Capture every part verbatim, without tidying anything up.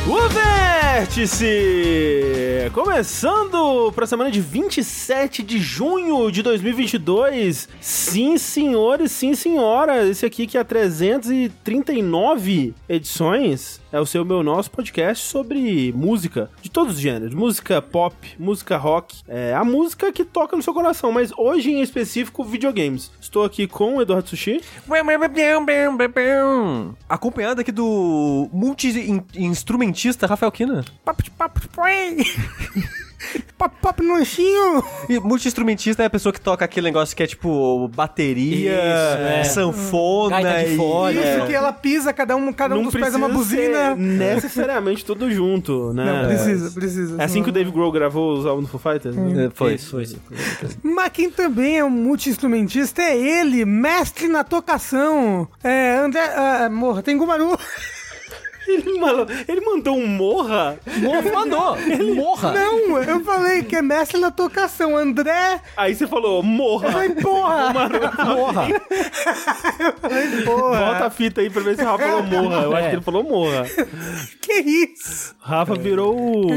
O Vértice! Começando para a semana de vinte e sete de junho de dois mil e vinte e dois. Sim, senhores, sim, senhora. Esse aqui que é trezentas e trinta e nove edições é o seu, meu, nosso podcast sobre música de todos os gêneros. Música pop, música rock, é a música que toca no seu coração, mas hoje em específico videogames. Estou aqui com o Eduardo Sushi. Acompanhado aqui do multi-instrumentista Rafael Kina. Papo de papo de Pop, pop no lanchinho. E multi-instrumentista é a pessoa que toca aquele negócio que é tipo bateria, Isso, é. sanfona. Gaita de fole. Isso, É. que ela pisa, cada um, cada um Não dos pés é uma buzina. necessariamente tudo junto, né? Não, precisa, precisa. É assim que o Dave Grohl gravou os álbuns do Foo Fighters? Né? É, Foi. Isso, foi, foi. Mas quem também é um multi-instrumentista é ele, mestre na tocação. É, André... Ah, morra, tem Gumaru. Ele, mano, ele mandou um morra? Morra, mandou. Morra. Não, eu falei que é mestre na tocação. André... Aí você falou morra. Eu falei, porra. Morra. Eu falei, porra. Volta a fita aí pra ver se o Rafa falou morra. Eu acho É. que ele falou morra. Que isso? Rafa virou o...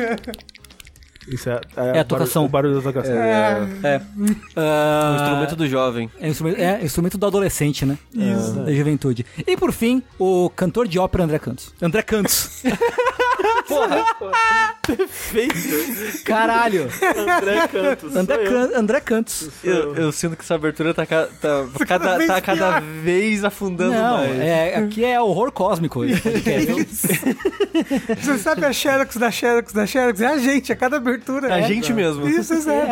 Isso é, É a tocação. O barulho da tocação. É. É. Ah, O instrumento do jovem. É instrumento, é instrumento do adolescente, né? Isso. Da juventude. E por fim, o cantor de ópera André Cantos. André Cantos. Porra. Perfeito. Caralho. André Cantos. André, sou eu. Can- André Cantos. Eu, eu sinto que essa abertura tá, ca- tá, cada, vez tá cada pior. vez afundando Não, mais. é, aqui é horror cósmico. Esse podcast. Você sabe a Xerox da Xerox da Xerox? É a gente, a cada abertura. É a gente mesmo. Isso, exato.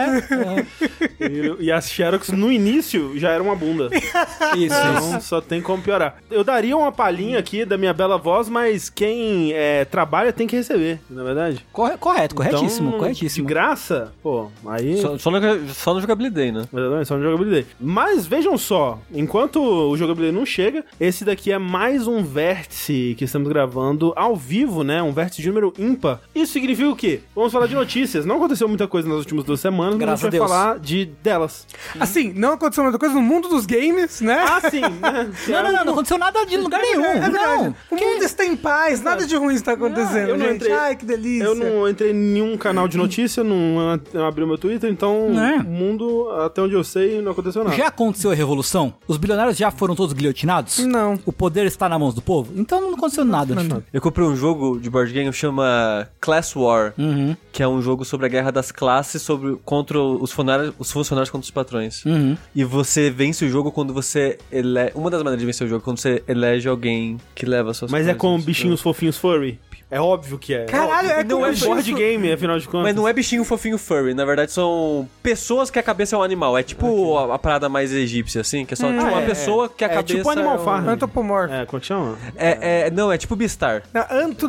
E, e as Xerox no início já era uma bunda. Isso, Então isso. só tem como piorar. Eu daria uma palhinha aqui da minha bela voz, mas quem é, trabalha tem que receber, na é verdade. Corre- correto, corretíssimo, Então, corretíssimo. De graça, pô, aí... Só, só, no, só no Jogabilidade, né? Exatamente, só no Jogabilidade. Mas vejam só, enquanto o Jogabilidade não chega, esse daqui é mais um vértice que estamos gravando ao vivo, né? Um vértice de número ímpar. Isso significa o quê? Vamos falar de notícias. Não aconteceu muita coisa nas últimas duas semanas, mas Graças a gente a vai Deus. falar de delas. Assim, não aconteceu muita coisa no mundo dos games, né? Ah, sim, né? Não, não, não, não aconteceu nada de lugar nenhum. É verdade. Não. O mundo está em paz, nada de ruim está acontecendo, eu não gente. entrei- Ai, que delícia. Eu não entrei em nenhum canal de notícia, não, não abri o meu Twitter, então É. o mundo, até onde eu sei, não aconteceu nada. Já aconteceu a revolução? Os bilionários já foram todos guilhotinados? Não. O poder está na mão do povo? Então não aconteceu nada. Eu comprei um jogo de board game que chama Class War, Uhum, que é um jogo sobre a guerra das classes sobre, contra os funcionários, os funcionários contra os patrões. uhum. E você vence o jogo quando você elege... Uma das maneiras de vencer o jogo é quando você elege alguém que leva suas Mas coisas. é com bichinhos fofinhos furry? É óbvio que é. Caralho, é não como é isso. board game, afinal de contas. Mas não é bichinho fofinho furry, na verdade são pessoas que a cabeça é um animal. É tipo a, a parada mais egípsia, assim, que é só tipo, uma é, pessoa que a é cabeça... tipo Animal é um- Farm. Antropomorfo. É, como é que chama? É, é, não, é tipo Beastar. Não,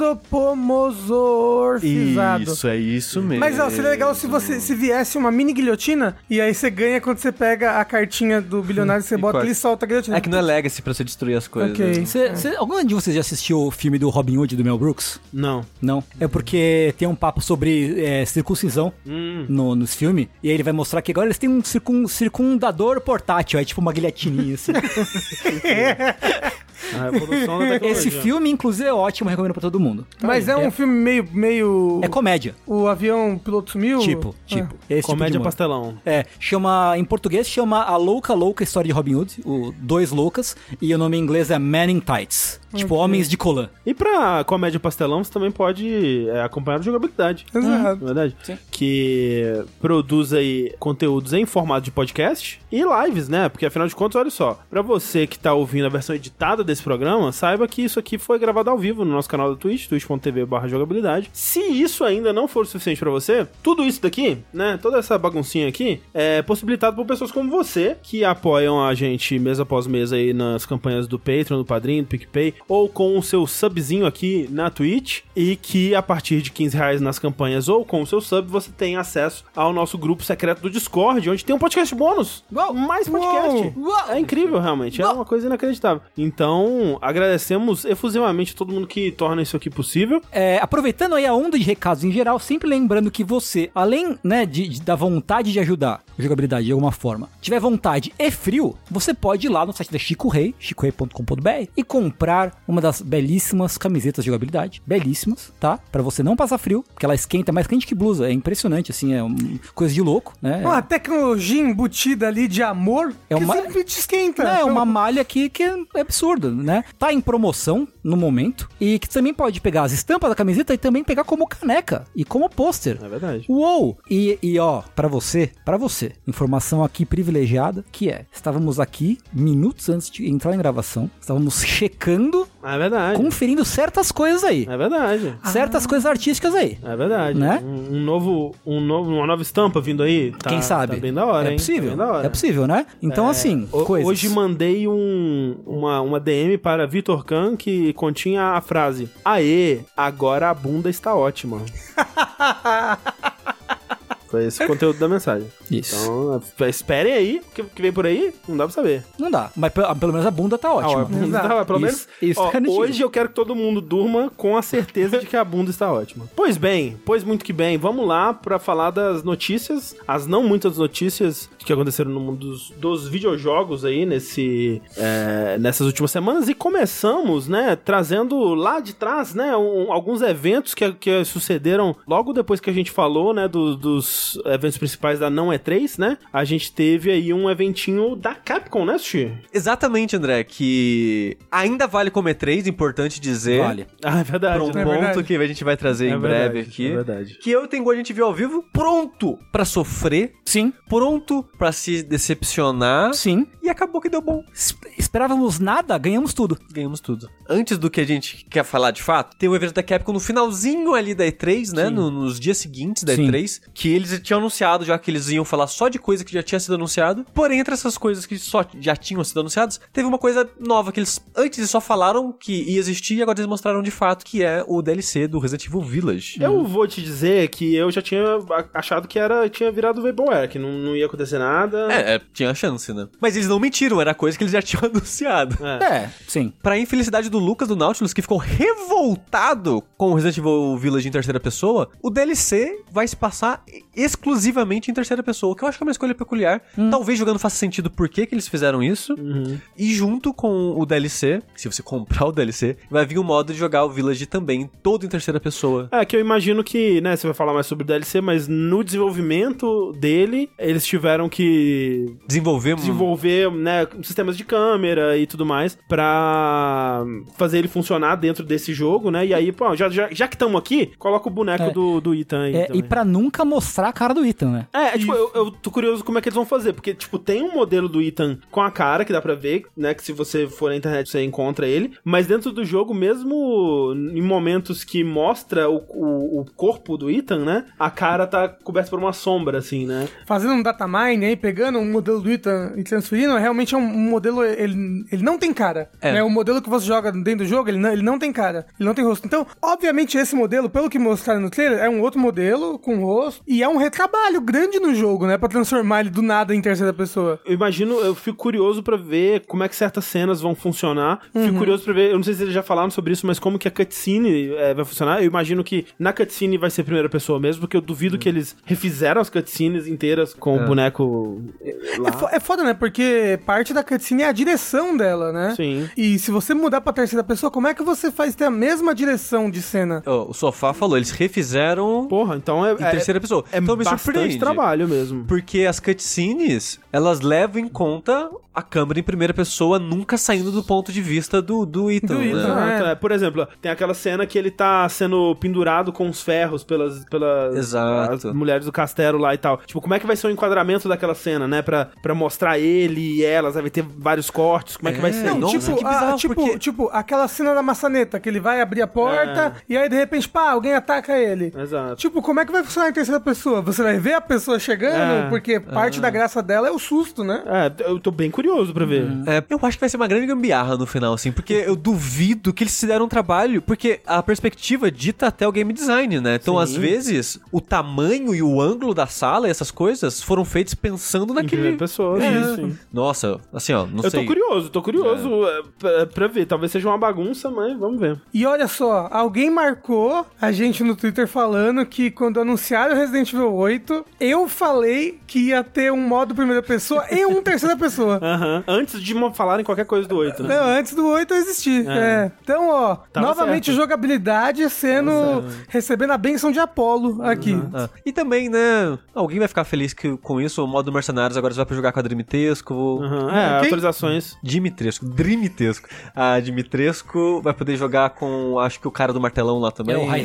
Antropomorfizado. Isso, é isso mesmo. Mas ó, seria legal se você se viesse uma mini guilhotina e aí você ganha quando você pega a cartinha do bilionário, você E bota corta. ali e solta a guilhotina. É que não é legacy pra você destruir as coisas. Ok. né? Cê, cê, algum de vocês já assistiu o filme do Robin Hood, do Mel Brooks? Não. Não. É porque tem um papo sobre é, circuncisão Hum. no, nos filmes. E aí ele vai mostrar que agora eles têm um circun, circundador portátil. É tipo uma guilhotininha, assim. A evolução da tecnologia. Esse filme, inclusive, é ótimo. Recomendo pra todo mundo. Mas é um É- filme meio, meio... É comédia. O avião o piloto sumiu? Tipo, tipo. Esse tipo de Comédia humor. pastelão. É, chama, em português chama A Louca Louca História de Robin Hood, o Dois Loucas, e o nome em inglês é Men in Tights, tipo Homens de Colã. E pra comédia pastelão, você também pode é, acompanhar a Jogabilidade. Exato. Não é verdade? Sim. Que produz aí conteúdos em formato de podcast e lives, né? Porque afinal de contas, olha só, pra você que tá ouvindo a versão editada desse programa, saiba que isso aqui foi gravado ao vivo no nosso canal da Twitch, twitch ponto tv barra jogabilidade. Se isso ainda não for o suficiente pra você, tudo isso daqui, né? Toda essa baguncinha aqui é possibilitado por pessoas como você, que apoiam a gente mês após mês aí nas campanhas do Patreon, do Padrinho, do PicPay, ou com o seu subzinho aqui na Twitch, e que a partir de quinze reais nas campanhas ou com o seu sub, você tem acesso ao nosso grupo secreto do Discord, onde tem um podcast bônus. Uau! Mais podcast. Uau! É incrível, realmente. É Uau! uma coisa inacreditável. Então, agradecemos efusivamente a todo mundo que torna isso aqui possível. É, aproveitando aí a onda de recados em geral, sempre lembrando que você, além, né, de, de- da vontade de ajudar, jogabilidade de alguma forma, tiver vontade e frio, você pode ir lá no site da Chico Rei, chico rei ponto com ponto b r, e comprar uma das belíssimas camisetas de jogabilidade. Belíssimas, tá? Pra você não passar frio, porque ela esquenta mais quente que blusa. É impressionante, assim, é uma coisa de louco, né? Uma tecnologia embutida ali de amor É que uma- simplesmente esquenta. É uma malha aqui que é absurda, né? Tá em promoção no momento e que também pode pegar as estampas da camiseta e também pegar como caneca e como pôster. É verdade. Uou! E, e ó, pra você, pra você, informação aqui privilegiada, que é, estávamos aqui minutos antes de entrar em gravação, estávamos checando, É verdade. conferindo certas coisas aí. É verdade. Certas coisas artísticas aí. É verdade. Né? Um, um novo, um novo, uma nova estampa vindo aí. Tá, Quem sabe? Tá bem da hora, é hein? possível. Tá bem da hora. É possível, né? Então, assim, O- coisas. Hoje mandei um, uma, uma D M para Vitor Kahn que continha a frase: Aê, agora a bunda está ótima. Foi esse o conteúdo da mensagem. Isso. Então, esperem aí, o que, que vem por aí, não dá pra saber. Não dá. Mas pelo, pelo menos a bunda tá ótima. Ah, a bunda Exato. tá, pelo menos, Isso- isso ó, é garantido. hoje eu quero que todo mundo durma com a certeza de que a bunda está ótima. Pois bem, pois muito que bem, vamos lá pra falar das notícias, as não muitas notícias que aconteceram no mundo dos, dos videojogos aí nesse, é, nessas últimas semanas, e começamos, né, trazendo lá de trás, né, um- alguns eventos que, que sucederam logo depois que a gente falou, né, do- dos eventos principais da não E três, né, a gente teve aí um eventinho da Capcom, né, Sushi? Exatamente, André, que ainda vale como E três, importante dizer. Vale. Ah, é verdade. Pra um né? É ponto verdade. que a gente vai trazer É em verdade, breve aqui. é verdade. Que eu e o Tengu a gente viu ao vivo, pronto pra sofrer, Sim, pronto pra se decepcionar. sim. E acabou que deu bom. Es- Esperávamos nada, ganhamos tudo. Ganhamos tudo. Antes do que a gente quer falar de fato, tem o evento da Capcom no finalzinho ali da E três, né? No- nos dias seguintes da Sim. E três, que eles tinham anunciado já que eles iam falar só de coisa que já tinha sido anunciado. Porém, entre essas coisas que só já tinham sido anunciadas, teve uma coisa nova que eles antes eles só falaram que ia existir e agora eles mostraram de fato, que é o D L C do Resident Evil Village. Eu vou te dizer que eu já tinha a- achado que era tinha virado Vaporware, que não, não ia acontecer nada. É, é, tinha chance, né? Mas eles não mentiram, era coisa que eles já tinham anunciado. É. É, sim. Pra infelicidade do Lucas do Nautilus, que ficou revoltado com o Resident Evil Village em terceira pessoa, o D L C vai se passar exclusivamente em terceira pessoa, o que eu acho que é uma escolha peculiar. Talvez jogando faça sentido por que, que eles fizeram isso. Uhum. E junto com o D L C, se você comprar o D L C, vai vir o modo de jogar o Village também, todo em terceira pessoa. É, que eu imagino que, né, você vai falar mais sobre o D L C, mas no desenvolvimento dele, eles tiveram que Desenvolver... desenvolver, né, sistemas de câmera e tudo mais pra fazer ele funcionar dentro desse jogo, né, e aí, pô, já, já, já que estamos aqui, coloca o boneco É. do, do Ethan aí É, também. e pra nunca mostrar a cara do Ethan, né? É, é tipo, eu, eu tô curioso como é que eles vão fazer, porque, tipo, tem um modelo do Ethan com a cara, que dá pra ver, né, que se você for na internet você encontra ele, mas dentro do jogo, mesmo em momentos que mostra o, o, o corpo do Ethan, né, a cara tá coberta por uma sombra, assim, né. Fazendo um datamine aí, pegando um modelo do Ethan e transferindo, realmente é um, um modelo, ele, ele não tem cara. É. Né? O modelo que você joga dentro do jogo, ele não, ele não tem cara. Ele não tem rosto. Então, obviamente, esse modelo, pelo que mostraram no trailer, é um outro modelo com rosto. E é um retrabalho grande no jogo, né? Pra transformar ele do nada em terceira pessoa. Eu imagino, eu fico curioso pra ver como é que certas cenas vão funcionar. Fico curioso pra ver, eu não sei se eles já falaram sobre isso, mas como que a cutscene é, vai funcionar. Eu imagino que na cutscene vai ser primeira pessoa mesmo, porque eu duvido que eles refizeram as cutscenes inteiras com o boneco lá. É, fo- é foda, né? Porque parte da cutscene é a direção dela, né? Sim. E se você mudar pra terceira pessoa, como é que você faz ter a mesma direção de cena? Ó, o Sofá falou, eles refizeram Porra, então é... em terceira pessoa. É então me bastante surpreende. trabalho mesmo. Porque as cutscenes, elas levam em conta a câmera em primeira pessoa nunca saindo do ponto de vista do, do Ethan, Do né? Ethan. Exato, É. é. Por exemplo, tem aquela cena que ele tá sendo pendurado com os ferros pelas, pelas Exato. as mulheres do castelo lá e tal. Tipo, como é que vai ser o enquadramento daquela cena, né? Pra, pra mostrar ele e elas, aí vai ter vários cortes, como é, que vai É, ser? Não, nossa, tipo, que a- bizarro, tipo, porque- tipo, aquela cena da maçaneta, que ele vai abrir a porta e aí de repente, pá, alguém ataca ele. Exato. Tipo, como é que vai funcionar em terceira pessoa? Você vai ver a pessoa chegando, É. porque parte da graça dela é o susto, né? É, eu tô bem curioso curioso pra ver. Hum. É, eu acho que vai ser uma grande gambiarra no final, assim, porque eu duvido que eles se deram um trabalho, porque a perspectiva dita até o game design, né? Então, Sim. às vezes, o tamanho e o ângulo da sala e essas coisas foram feitos pensando Em naquele... primeira pessoa, É. sim, sim. Nossa, assim, ó, não Eu sei. tô curioso, tô curioso é. pra, pra ver. Talvez seja uma bagunça, mas vamos ver. E olha só, alguém marcou a gente no Twitter falando que quando anunciaram Resident Evil oito, eu falei que ia ter um modo primeira pessoa e um terceira pessoa. Aham. Antes de mo- falarem qualquer coisa do oito, né? Não, antes do oito eu existi. É. É. Então, ó, Tava novamente certo. jogabilidade sendo... Tava certo. recebendo a bênção de Apolo aqui. Ah, e também, né, alguém vai ficar feliz que, com isso, o modo Mercenários agora você vai pra jogar com a Dimitrescu. Aham. É, Quem? atualizações. Dimitrescu, Dimitrescu. A Dimitrescu vai poder jogar com, acho que o cara do martelão lá também. É o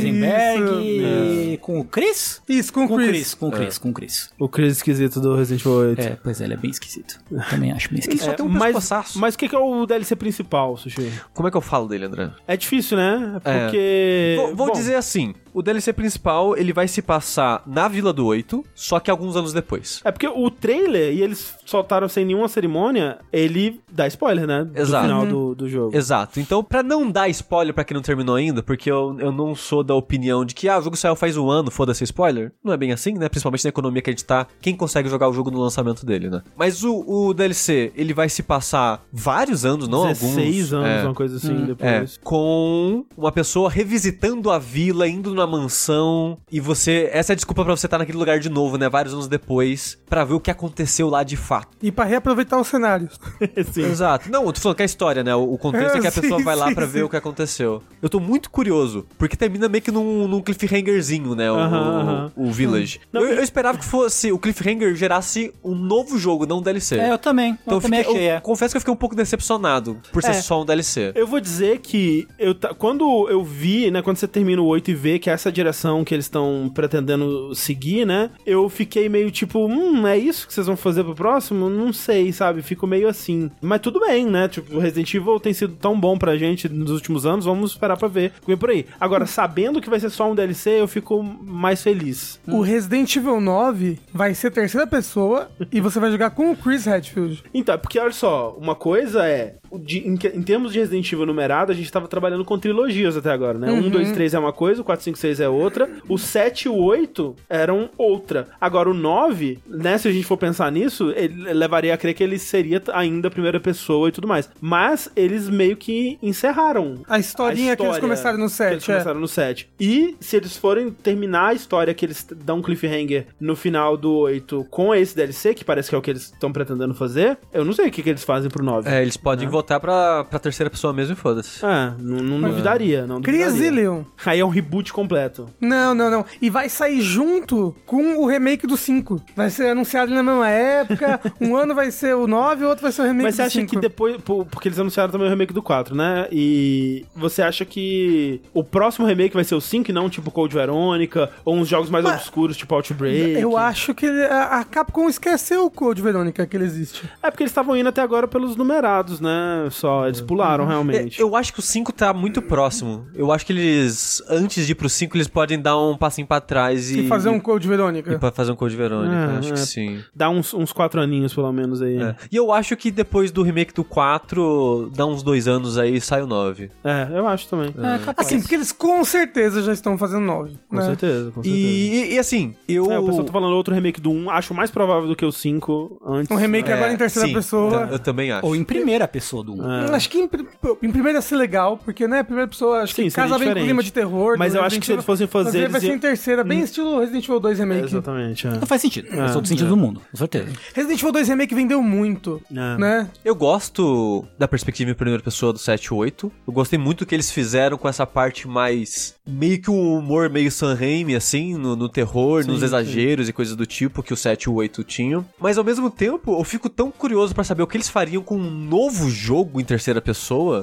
Heisenberg com o Chris? Isso, com o Com o Chris. Chris, com o Chris, com o Chris. O Chris esquisito do Resident Evil oito. É, pois é, ele é bem esquisito. Também acho bem esquisito. Só tem um mas, pescoçaço. mas o que, que é o D L C principal, Sushi? Como é que eu falo dele, André? É difícil, né? É. Porque... Vou, vou bom, dizer assim, o D L C principal, ele vai se passar na Vila do oito, só que alguns anos depois. É porque o trailer, e eles soltaram sem nenhuma cerimônia, ele dá spoiler, né? Exato. Do final do, do jogo. Exato. Então, pra não dar spoiler pra quem não terminou ainda, porque eu, eu não sou da opinião de que, ah, o jogo saiu faz um ano, foda-se spoiler. Não é bem assim, né? Principalmente na economia que a gente tá, quem consegue jogar o jogo no lançamento dele, né? Mas o, o D L C, ele vai se passar vários anos, não dezesseis alguns. anos, é, uma coisa assim, É, depois. com uma pessoa revisitando a vila, indo numa mansão, e você... Essa é a desculpa pra você estar naquele lugar de novo, né? Vários anos depois, pra ver o que aconteceu lá de fato. E pra reaproveitar os cenários. Sim. Exato. Não, eu tô falando que é a história, né? O, o contexto é que a Sim, pessoa vai lá sim, pra sim. ver o que aconteceu. Eu tô muito curioso, porque termina meio que num, num cliffhangerzinho, né? O, Aham, aham. o, o Village. Não, eu, e- eu esperava que fosse... O cliffhanger gerasse um novo jogo, não um D L C. É, eu também. Então eu eu, também fiquei, achei, eu é. confesso que eu fiquei um pouco decepcionado por ser É. só um D L C. Eu vou dizer que eu ta- quando eu vi, né, quando você termina o oito e vê que essa é a direção que eles estão pretendendo seguir, né, eu fiquei meio tipo, hum, é isso que vocês vão fazer pro próximo? Não sei, sabe? Fico meio assim. Mas tudo bem, né? Tipo, o Resident Evil tem sido tão bom pra gente nos últimos anos, vamos esperar pra ver. Vem por aí. Agora, sabendo que vai ser só um D L C, eu fico mais feliz. O Resident Evil nove vai ser terceira pessoa e você vai jogar com o Chris Redfield. Então, é porque olha só, uma coisa é, o de- em, que- em termos de Resident Evil numerado, a gente tava trabalhando com trilogias até agora, né? um, dois, três é uma coisa, o quatro, cinco, seis é outra, o sete e o oito eram outra. Agora o nove, né, se a gente for pensar nisso, ele levaria a crer que ele seria ainda a primeira pessoa e tudo mais. Mas eles meio que encerraram A historinha a que eles história começaram no que set, eles é. começaram no set. E se eles forem terminar a história que eles dão um cliffhanger no final do oito com esse D L C, que parece que é o que eles estão pretendendo fazer, eu não sei o que, que eles fazem pro nove. É, eles podem Né? voltar pra, pra terceira pessoa mesmo e foda-se. É, não, não duvidaria, não Cria duvidaria. Zillion. Aí é um reboot completo. Não, não, não. E vai sair junto com o remake do cinco. Vai ser anunciado na mesma época. Um ano vai ser o nove, o outro vai ser o remake Mas você do acha cinco. que depois... pô, Porque eles anunciaram também o remake do quatro, né? E você acha que o próximo remake vai ser o cinco e não tipo Code Verônica? Ou uns jogos mais Mas- obscuros, tipo Outbreak? Eu acho que ele- a a Capcom esqueceu o Code Verônica que ele existe. É porque eles estavam indo até agora pelos numerados, né? Só, eles pularam realmente. É, Eu acho que o cinco tá muito próximo. Eu acho que eles, antes de ir pro cinco, eles podem dar um passinho pra trás e... E fazer um Code Verônica. E pra fazer um Code Verônica, É, acho é. que sim. Dá uns, uns quatro aninhos, pelo menos, aí. É. E eu acho que depois do remake do quatro, dá uns dois anos aí e sai o nove. É, eu acho também. É, capaz. Assim, porque eles com certeza já estão fazendo nove. Com né? certeza, com certeza. E, e, e assim, eu... É, o pessoal tá falando outro remake do um, acho mais provável do que o cinco antes. Um remake É, agora em terceira sim, pessoa. Eu também acho. Ou em primeira pessoa do um. É. Acho que em, pri- em primeira ia ser legal, porque, né, primeira pessoa, acho Sim, que seria casa bem com o diferente. clima de terror. Mas do eu acho Resident que se eles Evil. fossem fazer, Mas aí vai eles ser iam- em terceira, bem estilo Resident Evil dois Remake. Exatamente, é. Não faz sentido. Faz todo sentido do mundo, com certeza. Resident Evil dois Remake vendeu muito, É. né? Eu gosto da perspectiva em primeira pessoa do sete e oito. Eu gostei muito do que eles fizeram com essa parte mais... meio que um humor meio San Raimi, assim, no, no terror, Sim, nos exageros e coisas do tipo que o sete e o oito tinham. Mas ao mesmo tempo, eu fico tão curioso pra saber o que eles fariam com um novo jogo em terceira pessoa. É,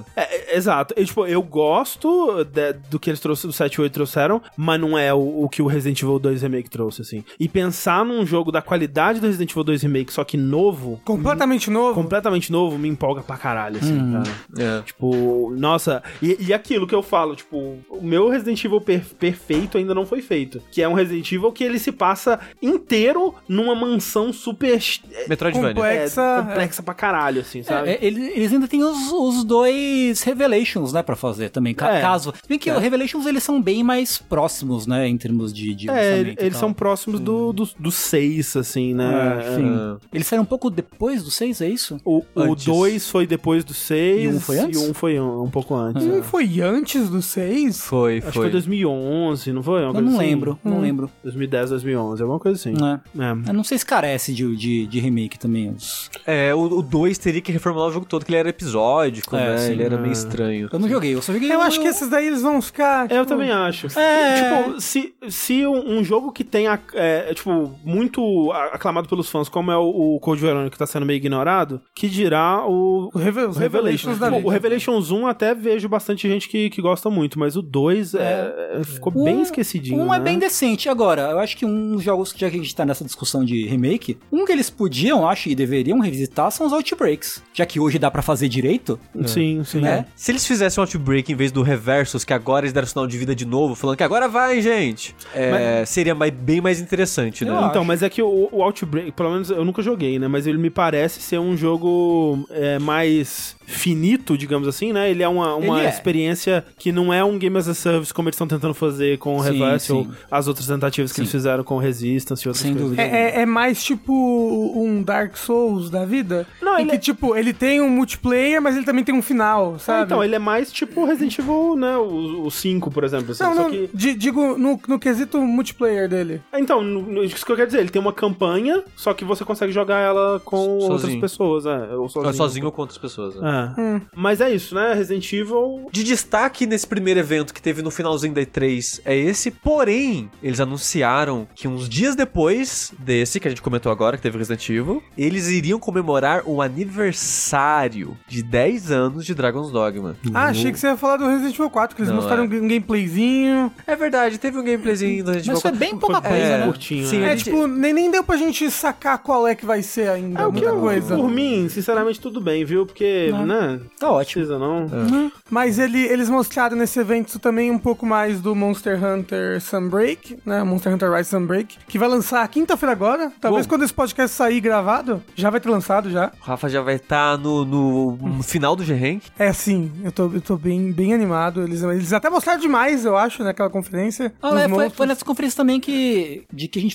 Exato. Eu, tipo, eu gosto de, do que eles trouxeram, do sete e oito trouxeram, mas não é o, o que o Resident Evil dois Remake trouxe, assim. E pensar num jogo da qualidade do Resident Evil dois Remake, só que novo... Completamente novo. Completamente novo, me empolga pra caralho, assim, Hum. cara. É. Tipo, nossa... E, e aquilo que eu falo, tipo, o meu Resident Evil per- perfeito ainda não foi feito. Que é um Resident Evil que ele se passa inteiro numa mansão super... Metroidvania. Complexa. É, complexa pra caralho, assim, sabe? É, ele- eles ainda têm os, os dois Revelations, né, pra fazer também, ca- É. caso... Se bem que É. os Revelations, eles são bem mais próximos, né, em termos de, de É, lançamento e eles tal. são próximos do, do, do seis, assim, né? É, sim. Eles saíram um pouco depois do seis, é isso? O Antes. dois foi depois do seis. E um foi antes? E um foi um, um pouco antes. Não é. foi antes do seis? Foi, Acho que foi. foi dois mil e onze, não foi? Uma Eu coisa não assim? lembro, não Hum. lembro. dois mil e dez, dois mil e onze, alguma coisa assim. Né? É. Eu não sei se carece de, de, de remake também. Os... É, o dois teria que reformular o jogo todo, que ele era episódico, É, né? sim. ele era É. meio estranho. Eu não joguei, eu só joguei Eu o- acho que esses daí eles vão ficar. Eu tipo, também acho. É. Tipo, se, se um, um jogo que tenha, é, tipo, muito aclamado pelos fãs, como é o, o Code Verônica, que tá sendo meio ignorado, que dirá o... O Reve- os Revelations da Pô, vida. o Revelations um até vejo bastante gente que, que gosta muito, mas o dois é, ficou bem Um- esquecidinho, Um né? é bem decente. Agora, eu acho que uns jogos, já que a gente tá nessa discussão de remake, um que eles podiam, acho, e deveriam revisitar são os Outbreaks. Já que hoje dá pra fazer direito, Sim, sim. né? Se eles fizessem um Outbreak em vez do Reversus, que agora eles deram sinal de vida de novo, falando que agora vai, gente, é, seria mais- bem mais interessante, né? Eu Então, acho. mas é que o, o Outbreak, pelo menos eu nunca joguei, né? Mas ele me parece ser um jogo é, mais finito, digamos assim, né? Ele é uma, uma Ele é. experiência que não é um Game as a Service como eles estão tentando fazer com o Sim, Reverse ou sim. as outras tentativas que Sim. eles fizeram com o Resistance e outras Sem coisas. dúvida. É, é- é mais tipo um Dark Souls da vida? Não, em ele que, é- tipo, ele tem um multiplayer, mas ele também tem um final, Ah, sabe? então, ele é mais tipo Resident Evil, né? O cinco, por exemplo. Assim, Não, só não, que... di- digo no, no quesito multiplayer dele. Então, no- no- isso que eu quero dizer, ele tem uma campanha, só que você consegue jogar ela com Sozinho. outras pessoas, é, ou sozinho. Sozinho, ou com outras pessoas. Né? É. Hum. Mas é isso, né? Resident Evil... De destaque nesse primeiro evento que teve no finalzinho da E três é esse, porém, eles anunciaram que uns dias depois desse, que a gente comentou agora, que teve Resident Evil, eles iriam comemorar o aniversário de dez anos de Dragon's Dogma. Ah, achei que você ia falar do Resident Evil quatro, que eles Não, mostraram é. um gameplayzinho. É verdade, teve um gameplayzinho do Resident Mas Evil foi quatro. bem pouca Foi coisa, bem né? curtinho, Sim, né? a É, gente- tipo, nem, nem deu pra gente sacar qual é que vai ser ainda, É o que muita eu, coisa. por mim, sinceramente, tudo bem, viu? Porque, Não. né? Tá ótimo. Precisa não. Uhum. Mas ele, eles mostraram nesse evento também um pouco mais do Monster Hunter Sunbreak, né? Monster Hunter Rise Sunbreak, que vai lançar quinta-feira agora. Talvez Bom. quando esse podcast sair gravado, já vai ter lançado já. O Rafa já vai estar no, no, no final do G-Rank. É assim, eu tô, eu tô bem, bem animado. Eles, eles até mostraram demais, eu acho, naquela conferência. Ah, dos é, foi, monstros. foi nessa conferência também que, de que a gente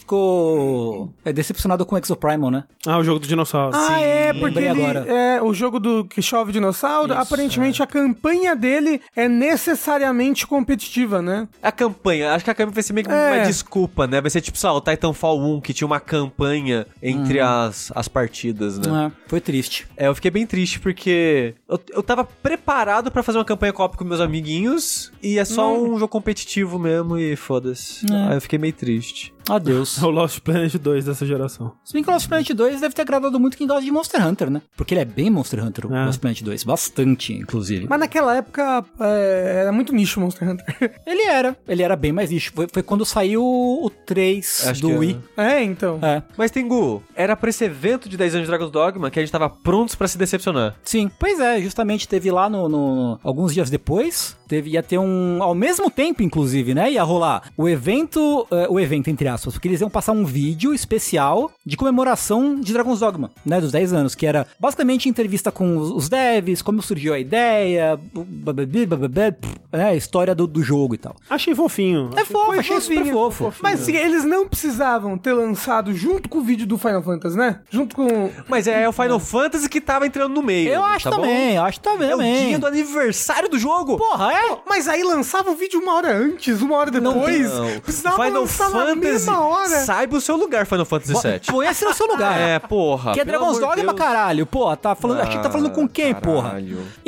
ficou é, decepcionado com o Exoprimal, né? Ah, o jogo do dinossauro. Ah, é, porque lembrei ele, agora. é o jogo do que chove dinossauro, Isso, aparentemente a campanha dele é necessariamente competitiva, né? A campanha, acho que a campanha vai ser meio que É. uma desculpa, né? Vai ser tipo, só o Titanfall um, que tinha uma campanha entre as, as partidas, né? É, foi triste. É, eu fiquei bem triste porque eu, eu tava preparado pra fazer uma campanha co-op com meus amiguinhos e é só um jogo competitivo mesmo e foda-se. É. Aí eu fiquei meio triste. Adeus. É o Lost Planet dois dessa geração. Se bem que o Lost Planet dois deve ter agradado muito quem gosta de Monster Hunter, né? Porque ele é bem Monster Hunter, o É. Lost Planet dois. Bastante, inclusive. Mas naquela época é, era muito nicho o Monster Hunter. Ele era. Ele era bem mais nicho. Foi, foi quando saiu o três Acho do que é. Wii. É, então. É. Mas, Tengu, era pra esse evento de dez anos de Dragon's Dogma que a gente tava prontos pra se decepcionar. Sim. Pois é, justamente teve lá no, no- alguns dias depois, teve, ia ter um, ao mesmo tempo, inclusive, né, ia rolar o evento, eh, o evento entre aspas, porque eles iam passar um vídeo especial de comemoração de Dragon's Dogma, né, dos dez anos, que era basicamente entrevista com os, os devs, como surgiu a ideia, bababí, bababé, né, a história do, do jogo e tal. Achei fofinho. É fofo, foi achei super fofinho, fofo. Mas assim, eles não precisavam ter lançado junto com o vídeo do Final Fantasy, né? Junto com... Mas é o Final Fantasy que tava entrando no meio. Eu acho tá bom? também, eu acho também. É o dia do aniversário do jogo. Porra, é? Mas aí lançava o vídeo uma hora antes, uma hora depois. Não. Precisava Final lançar na Fantasy, mesma hora. saiba o seu lugar, Final Fantasy sete. Põe esse no seu lugar. É, porra. Que é pelo Dragon's amor de Dogma, Deus. caralho. Pô, tá falando, achei que tá falando com quem, porra? Caralho. Enfim,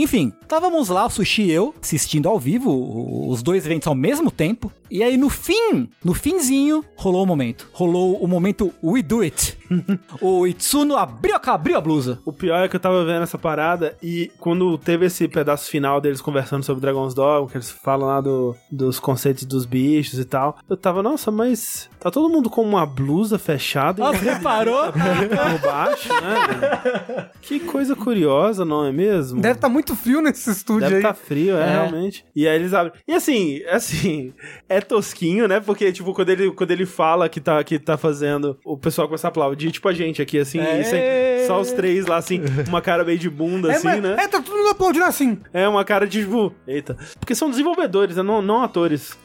Estávamos lá, o Sushi e eu, assistindo ao vivo os dois eventos ao mesmo tempo. E aí no fim, no finzinho, rolou o momento. Rolou o momento We Do It. O Itsuno abriu a, abriu a blusa. O pior é que eu tava vendo essa parada e quando teve esse pedaço final deles conversando sobre Dragon's Dogma, que eles falam lá do, dos conceitos dos bichos e tal, eu tava, nossa, mas tá todo mundo com uma blusa fechada. Ah, você parou? Por baixo, né? Que coisa curiosa, não é mesmo? Deve estar tá muito frio nesse estúdio Deve aí. Deve tá frio, é, É. realmente. E aí eles abrem. E assim, assim, é tosquinho, né? Porque, tipo, quando ele, quando ele fala que tá, que tá fazendo, o pessoal começa a aplaudir, tipo a gente aqui, assim, É. e sem- só os três lá, assim, uma cara meio de bunda, É, assim, mas- né? é, tá todo mundo aplaudindo assim. É uma cara de, tipo, eita. Porque são desenvolvedores, né? Não, não atores.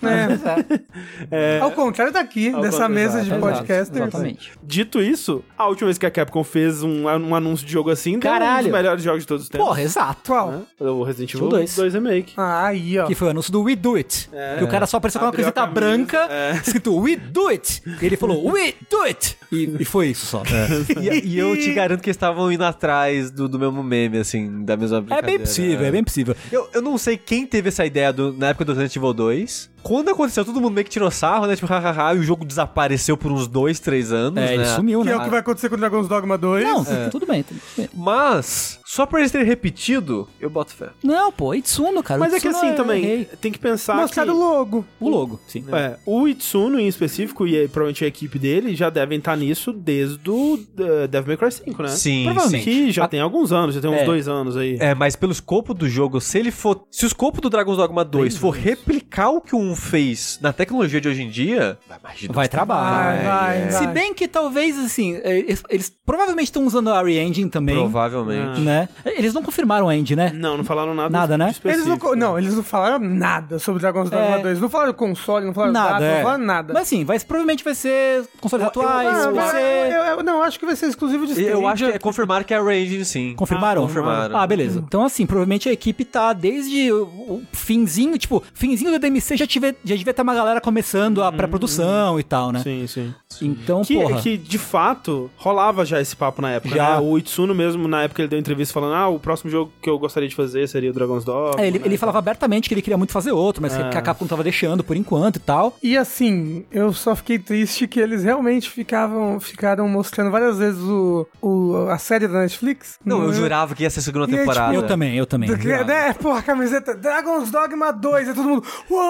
É. Ao contrário daqui, Ao dessa contrário, mesa de exato, podcasters. Exatamente. Dito isso, a última vez que a Capcom fez um, um anúncio de jogo assim, deu um Caralho. dos melhores jogos de todos os tempos. Porra, exato. Qual? Né? O Resident Evil Evil dois. dois Remake. Ah, aí, ó. Que foi o anúncio do We Do It. Que o cara só apareceu com uma Abriu a camiseta camisa, branca, é. escrito We Do It. E ele falou, We Do It. E, e foi isso só. E, e eu te garanto que eles estavam indo atrás do, do mesmo meme, assim, da mesma É brincadeira. bem possível, é bem possível. Eu, eu não sei quem teve essa ideia do- na época do Resident Evil dois. Quando aconteceu, todo mundo meio que tirou sarro, né? Tipo, hahaha, e o jogo desapareceu por uns dois, três anos, É, né? ele sumiu, Que né? é o que vai acontecer com Dragon's Dogma dois. Não, tudo bem, tudo bem. Mas, só por eles terem repetido, eu boto fé. Não, pô, Itsuno, cara. Mas o é que Itsuno assim também, rei. tem que pensar Mostraram que... o logo. O logo, sim. É, o Itsuno em específico e aí, provavelmente a equipe dele já devem estar nisso desde o uh, Devil May Cry cinco, né? Sim, Provavelmente. Que já A- tem alguns anos, já tem uns É. dois anos aí. É, mas pelo escopo do jogo, se ele for... Se o escopo do Dragon's Dogma dois for replicar o que o um fez na tecnologia de hoje em dia, vai mais de Vai dois trabalhar. Vai, vai, Se vai. bem que talvez, assim, é, eles, eles provavelmente estão usando a Re-Engine também, Provavelmente. né? Eles não confirmaram a engine, né? Não, não falaram nada, Nada, né? de Eles específico. não, co- não, eles não falaram nada sobre Dragon's Dogma É. dois. Não falaram console, não falaram Nada, data, é. não falaram nada. Mas assim, vai, provavelmente vai ser consoles atuais, Ah, vai mas ser... eu- eu- não, acho que vai ser exclusivo de Stadia. Eu acho que é confirmar que é a Range, sim. Confirmaram? Ah, confirmaram. Ah, beleza. Então, assim, provavelmente a equipe tá desde o, o finzinho, tipo, finzinho do D M C já, tive, já devia ter uma galera começando a pré-produção e tal, né? Sim, sim. Então, Que, porra... que, de fato, rolava já esse papo na época, Já. né? O Itsuno mesmo, na época, ele deu entrevista falando, ah, o próximo jogo que eu gostaria de fazer seria o Dragon's Dogma. É, ele, né? ele falava abertamente que ele queria muito fazer outro, mas que a Capcom tava deixando por enquanto e tal. E assim, eu só fiquei triste que eles realmente ficavam, ficaram mostrando várias vezes o, o, a série da Netflix. Não, eu No- jurava que ia ser a segunda E aí, tipo, temporada. Eu também, eu também. Do que, né, porra, a camiseta Dragon's Dogma dois, é todo mundo,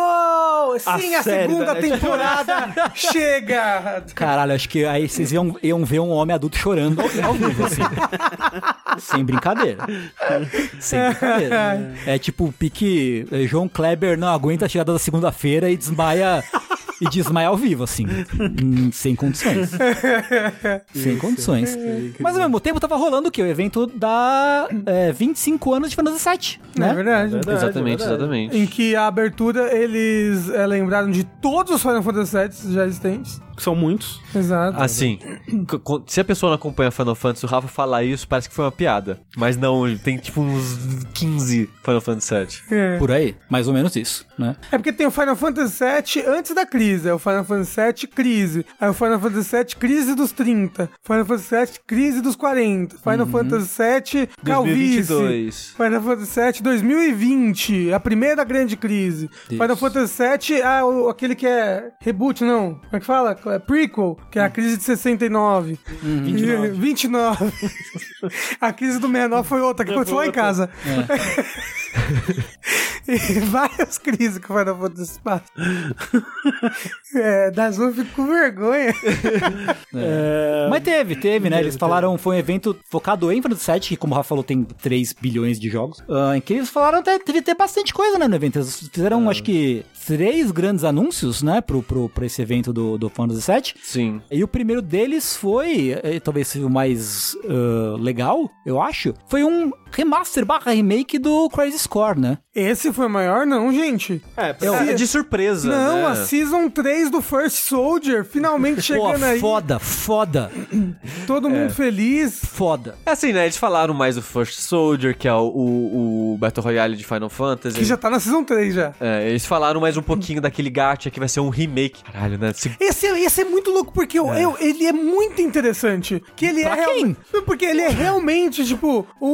uou, sim, a, série segunda da Netflix. temporada chega. Caralho, acho que aí vocês iam, iam ver um homem adulto chorando ao, ao vivo, assim. Sem brincadeira. Sem brincadeira. É tipo o pique eh, João Kleber não aguenta a chegada da segunda-feira e desmaia... E desmaia ao vivo, assim. Hum, sem condições. Sem condições. Mas ao mesmo tempo tava rolando o quê? O evento da é, vinte e cinco anos de Final Fantasy sete, É né? verdade. Verdade, Exatamente, verdade. exatamente. Em que a abertura eles é, lembraram de todos os Final Fantasy sete já existentes. Que são muitos. Exato. Assim, c- c- se a pessoa não acompanha Final Fantasy, o Rafa falar isso parece que foi uma piada. Mas não, ele tem tipo uns quinze Final Fantasy sete. É. Por aí. Mais ou menos isso, né? É porque tem o Final Fantasy sete antes da crise, é o Final Fantasy sete crise, aí o Final Fantasy sete crise dos trinta, Final Fantasy sete crise dos quarenta, Final Fantasy sete calvície, dois mil e vinte e dois. Final Fantasy sete dois mil e vinte, a primeira grande crise, Final Fantasy sete, ah, o- aquele que é reboot, não, como é que fala? É prequel, que é a crise de sessenta e nove. vinte e nove. vinte e nove. A crise do sessenta e nove foi outra, que aconteceu lá em casa. E várias crises que o Final Fantasy passa. É, das um eu fico com vergonha. Mas teve, teve, né? Eles falaram, foi um evento focado em Final Fantasy sete, que como o Rafa falou, tem três bilhões de jogos. ah, em que eles falaram até teve ter bastante coisa, né, no evento. Eles fizeram, acho que, três grandes anúncios, né, pro, pro, pra esse evento do, do Final Fantasy sete. Sim. E o primeiro deles foi, eh, talvez seja o mais ah, legal, eu acho, foi um remaster barra remake do Crisis Core, né? Esse foi o maior? Não, gente. É, É de surpresa, Não, né? a Season três do First Soldier, finalmente Pô, chegando aí. foda, foda, Todo mundo feliz. foda. É assim, né? Eles falaram mais do First Soldier, que é o, o, o Battle Royale de Final Fantasy. Que já tá na Season três já. É, eles falaram mais um pouquinho daquele gacha que vai ser um remake. Caralho, né? Se- Esse, esse é muito louco, porque eu, eu- ele é muito interessante. Que ele Pra é quem? realmente. Porque ele é realmente, tipo, o remake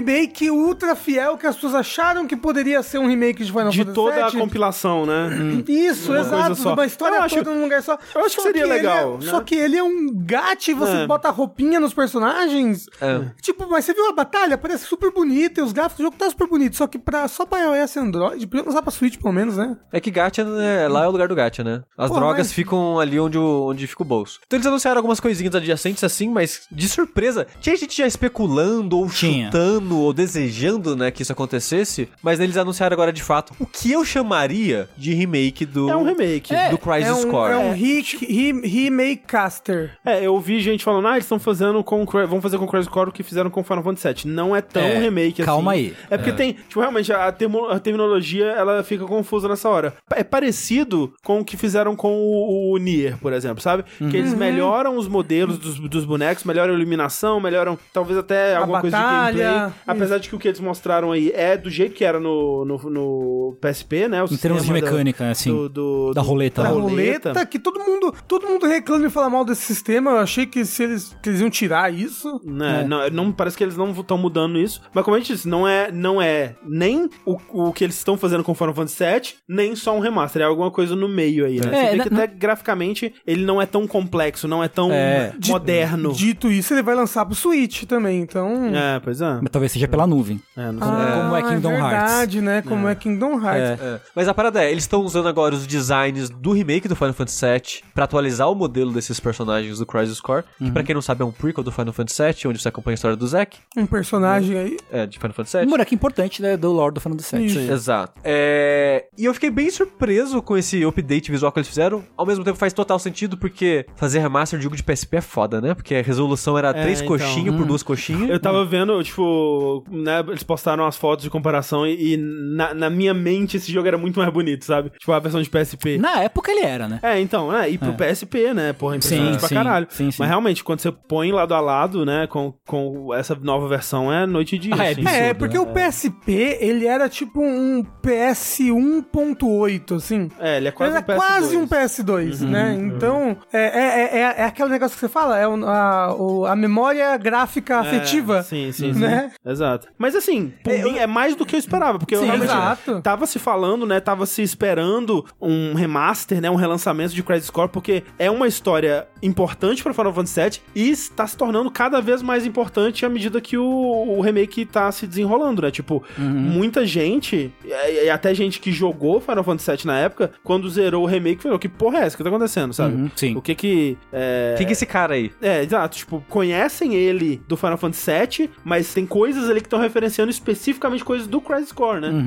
remake ultra fiel que as pessoas acharam que poderia ser um remake de Final De Fantasy toda sete. a compilação, né? Isso, Uma exato. coisa só. Uma história Eu acho- toda num lugar só. eu acho que Só seria ele legal, é- né? Só que ele é um gato e você É. bota roupinha nos personagens. É. Tipo, mas você viu a batalha? Parece super bonita e os gráficos do jogo tá super bonito. Só que pra, só pra iOS e Android, podia usar pra Switch pelo menos, né? É que gacha, né, lá é o lugar do gacha, né? As Pô, drogas mas- ficam ali onde, o- onde fica o bolso. Então eles anunciaram algumas coisinhas adjacentes assim, mas de surpresa. Tinha gente já especulando, ou Tinha. chutando, ou desejando, né, que isso acontecesse. Mas eles anunciaram agora de fato o que eu chamaria de remake do... É um remake. do Crisis É um, Core. é um re- re- remake caster. É, eu ouvi gente falando, ah, eles estão fazendo com Cry- vão fazer com Crisis Core o que fizeram com Final Fantasy sete. Não é tão É, remake assim. calma aí. É porque tem, tipo, realmente, a, termo- a terminologia, ela fica confusa nessa hora. É parecido com o que fizeram com o, o Nier, por exemplo, sabe? Que eles melhoram os modelos dos, dos bonecos, melhoram a iluminação, melhoram talvez até A alguma coisa de batalha, gameplay. Apesar de que o que eles mostraram aí é do jeito que era no, no, no P S P, né? O Em termos de sistema da- mecânica, assim. do- do- da do- roleta. Da Da roleta, que todo mundo, todo mundo reclama e fala mal desse sistema. Eu achei que se eles, que eles iam tirar isso. Né, não, não, parece que eles não estão mudando isso. Mas como a gente disse, não é, não é nem o, o que eles estão fazendo com Final Fantasy sete, nem só um remaster. É alguma coisa no meio aí, né? É, Você vê na- que até graficamente ele não é tão complexo, não é tão É. moderno. Dito isso, ele vai lançar pro Switch também, então... É, pois é. Mas talvez seja pela nuvem. É, não Como, sei. como é Kingdom Hearts. verdade, né? Como é, Kingdom Hearts. É. Mas a parada é, eles estão usando agora os designs do remake do Final Fantasy sete pra atualizar o modelo desses personagens do Crisis Core, que pra quem não sabe é um prequel do Final Fantasy sete, onde você acompanha a história do Zack, Um personagem aí. é, de Final Fantasy Um sete. boneco importante, né, do Lord do Final Fantasy Isso. sete. Exato. É... E eu fiquei bem surpreso com esse update visual que eles fizeram. Ao mesmo tempo faz total sentido, porque fazer remaster de jogo de P S P é foda, né? Porque a resolução era É, três então. coxinhas por duas coxinhas. Eu tava vendo, tipo, né, eles postaram as fotos de comparação e, e na, na minha mente esse jogo era muito mais bonito, sabe? Tipo, a versão de P S P. Na época ele era, né? É, então, né? E pro É. P S P, né? Porra, impressionante Sim, pra sim, caralho. sim, sim. Mas realmente, quando você põe lado a lado, né, com, com essa nova versão, é noite e dia. Ah, é assim. absurdo. É, porque o P S P, ele era tipo um P S um ponto oito, assim. É, ele é quase Ele um P S é dois. quase um P S dois, né? Então, é, é, é, é aquele negócio que você fala, é o- a, o- a memória gráfica afetiva. É, sim, sim, sim. Né? Exato. Mas assim, por mim é mais do que eu esperava, porque eu Sim, realmente exato. tava se falando, né, tava se esperando um remaster, né, um relançamento de Crisis Core, porque é uma história importante pra Final Fantasy sete e está se tornando cada vez mais importante à medida que o, o remake tá se desenrolando, né? Tipo, muita gente, e, e até gente que jogou Final Fantasy sete na época, quando zerou o remake, falou, que porra é essa que tá acontecendo, sabe? Uhum, sim. O que que... É... Quem que é esse cara aí? É, exato. Tipo, conhecem ele do Final Fantasy sete, mas tem coisas ali que estão referenciando especificamente coisas do Crisis Core, né?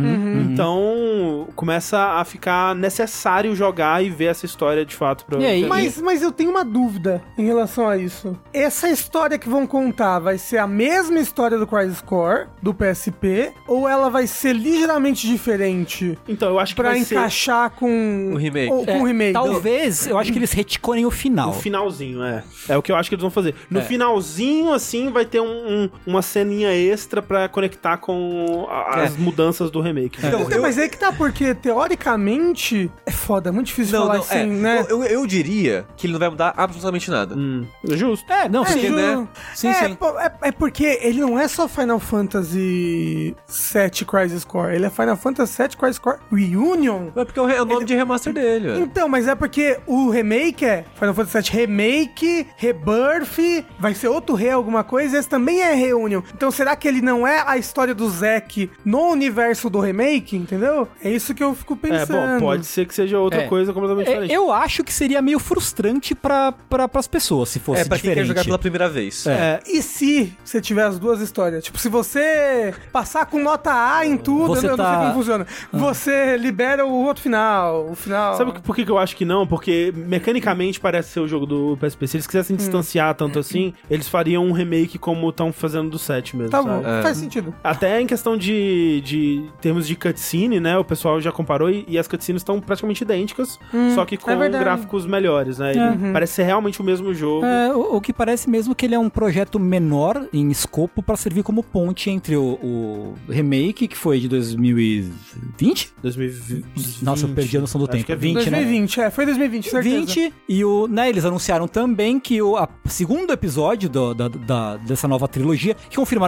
Então, começa a ficar necessário jogar e ver essa história de fato. Pra E aí? Mas, mas eu tenho uma dúvida em relação a isso. Essa história que vão contar vai ser a mesma história do Crisis Core, do P S P, ou ela vai ser ligeiramente diferente Então, eu acho que pra vai ser encaixar com O remake. ou, com o remake? Talvez, eu acho que eles reticonem o final. o finalzinho, é. É o que eu acho que eles vão fazer. No É. finalzinho, assim, vai ter um, um- uma ceninha extra pra conectar com a- as mudanças do remake. Então, Então, mas aí que tá, porque teoricamente é foda, é muito difícil Não, falar não, assim, é. né? Eu, eu, eu diria que ele não vai mudar absolutamente nada. Hum, justo. É, não, É, sim, ju- né? Sim, é, sim. pô, é, é porque ele não é só Final Fantasy sete Crisis Core, ele é Final Fantasy sete Crisis Core Reunion. É porque é o re- é o nome de remaster dele, velho. Então, mas é porque o remake é Final Fantasy sete Remake, Rebirth, vai ser outro re alguma coisa, esse também é Reunion. Então será que ele não é a história do Zack no universo do remake, entendeu? É isso que eu fico É, pensando. bom, pode ser que seja outra É. coisa completamente É, diferente. eu acho que seria meio frustrante pra, pra, pras pessoas, se fosse É pra quem diferente. quer jogar pela primeira vez. É. E se você tiver as duas histórias? Tipo, se você passar com nota A em tudo, Você eu não tá- sei como funciona. Você libera o outro final, o final... Sabe por que que eu acho que não? Porque mecanicamente parece ser o jogo do P S P. Se eles Hum. quisessem distanciar tanto assim, eles fariam um remake como estão fazendo do sete mesmo, Tá sabe? bom, faz sentido. Até em questão de, de termos de cutscene, né? O pessoal já comparou e, e as cutscenes estão praticamente idênticas, só que com é verdade. gráficos melhores, né? Ele Parece ser realmente o mesmo jogo. É, o, o que parece mesmo que ele é um projeto menor em escopo pra servir como ponte entre o, o remake, que foi de dois mil e vinte? dois mil e vinte. Nossa, eu perdi a noção do Acho tempo. que é vinte, dois mil e né? vinte, é, foi dois mil e vinte, certeza. vinte, e o, né, eles anunciaram também que o a segundo episódio do, da, da- dessa nova trilogia, que confirmaram que vai ser uma trilogia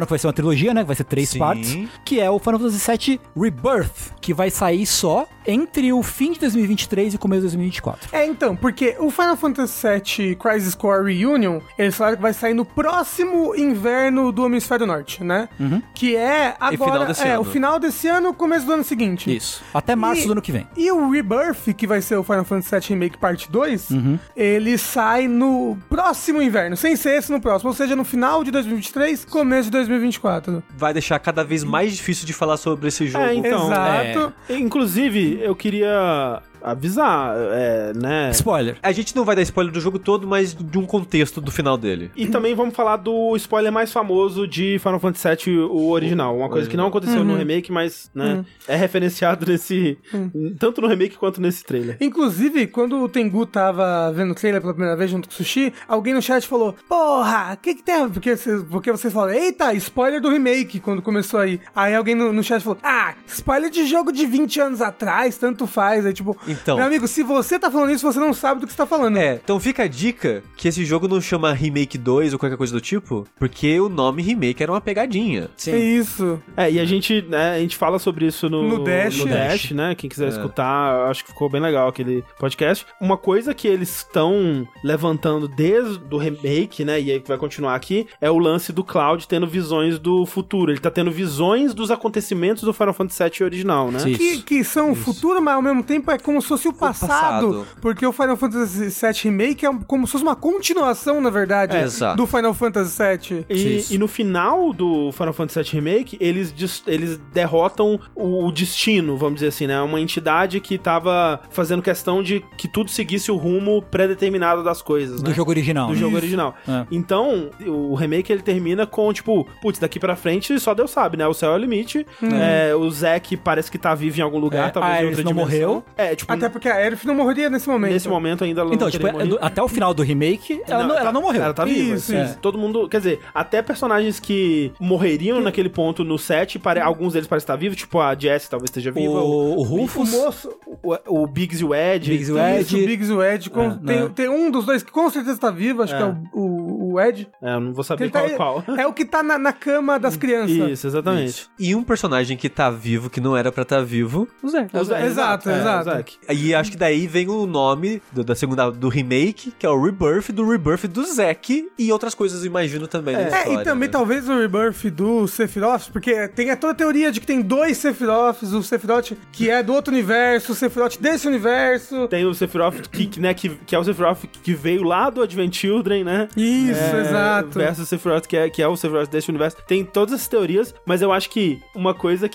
trilogia, né? Vai ser três Sim. partes. Que é o Final Fantasy sete Rebirth, que vai sair só entre o fim de dois mil e vinte e três e o começo de dois mil e vinte e quatro. É, então, porque o Final Fantasy sete Crisis Core Reunion, eles falaram que vai sair no próximo inverno do Hemisfério Norte, né? Uhum. Que é agora... final desse é, ano. o final desse ano, começo do ano seguinte. Isso. Até março E- do ano que vem. E o Rebirth, que vai ser o Final Fantasy sete Remake Parte dois, Uhum. ele sai no próximo inverno, sem ser esse no próximo, ou seja, no final de dois mil e vinte e três, começo de dois mil e vinte e quatro. Vai deixar cada vez mais difícil de falar sobre esse jogo. É, então, Exato. Inclusive, eu queria avisar, é, né? Spoiler. A gente não vai dar spoiler do jogo todo, mas de um contexto do final dele. E também vamos falar do spoiler mais famoso de Final Fantasy sete, o original. Uma coisa que não aconteceu no remake, mas, né, é referenciado nesse... Tanto no remake quanto nesse trailer. Inclusive, quando o Tengu tava vendo o trailer pela primeira vez junto com o Sushi, alguém no chat falou, porra, o que que tem a... Porque vocês, porque vocês falaram, eita, spoiler do remake, quando começou aí. Aí alguém no, no chat falou, ah, spoiler de jogo de vinte anos atrás, tanto faz. Aí tipo, Então. meu amigo, se você tá falando isso, você não sabe do que você tá falando. É, então fica a dica que esse jogo não chama Remake dois ou qualquer coisa do tipo, porque o nome Remake era uma pegadinha. É isso. É, e a gente, né, a gente fala sobre isso no, No Dash. no Dash, né? Quem quiser escutar, acho que ficou bem legal aquele podcast. Uma coisa que eles estão levantando desde o remake, né? E aí que vai continuar aqui, é o lance do Cloud tendo visões do futuro. Ele tá tendo visões dos acontecimentos do Final Fantasy sete original, né? Sim. Que, que são o futuro, mas ao mesmo tempo é como se fosse o passado, passado. porque o Final Fantasy sete Remake é como se fosse uma continuação, na verdade, É, exato. do Final Fantasy sete. E, Isso. e no final do Final Fantasy sete Remake, eles, des- eles derrotam o, o destino, vamos dizer assim, né? Uma entidade que tava fazendo questão de que tudo seguisse o rumo pré-determinado das coisas, Do né? jogo original. Do né? jogo original. É. Então, o remake ele termina com, tipo, putz, daqui pra frente só Deus sabe, né? O céu é o limite. É, o Zack parece que tá vivo em algum lugar, É, talvez a em Aerith outra não dimensão. morreu. É, tipo, Até porque a Aerith não morreria nesse momento. nesse momento ainda ela Então, não tipo, teria é do- morrido. até o final do remake, ela não, ela não morreu. Ela tá viva. Isso, sim. isso. Todo mundo, quer dizer, até personagens que morreriam naquele ponto no set, pare, alguns deles parecem estar vivos, tipo a Jessie talvez esteja viva. O, o O Rufus, moço, O, o Biggs e o Ed. Biggs e o isso, Ed. o Biggs e o Ed, com- É, tem, né? tem um dos dois que com certeza tá vivo, acho É. que é o, o, o Ed. É, eu não vou Que saber ele qual tá- é qual. É o que tá na, na cama das crianças. Isso, exatamente. E um personagem que tá vivo, que não era pra tá vivo, o Zack. É o Zack, Exato, é, exato. o Zack. E acho que daí vem o nome do, da segunda, do remake, que é o Rebirth, do Rebirth do Zack e outras coisas, eu imagino, também na É, história. e também né? talvez o Rebirth do Sephiroth, porque tem toda a teoria de que tem dois Sephiroths, o Sephiroth que é do outro universo, o Sephiroth desse universo. Tem o Sephiroth, que, que, né, que, que é o Sephiroth que veio lá do Advent Children, né? Isso, É, exato. Versus o Sephiroth, que é, que é o Sephiroth desse universo. Tem todas essas teorias, mas eu acho que uma coisa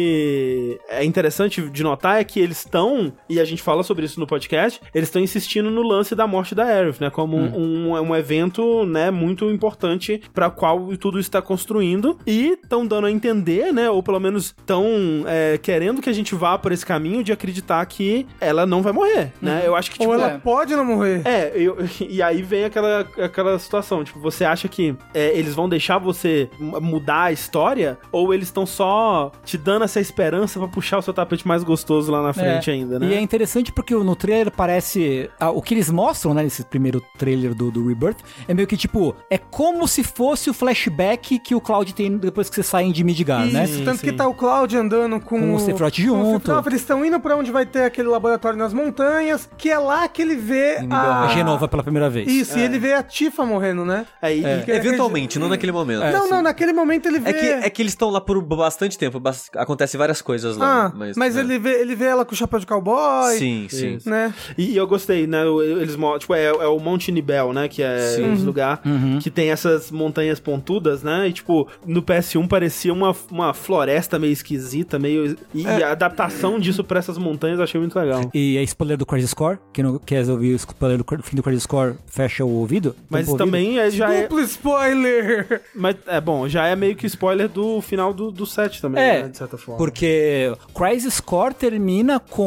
que é interessante de notar é que eles estão, e a gente fala sobre isso no podcast, eles estão insistindo no lance da morte da Aerith, né? Como um, um evento, né, muito importante para qual tudo está construindo. E estão dando a entender, né? Ou pelo menos estão é, querendo que a gente vá por esse caminho de acreditar que ela não vai morrer, né? Eu acho que, tipo, Ou ela é. pode não morrer. é, eu, e aí vem aquela, aquela situação, tipo, você acha que é, eles vão deixar você m- mudar a história, ou eles estão só te dando essa esperança pra puxar o seu tapete mais gostoso lá na frente É. ainda, né? E é interessante porque no trailer parece... ah, o que eles mostram, né, nesse primeiro trailer do, do Rebirth, é meio que tipo... É como se fosse o flashback que o Cloud tem depois que vocês saem de Midgar, né? Isso, tanto sim. que tá o Cloud andando com, Com o Sephiroth com o junto. Sephiroth, eles estão indo pra onde vai ter aquele laboratório nas montanhas, que é lá que ele vê a... A Genova pela primeira vez. Isso, e ele vê a Tifa morrendo, né? É, e- É, e- eventualmente, não naquele momento. não, não, naquele momento ele vê... É que, é que eles estão lá por bastante tempo, bas- acontece várias coisas lá. Ah, mas mas né. ele, vê, ele vê ela com o chapéu de cowboy, Sim, sim. Isso. né? E eu gostei, né? Eles mo- tipo, é, é o Monte Nibel, né? Que é Sim. esse lugar que tem essas montanhas pontudas, né? E tipo, no P S um parecia uma, uma floresta meio esquisita, meio. E a adaptação disso pra essas montanhas eu achei muito legal. E é spoiler do Crisis Core. Quem não quer ouvir o spoiler do cr- fim do Crisis Core, fecha o ouvido. Mas tampa o ouvido. também é, já é. Duplo spoiler! Mas é bom, já é meio que spoiler do final do, do set também, É, né? De certa forma. Porque Crisis Core termina com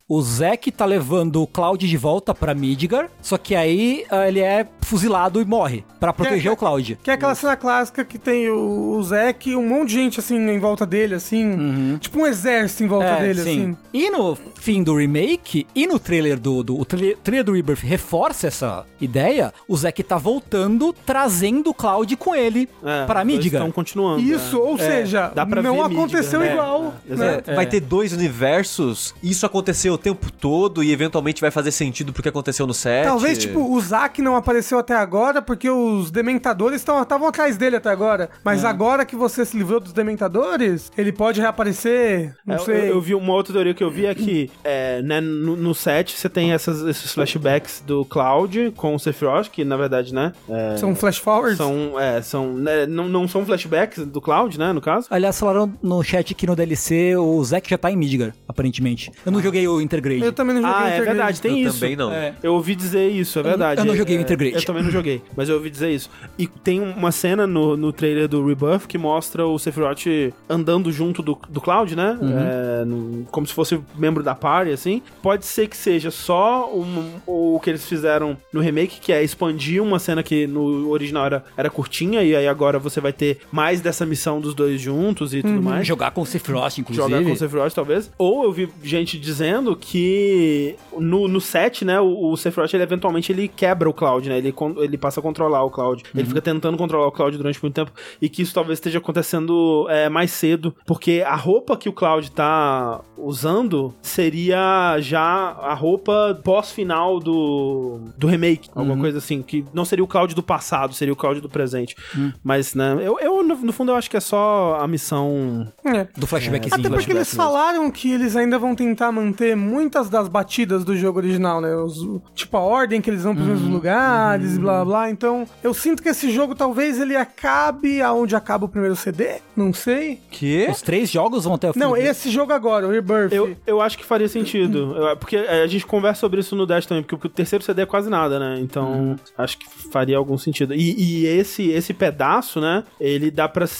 o Zack tá levando o Cloud de volta pra Midgar, só que aí uh, ele é fuzilado e morre pra proteger Que é- o Cloud. Que é aquela cena clássica que tem o, o Zack e um monte de gente, assim, em volta dele, assim. Tipo um exército em volta É, dele, sim. assim. E no fim do remake, e no trailer do... do o trailer, trailer do Rebirth reforça essa ideia, o Zack tá voltando, trazendo o Cloud com ele É, pra os dois Midgar. estão continuando. Isso, ou seja, dá pra não ver aconteceu Midgar, né? igual. É, né? exato. Vai ter dois universos, isso aconteceu o tempo todo e eventualmente vai fazer sentido pro que aconteceu no set. Talvez, tipo, o Zack não apareceu até agora porque os Dementadores estavam atrás dele até agora. Mas agora que você se livrou dos Dementadores, ele pode reaparecer, não É, sei. Eu, eu vi uma outra teoria que eu vi é que é, né, no, no set você tem essas, esses flashbacks do Cloud com o Sephiroth, que na verdade, né? é, São flash forwards. são, é, são né, não, não são flashbacks do Cloud, né, no caso. Aliás, falaram no chat que no D L C o Zack já tá em Midgar, aparentemente. Eu não joguei o Intergrade. Eu também não joguei Ah, é Intergrade. verdade, tem Eu isso. também não. É. Eu ouvi dizer isso, é verdade. eu não joguei o É, Intergrade. Eu também não joguei, mas eu ouvi dizer isso. E tem uma cena no, no trailer do Rebirth que mostra o Sephiroth andando junto do, do Cloud, né? É, no- como se fosse membro da party, assim. Pode ser que seja só um- o que eles fizeram no remake, que é expandir uma cena que no original era, era curtinha, e aí agora você vai ter mais dessa missão dos dois juntos e tudo mais. Jogar com o Sephiroth, inclusive. Jogar com o Sephiroth, talvez. Ou eu vi gente dizendo que no, no set, né, o, o Sephiroth, ele eventualmente ele quebra o Cloud, né? Ele, con- ele passa a controlar o Cloud. Ele fica tentando controlar o Cloud durante muito tempo. E que isso talvez esteja acontecendo é, mais cedo. Porque a roupa que o Cloud tá usando seria já a roupa pós-final do, do remake. Alguma coisa assim. Que não seria o Cloud do passado, seria o Cloud do presente. Mas, né, eu, eu no, no fundo eu acho que é só a missão... É. Do flashbackzinho. Até porque flashback eles mesmo. falaram que eles ainda vão tentar manter muitas das batidas do jogo original, né? Os- tipo, a ordem que eles vão pros mesmos lugares e blá blá. Então, eu sinto que esse jogo talvez ele acabe aonde acaba o primeiro C D. Não sei. Que? Os três jogos vão até o fim. Não, do- esse jogo agora, o Rebirth. Eu, eu acho que faria sentido. Eu- porque é, a gente conversa sobre isso no Dash também, porque o terceiro C D é quase nada, né? Então, acho que faria algum sentido. E, e esse, esse pedaço, né? Ele dá pra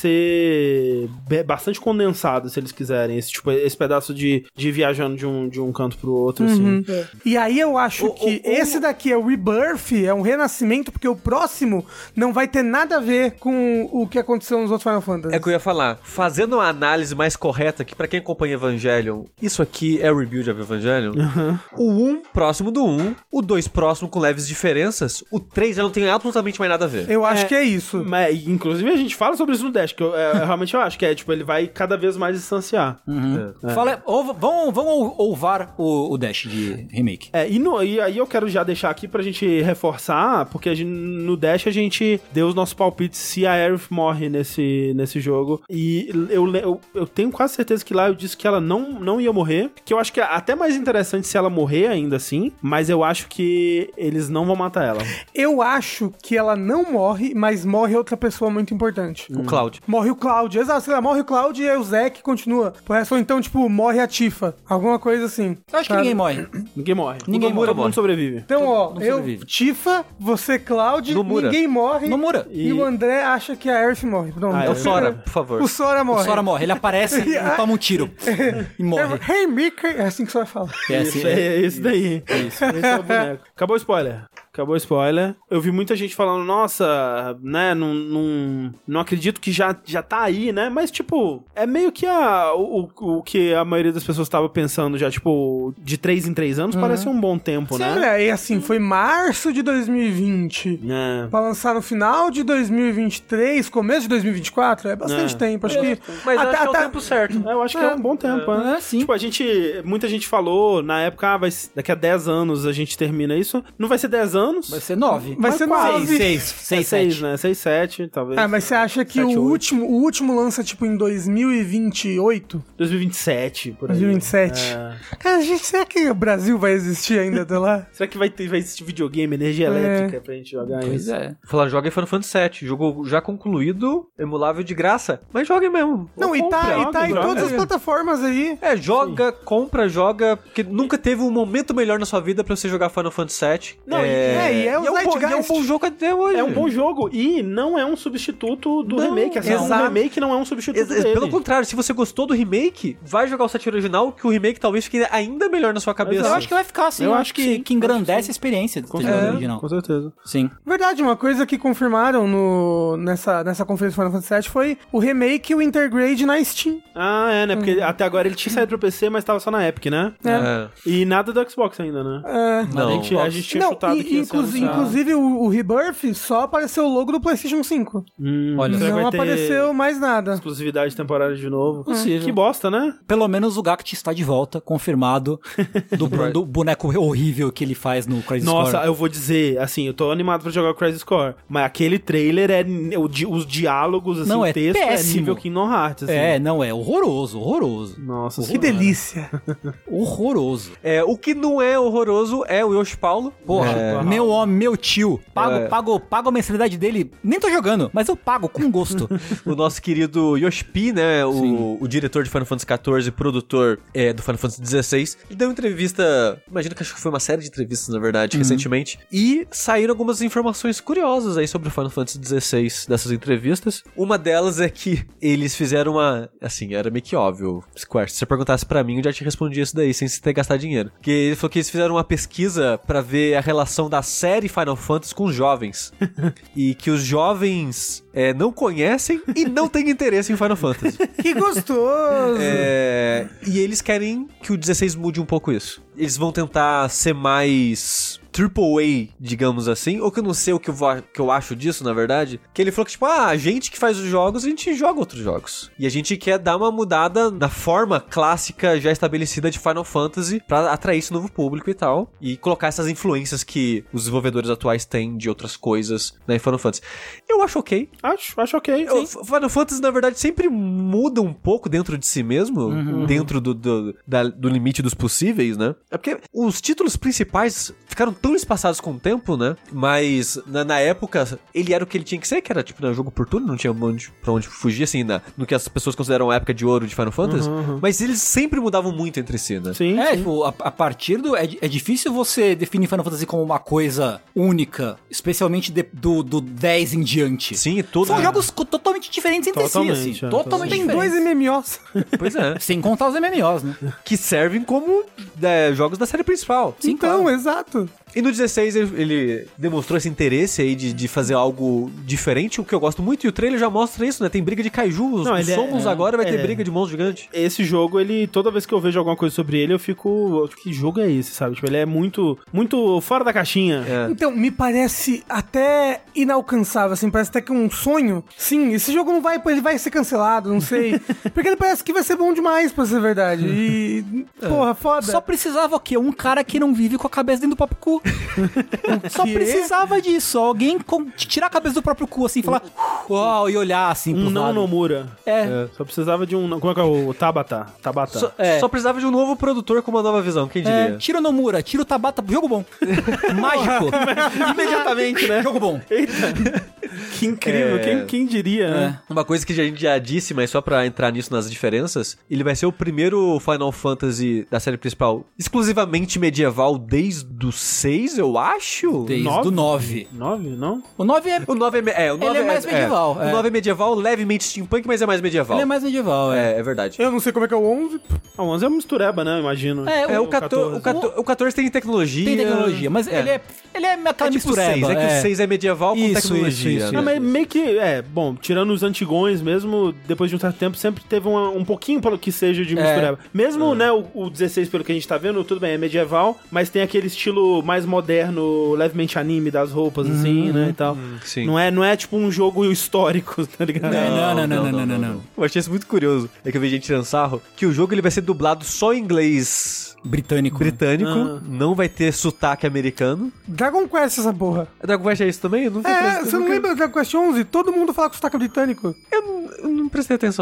ser be- bastante condensado, se eles quiserem. Esse, tipo, esse pedaço de, de ir viajando de um, de um canto pro outro, assim. E aí eu acho O- que o- o- esse daqui é o Rebirth, é um renascimento, porque o próximo não vai ter nada a ver com o que aconteceu nos outros Final Fantasy. É que eu ia falar, fazendo uma análise mais correta aqui, pra quem acompanha Evangelion, isso aqui é o Rebuild of Evangelion. O um próximo do um, o dois próximo com leves diferenças, o três já não tem absolutamente mais nada a ver. Eu acho É, que é isso. Mas, inclusive, a gente fala sobre isso no Dash, que eu, é, eu realmente eu acho que é, tipo, ele vai cada vez mais distanciar. Fala, ou, vão, vão ou- ouvar o, o Dash de remake. É, e, no- e aí eu quero já deixar aqui pra gente reforçar, porque a gente- no Dash a gente deu os nossos palpites se a Aerith morre nesse, nesse jogo. E eu, le- eu, eu tenho quase certeza que lá eu disse que ela não, não ia morrer. Que eu acho que é até mais interessante se ela morrer ainda assim, mas eu acho que eles não vão matar ela. Eu acho que ela não morre, mas morre outra pessoa muito importante. O Cloud. Morre o Cloud, exato, sei lá, morre o Cloud e aí o Zack continua. Por resto, ou então, tipo, morre a Tifa. Alguma coisa assim. Eu acho que sabe? ninguém morre. Ninguém morre. Ninguém todo, morre. todo mundo sobrevive. Então, ó, não eu, sobrevive. Tifa, você, Cloud, Nomura. ninguém morre. Nomura. E... E- o André acha que a Aerith morre. Pronto. Ah, É o é. Sora, por favor. O Sora morre. O Sora morre. Ele aparece e toma um tiro. E morre. Hey, Mickey. É assim que o Sora fala. É assim, Isso, é, é esse daí. Isso. Esse é o boneco. Acabou o spoiler. Acabou o spoiler. Eu vi muita gente falando, nossa, né, não, não, não acredito que já, já tá aí, né? Mas, tipo, é meio que a, o, o que a maioria das pessoas tava pensando já, tipo, de três em três anos parece um bom tempo, Sim, né? olha, e assim, foi março de dois mil e vinte. É. Pra lançar no final de dois mil e vinte e três, começo de dois mil e vinte e quatro, é bastante É. tempo. Acho que. Mas até- acho que é o até- tempo certo. É, eu acho que é um bom tempo, né? É, sim. Tipo, a gente. Muita gente falou na época, ah, vai, daqui a dez anos a gente termina isso. Não vai ser dez anos. Vai ser nove. Vai ser quase. nove. Seis, É seis, seis, sete. né? seis, sete, talvez. Ah, mas você acha que Sete, o oito. último, o último lança, tipo, em dois mil e vinte e oito? dois mil e vinte e sete, por aí. dois mil e vinte e sete? É. Cara, gente, será que o Brasil vai existir ainda até lá? Será que vai, ter, vai existir videogame, energia É. elétrica pra gente jogar Pois isso? é. Falar, joga Final Fantasy sete. Jogo já concluído, emulável de graça. Mas joguem mesmo. Não, e tá, compra, e tá em joga, todas joga. as plataformas aí. É, joga, compra, joga, porque nunca teve um momento melhor na sua vida pra você jogar Final Fantasy sete. Não, é... É, e é o e é um, bom, e é um Zeitgeist. bom jogo até hoje. É um bom jogo e não é um substituto do Não, remake. Assim, um exato. remake não é um substituto Ex- dele. Pelo contrário, se você gostou do remake, vai jogar o set original, que o remake talvez fique ainda melhor na sua cabeça. Eu acho que vai ficar assim, Eu eu, acho acho que que, sim. que engrandece a experiência do Com jogo certeza, original. com certeza. Sim. Verdade, uma coisa que confirmaram no, nessa, nessa conferência do Final Fantasy sete foi o remake e o Intergrade na Steam. Ah, é, né? Porque até agora ele tinha saído pro P C, mas tava só na Epic, né? É. E nada do Xbox ainda, né? É. Não. A gente, a gente tinha Não, chutado e- que ia ser inclu- anunciado. inclusive o, o Rebirth só apareceu o logo do PlayStation cinco. Hum, Olha, será que Não vai ter apareceu mais nada. exclusividade temporária de novo. Possível. Que bosta, né? Pelo menos o Gact está de volta, confirmado, do, bu- do boneco horrível que ele faz no Crazy Nossa, Score. eu vou dizer, assim, eu tô animado pra jogar o Crisis Core, mas aquele trailer é o di- os diálogos, assim, Não, o é texto péssimo. é nível Kingdom Hearts, assim. É, não, é horroroso, horroroso. Nossa, Que delícia. Horroroso. É, o que não é horroroso é o Yoshi Paulo. Porra, É. meu homem, meu tio, pago, É. pago, pago a mensalidade dele, nem tô jogando, mas eu pago com gosto. O nosso querido Yoshi P, né? Sim. O, o diretor de Final Fantasy quatorze, produtor é, do Final Fantasy dezesseis. Ele deu uma entrevista, imagino que acho que foi uma série de entrevistas, na verdade, recentemente. E saíram algumas informações curiosas aí sobre o Final Fantasy dezesseis dessas entrevistas. Uma delas é que eles fizeram uma... Assim, era meio que óbvio, Square. Se você perguntasse pra mim, eu já te respondia isso daí, sem se ter gastado dinheiro. Porque ele falou que eles fizeram uma pesquisa pra ver a relação da série Final Fantasy com os jovens. E que os jovens é, não conhecem e não têm interesse em Final Fantasy. Que gostoso. É, e eles querem que o dezesseis mude um pouco isso. Eles vão tentar ser mais triple A, digamos assim, ou que eu não sei o que eu, vou- que eu acho disso, na verdade, que ele falou que, tipo, ah, a gente que faz os jogos, a gente joga outros jogos. E a gente quer dar uma mudada na forma clássica já estabelecida de Final Fantasy pra atrair esse novo público e tal, e colocar essas influências que os desenvolvedores atuais têm de outras coisas na Final Fantasy. Eu acho ok. Acho, acho ok. O Final Fantasy, na verdade, sempre muda um pouco dentro de si mesmo, dentro do, do, da- do limite dos possíveis, né? É porque os títulos principais ficaram tão espaçados com o tempo, né? Mas na, na época, ele era o que ele tinha que ser, que era tipo, né, jogo por turno, não tinha onde, pra onde fugir, assim, na, no que as pessoas consideram a época de ouro de Final Fantasy. Mas eles sempre mudavam muito entre si, né? Sim, É, sim. tipo, a, a partir do... É, é difícil você definir Final Fantasy como uma coisa única, especialmente de- do, do dez em diante. Sim, todo... São jogos co- totalmente diferentes entre Totalmente, si, assim. é, Totalmente Tem dois diferentes. M M Os. Pois é. Sem contar os M M Os, né? Que servem como é, jogos da série principal. Sim, Então, claro. exato. E no dezesseis ele, ele demonstrou esse interesse aí de, de fazer algo diferente, o que eu gosto muito, e o trailer já mostra isso, né? Tem briga de kaiju, os Não, ele é- Somos é, agora vai ter é. briga de monstro gigante. Esse jogo, ele, toda vez que eu vejo alguma coisa sobre ele, eu fico, que jogo é esse, sabe? Tipo, ele é muito, muito fora da caixinha. É. Então, me parece até inalcançável, assim, parece até que um sonho. Sim, esse jogo não vai, ele vai ser cancelado, não sei. Porque ele parece que vai ser bom demais, pra ser verdade. E, porra, foda. Só precisava o quê? Um cara que não vive com a cabeça dentro do próprio cu. Só quê? precisava disso. Alguém com- tirar a cabeça do próprio cu, assim, e falar... Uau, e olhar, assim, Um pros não lados. Nomura. É. Só precisava de um... Como é que é o Tabata? Tabata. Só, É. só precisava de um novo produtor com uma nova visão, quem É, diria? tira o Nomura, tira o Tabata, jogo bom. Mágico. Imediatamente, né? Jogo bom. Que incrível, É. quem, quem diria, né? Uma coisa que a gente já disse, mas só pra entrar nisso nas diferenças, ele vai ser o primeiro Final Fantasy da série principal exclusivamente medieval desde o seis, eu acho? Desde Nove? o nove. Nove, não? O nove é... O nove é, me- é, o nove é mais medieval, É. é. O nove é medieval, levemente steampunk, mas é mais medieval. Ele é mais medieval, é. É, é verdade. Eu não sei como é que é o onze. Ah, o onze é uma mistureba, né? Imagino. É, É, o, o quatorze, o, quatorze. quatorze, o quatorze tem tecnologia. Tem tecnologia, mas ele é... Ele é aquela É tipo o mistureba. seis, é que o seis é medieval com Isso, tecnologia. isso, isso, né? Não, mas meio que, é, bom, tirando os antigões mesmo, depois de um certo tempo, sempre teve uma- um pouquinho pelo que seja de mistureba. Mesmo, né, o, o dezesseis, pelo que a gente tá vendo, tudo bem, é medieval, mas tem aquele estilo mais moderno, levemente anime das roupas, assim, né, e tal. Sim. Não é, não é tipo um jogo histórico, tá ligado? Não, não, não, não, não, não, não. Eu achei isso muito curioso. É que eu vi gente tirando sarro que o jogo ele vai ser dublado só em inglês Britânico. britânico, Ah. não vai ter sotaque americano. Dragon Quest, essa porra. A Dragon Quest é isso também? Eu não É, prestei- você não nunca- lembra do Dragon Quest onze? Todo mundo fala com sotaque britânico. Eu não, eu não prestei atenção.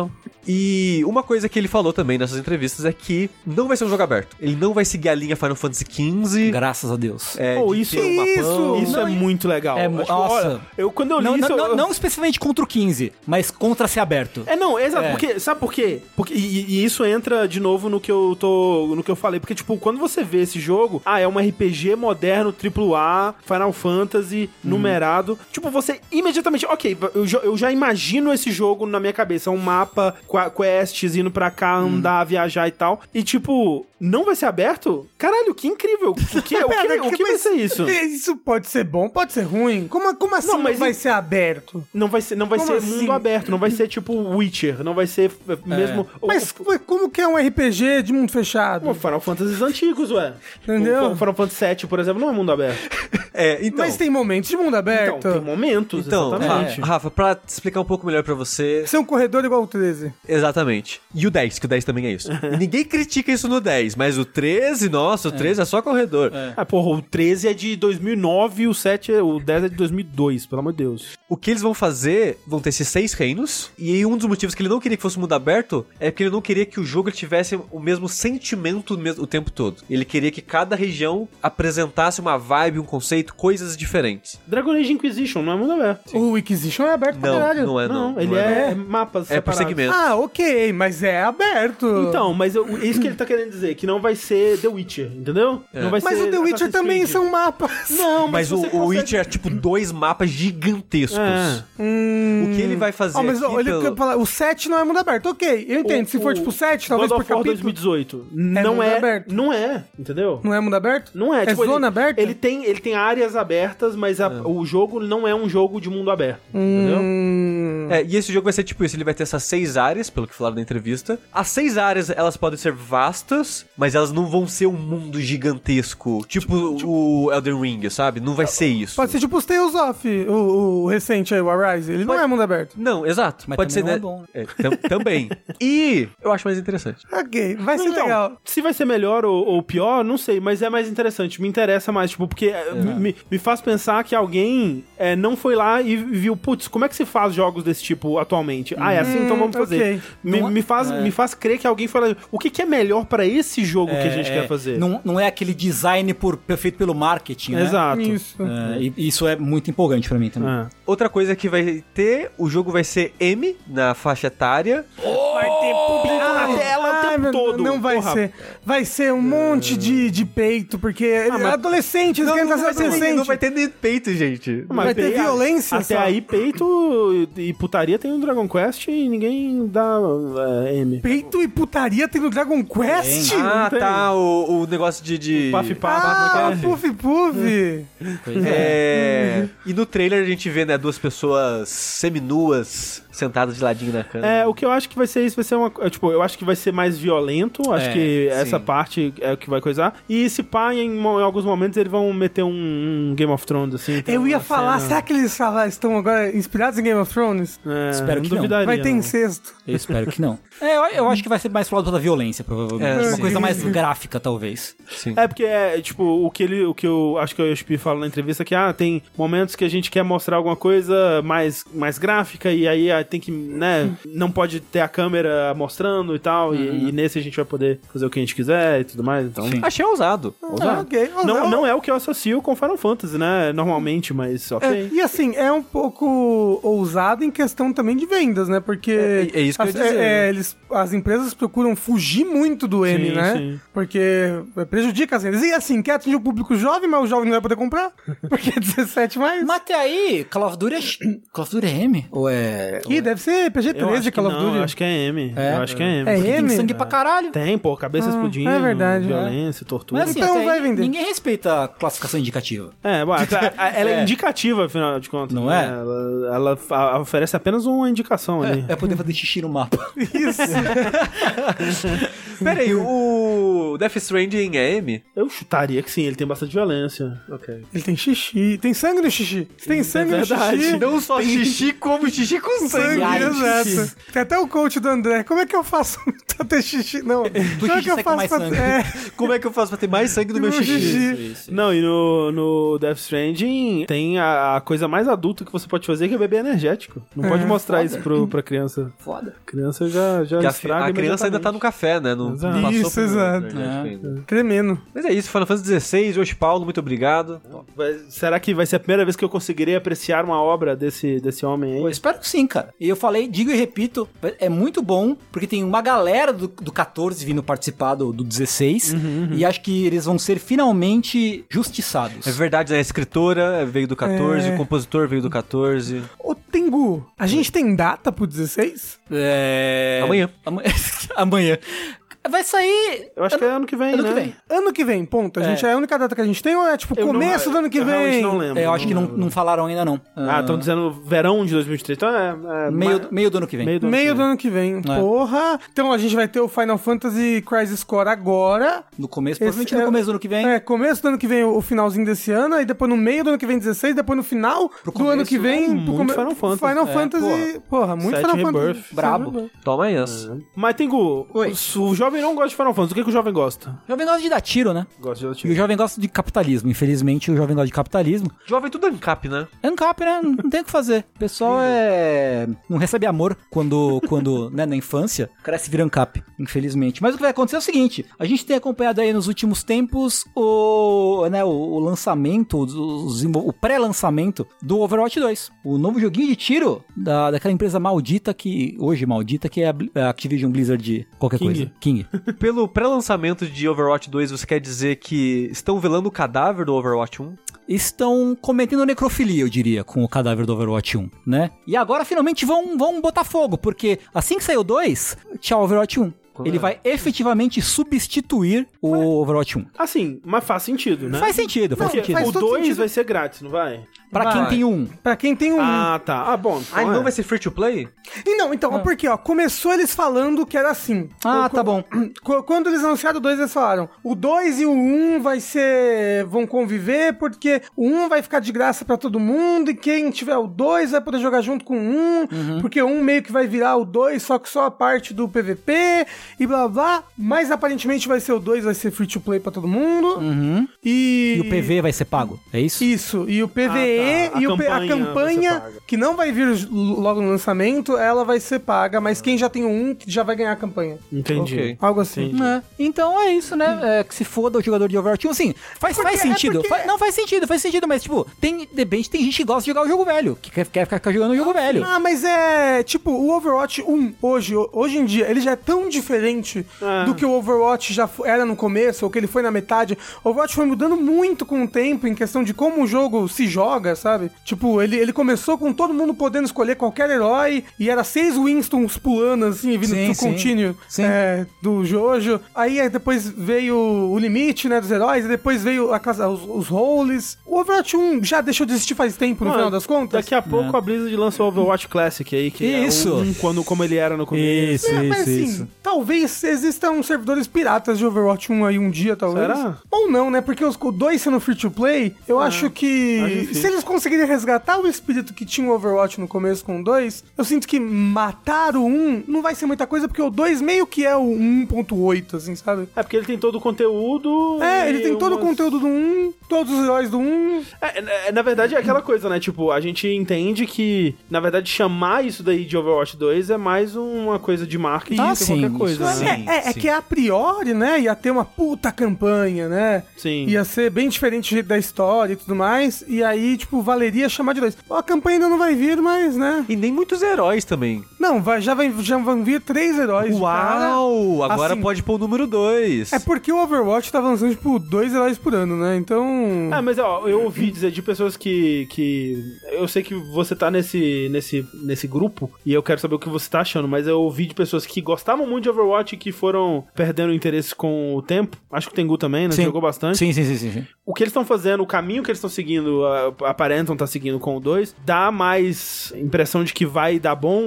E uma coisa que ele falou também nessas entrevistas é que não vai ser um jogo aberto. Ele não vai seguir a linha Final Fantasy quinze. Graças a Deus. É, Pô, de isso, ter um isso, mapão. isso Não, é muito legal. é, Acho que, nossa. olha, eu, quando eu li Não, isso... não, eu- não, não especificamente contra o quinze, mas contra ser aberto. É, não, exato, É. porque, sabe por quê? Porque, e, e isso entra de novo no que eu tô, no que eu falei, porque, tipo, quando você vê esse jogo, ah, é um R P G moderno, triplo A, Final Fantasy, numerado, tipo, você imediatamente, ok, eu, já- eu já imagino esse jogo na minha cabeça, um mapa, qua- quests, indo pra cá, andar, viajar e tal, e, tipo, não vai ser aberto? Caralho, que incrível, o que, o que, Pera, o que vai mas ser isso? Isso pode ser bom, pode ser ruim. Como, como assim não, mas vai e- ser aberto? Não vai ser, não vai Como ser assim? mundo aberto, não vai ser tipo Witcher, não vai ser é, mesmo... Mas ué, como que é um R P G de mundo fechado? Pô, Final Fantasy antigos, ué. Entendeu? O Final Fantasy sete, por exemplo, não é mundo aberto. É, então... Mas tem momentos de mundo aberto. Então, tem momentos, Então, exatamente. Rafa, Rafa, pra te explicar um pouco melhor pra você... Ser um corredor igual o treze. Exatamente. E o dez, que o dez também é isso. E ninguém critica isso no dez, mas o treze, nossa, o treze é só corredor. Ah, porra, o treze é de dois mil e nove e o sete, é- o dez é de dois mil e dois, pelo amor de Deus. O que eles vão fazer, vão ter esses seis reinos, e aí um dos motivos que ele não queria que fosse mundo aberto é porque ele não queria que o jogo ele tivesse o mesmo sentimento o mesmo- o tempo todo. Ele queria que cada região apresentasse uma vibe, um conceito, coisas diferentes. Dragon Age Inquisition não é mundo aberto. O Inquisition é aberto pra Não, caralho. não é não. Não, ele não é, não. mapas É por separados. segmento. Ah, ok, mas é aberto. Então, mas eu- isso que ele tá querendo dizer, que não vai ser The Witcher, entendeu? É. Não vai Mas ser o The Witcher Assassin's também Creed. são mapas. Não, Mas mas, o, você o consegue- Witcher é tipo dois mapas gigantescos. É. Hum. O que ele vai fazer Ó, mas aqui olha, pelo- eu falo, o sete não é mundo aberto. Ok, eu entendo. O- Se for o tipo sete, talvez God por of War capítulo. dois mil e dezoito. não mundo é, aberto. não é, entendeu? Não é mundo aberto? Não é, É tipo, zona ele, aberta? Ele tem, ele tem áreas abertas, mas a- o jogo não é um jogo de mundo aberto, entendeu? Hum. É, e esse jogo vai ser tipo isso, ele vai ter essas seis áreas, pelo que falaram na entrevista. As seis áreas, elas podem ser vastas, mas elas não vão ser um mundo gigantesco, tipo, o Elden Ring, sabe? Não vai ser isso. Pode ser tipo os Tales of, o, o recente aí, o Arise. Ele Pode- não é mundo aberto. Não, exato. Mas pode ser, também né? não é bom. É, tam- também. E eu acho mais interessante. Ok, vai ser Não, legal. se vai ser melhor ou, ou pior, não sei, mas é mais interessante. Me interessa mais, tipo, porque é, me, me faz pensar que alguém é, não foi lá e viu, putz, como é que se faz jogos desse tipo atualmente? Ah, é assim, então vamos fazer. ok. Me, Não é- me faz, me faz crer que alguém foi lá, o que, que é melhor pra esse jogo que a gente É, quer fazer? Não, não é aquele design por, feito pelo marketing, né? Exato. Isso. É, e isso é muito empolgante pra mim também. É. Outra coisa que vai ter, o jogo vai ser M na faixa etária. Vai ter público na tela o Ah, tempo meu- todo. Não vai Porra. ser. Vai ser um monte de, de peito, porque é mas- adolescente, eles Não, querem não, fazer vai ter, nem- adolescente. não vai ter nem peito, gente. Mas Vai ter pe- violência Até só. aí, peito e putaria tem no Dragon Quest e ninguém dá é, M. Peito e putaria tem no Dragon Quest? Tem. Ah, tem. tá, o, o negócio de... de... Puff Puff, Ah, como é que é? Puff Puff. Pois é. É... E no trailer a gente vê, né, duas pessoas seminuas sentadas de ladinho na cama. É, o que eu acho que vai ser isso, vai ser uma. é, Tipo, eu acho que vai ser mais violento. Acho É, que sim. essa parte é o que vai coisar. E esse pá, em, mo- em alguns momentos, eles vão meter um, um Game of Thrones, assim. então Eu ia uma falar, cena- será que eles fala- estão agora inspirados em Game of Thrones? É, Espero que não. duvidaria, Vai ter não. incesto. Eu espero que não. É, eu, eu acho que vai ser mais falado pela violência, provavelmente. É, Uma sim. coisa mais gráfica, talvez. Sim. É, porque é, tipo, o que ele, o que eu acho que o Spi fala na entrevista é que, ah, tem momentos que a gente quer mostrar alguma coisa mais, mais gráfica e aí ah, tem que, né, não pode ter a câmera mostrando e tal, e, e nesse a gente vai poder fazer o que a gente quiser e tudo mais, então... Sim. Achei ousado. Ah, ok. Não, não é o que eu associo com Final Fantasy, né, normalmente, mas ok. É, e assim, é um pouco ousado em questão também de vendas, né? Porque É, é isso que eu as, ia dizer, é, né? eles, as empresas procuram fugir muito do M, Sim, né? sim. Porque prejudica as vendas. E assim, quer atingir o público jovem, mas o jovem não vai poder comprar, porque é dezessete mais. Mas até aí, Call of Duty é... Call of Duty é M? Ou é... Ih, deve ser P G Eu treze acho que Call of não, Duty. eu acho que é M. É? Eu acho que é M. É Porque M? tem sangue pra caralho. Tem, pô, cabeça Ah, explodindo, é verdade, violência, tortura. Mas assim, Então até vai aí, vender. ninguém respeita a classificação indicativa. É, bom, ela ela é, É. indicativa, afinal de contas. Não né? é? Ela, ela fa- oferece apenas uma indicação ali. É poder fazer xixi no mapa. Isso. Pera aí, o Death Stranding é M? Eu chutaria que sim, ele tem bastante violência. Ok. Ele tem xixi. Tem sangue no xixi. Se tem sangue no verdade. xixi... Não só xixi, como xixi com Sangue, sangue. Ai, exato. Tem até o coach do André. Como é que eu faço pra ter xixi? Não. Como é xixi que eu sai com faço mais pra sangue. É, Como é que eu faço pra ter mais sangue no meu No xixi? xixi. isso. Não, e no, no Death Stranding tem a, a coisa mais adulta que você pode fazer, que é beber energético. Não pode É, mostrar foda. isso pro, pra criança. Foda. Criança já, já Que a, estraga a criança ainda tá no café, né? Não Exato. passou Isso, pro- exato. pro energético ainda. Tremendo. Mas é isso, Final Fantasy dezesseis, Yoshi Paulo, muito obrigado. Vai- será que vai ser a primeira vez que eu conseguirei apreciar uma obra desse, desse homem aí? Eu espero que sim, cara. E eu falei, digo e repito, é muito bom, porque tem uma galera do, do catorze vindo participar do, do dezesseis, e acho que eles vão ser finalmente justiçados. É verdade, a escritora veio do catorze, É. o compositor veio do catorze. Ô, Tengu, a gente tem data pro dezesseis? É... Amanhã. Amanhã. Amanhã. Vai sair... Eu acho que é ano que vem, ano né? que vem. Ano que vem, ponto. A gente é a única data que a gente tem ou é tipo Eu começo não- do ano que eu realmente vem? não lembro. É, eu acho que não, lembro. não falaram ainda, não. Ah, estão dizendo verão de dois mil e vinte e três. Então é... é Meio, ma- meio do ano que vem. meio do ano Meio que do vem. ano que vem. Porra! Então a gente vai ter o Final Fantasy Crisis Core agora. No começo, Esse provavelmente no é- começo do ano que vem. É, começo do ano que vem o finalzinho desse ano, aí depois no meio do ano que vem dezesseis, depois no final do começo, ano que vem... é pro muito come- Final Fantasy. Final É, Fantasy... porra, muito Sete Final Rebirth. Fantasy. Brabo. Toma essa. Mas, Tengu, Oi. o, o jovem não gosta de Final Fantasy. O que, que o jovem gosta? O jovem gosta de dar tiro, né? Gosta de E o jovem gosta de capitalismo. Infelizmente, o jovem gosta de capitalismo. Jovem tudo ANCAP, né? É ANCAP, né? Não não tem o que fazer. O pessoal é... não recebe amor quando, quando né, na infância, cresce e vira ANCAP, infelizmente. Mas o que vai acontecer é o seguinte, a gente tem acompanhado aí nos últimos tempos o, né, o, o lançamento, o, o pré-lançamento do Overwatch dois. O novo joguinho de tiro da, daquela empresa maldita que, hoje maldita, que é a Bl- a Activision Blizzard de qualquer King. coisa. King. Pelo pré-lançamento de Overwatch dois, você quer dizer que estão velando o cadáver do Overwatch um? Estão cometendo necrofilia, eu diria, com o cadáver do Overwatch um, né? E agora finalmente vão, vão botar fogo, porque assim que sair o dois, tchau Overwatch um. Ele vai efetivamente substituir o Overwatch um. Assim, mas faz sentido, né? Faz sentido, faz Porque sentido. faz o todo dois sentido. vai ser grátis, não vai? Pra Vai. quem tem um. Pra quem tem um... Ah, tá. Ah, bom. Ah, então não é. vai ser free to play? E não, então, ó, porque, ó, começou eles falando que era assim. Ah, Qu- tá bom. qu- Quando eles anunciaram o dois, eles falaram, o dois e o um vai ser... vão conviver, porque o um vai ficar de graça pra todo mundo, e quem tiver o dois vai poder jogar junto com o um, Uhum. porque o um meio que vai virar o dois, só que só a parte do P V P, e blá blá, mas aparentemente vai ser o dois, vai ser free to play pra todo mundo, Uhum. e... E o P V vai ser pago, é isso? Isso, e o P V E Ah, tá. A e o P- a campanha vai campanha, ser paga. que não vai vir logo no lançamento, ela vai ser paga, mas quem já tem o um já vai ganhar a campanha. Entendi. Ok. Algo assim. Entendi. É, então é isso, né? É, que se foda o jogador de Overwatch um. Assim, faz, Porque- faz sentido. é porque- Fa- não, faz sentido, faz sentido, mas, tipo, tem, de repente, tem gente que gosta de jogar o jogo velho, que quer, quer ficar jogando o jogo velho. Ah, mas é, tipo, o Overwatch um, hoje, hoje em dia, ele já é tão diferente É. do que o Overwatch já fo- era no começo, ou que ele foi na metade. O Overwatch foi mudando muito com o tempo, em questão de como o jogo se joga, sabe? Tipo, ele, ele começou com todo mundo podendo escolher qualquer herói, e era seis Winstons pulando, assim, vindo Sim, do sim. contínuo Sim. é, do Jojo. Aí é, depois veio o limite, né, dos heróis, e depois veio a casa, os, os roles. O Overwatch um já deixou de existir faz tempo, no Mano, final das contas. Daqui a pouco a Blizzard lança o Overwatch Classic aí, que Isso. é o um, quando, como ele era no começo. Isso, É, mas isso, assim, isso. talvez existam servidores piratas de Overwatch um aí um dia, talvez. Será? Ou não, né? Porque os, o dois sendo free to play, eu acho que acho difícil. se eles conseguirem resgatar o espírito que tinha o Overwatch no começo com o dois, eu sinto que matar o um não vai ser muita coisa, porque o dois meio que é o um ponto oito, assim, sabe? É porque ele tem todo o conteúdo. É, e ele tem todo o umas- conteúdo do um, todos os heróis do um. É, é, na verdade é aquela coisa, né? Tipo, a gente entende que, na verdade, chamar isso daí de Overwatch dois é mais uma coisa de marketing Ah, do que sim, qualquer coisa, isso né? Sim, é, é, é sim. que a priori, né, ia ter uma puta campanha, né? Sim. Ia ser bem diferente o jeito da história e tudo mais. E aí, tipo, valeria chamar de dois. A campanha ainda não vai vir, mas, né? E nem muitos heróis também. Não, vai, já, vai, já vão vir três heróis. de cara. Uau! Agora Assim, pode pôr o número dois. É porque o Overwatch tá lançando, tipo, dois heróis por ano, né? Então. Ah, mas ó, eu ouvi dizer de pessoas que, que... Eu sei que você tá nesse, nesse, nesse grupo e eu quero saber o que você tá achando, mas eu ouvi de pessoas que gostavam muito de Overwatch e que foram perdendo interesse com o tempo. Acho que o Tengu também, né? Sim. Jogou bastante. Sim, sim, sim, sim, sim. O que eles estão fazendo, o caminho que eles estão seguindo, a, a Parenton tá seguindo com o dois, dá mais impressão de que vai dar bom, porque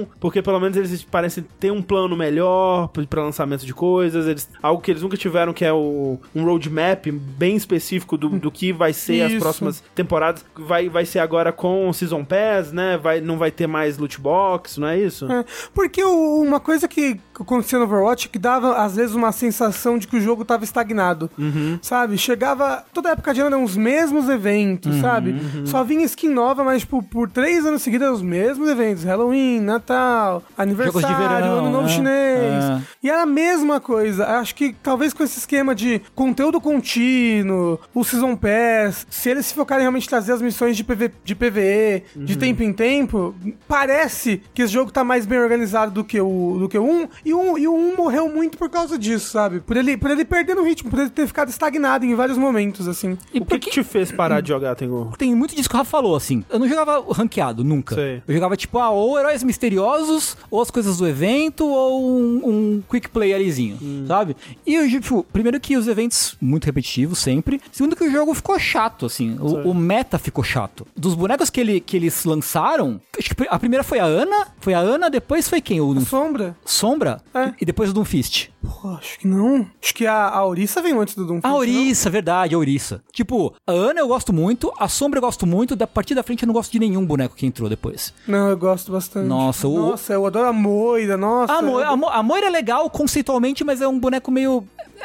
pelo menos eles parecem ter um plano melhor pra lançamento de coisas, eles, algo que eles nunca tiveram, que é o, um roadmap bem específico do, do que vai ser Isso. as próximas temporadas. Vai, vai ser agora com Season Pass, né? Vai, não vai ter mais loot box, não é isso? É, porque o, uma coisa que acontecia no Overwatch que dava, às vezes, uma sensação de que o jogo tava estagnado, uhum. sabe? Chegava, toda época de ano eram os mesmos eventos, uhum, sabe? Uhum. Só vinha skin nova, mas tipo, por três anos seguidos eram os mesmos eventos. Halloween, Natal, aniversário, de verão, Ano Novo é, Chinês. É. E era a mesma coisa. Acho que talvez com esse esquema de conteúdo contínuo, o Season Pass, se eles se focarem realmente em trazer as missões de, PV, de P V E uhum. de tempo em tempo, parece que esse jogo tá mais bem organizado do que o, do que o um. E o, e o um morreu muito por causa disso, sabe? Por ele, por ele perder no ritmo, por ele ter ficado estagnado em vários momentos, assim. E o que, que te fez parar de jogar, Tengu? Tem muito disso que o Rafa falou, assim. Eu não jogava ranqueado, nunca. Sei. Eu jogava, tipo, ah, ou heróis misteriosos, ou as coisas do evento, ou um, um quick play alizinho, hum. sabe? E eu, tipo, primeiro que os eventos, muito repetitivos, sempre. Segundo que o jogo ficou chato, assim. O, o meta ficou chato. Dos bonecos que, ele, que eles lançaram, acho que a primeira foi a Ana, foi a Ana, depois foi quem? O a Sombra. Sombra? É. E depois o Doomfist. Pô, acho que não. Acho que a, a Orisa veio antes do Doomfist. A Orisa, não? Verdade, a Orisa. Tipo, a Ana eu gosto muito, a Sombra eu gosto muito, da partir da frente eu não gosto de nenhum boneco que entrou depois. Não, eu gosto bastante. Nossa, o... Nossa, eu adoro a Moira, nossa. A, Mo... a, Mo... a Moira é legal conceitualmente, mas é um boneco meio...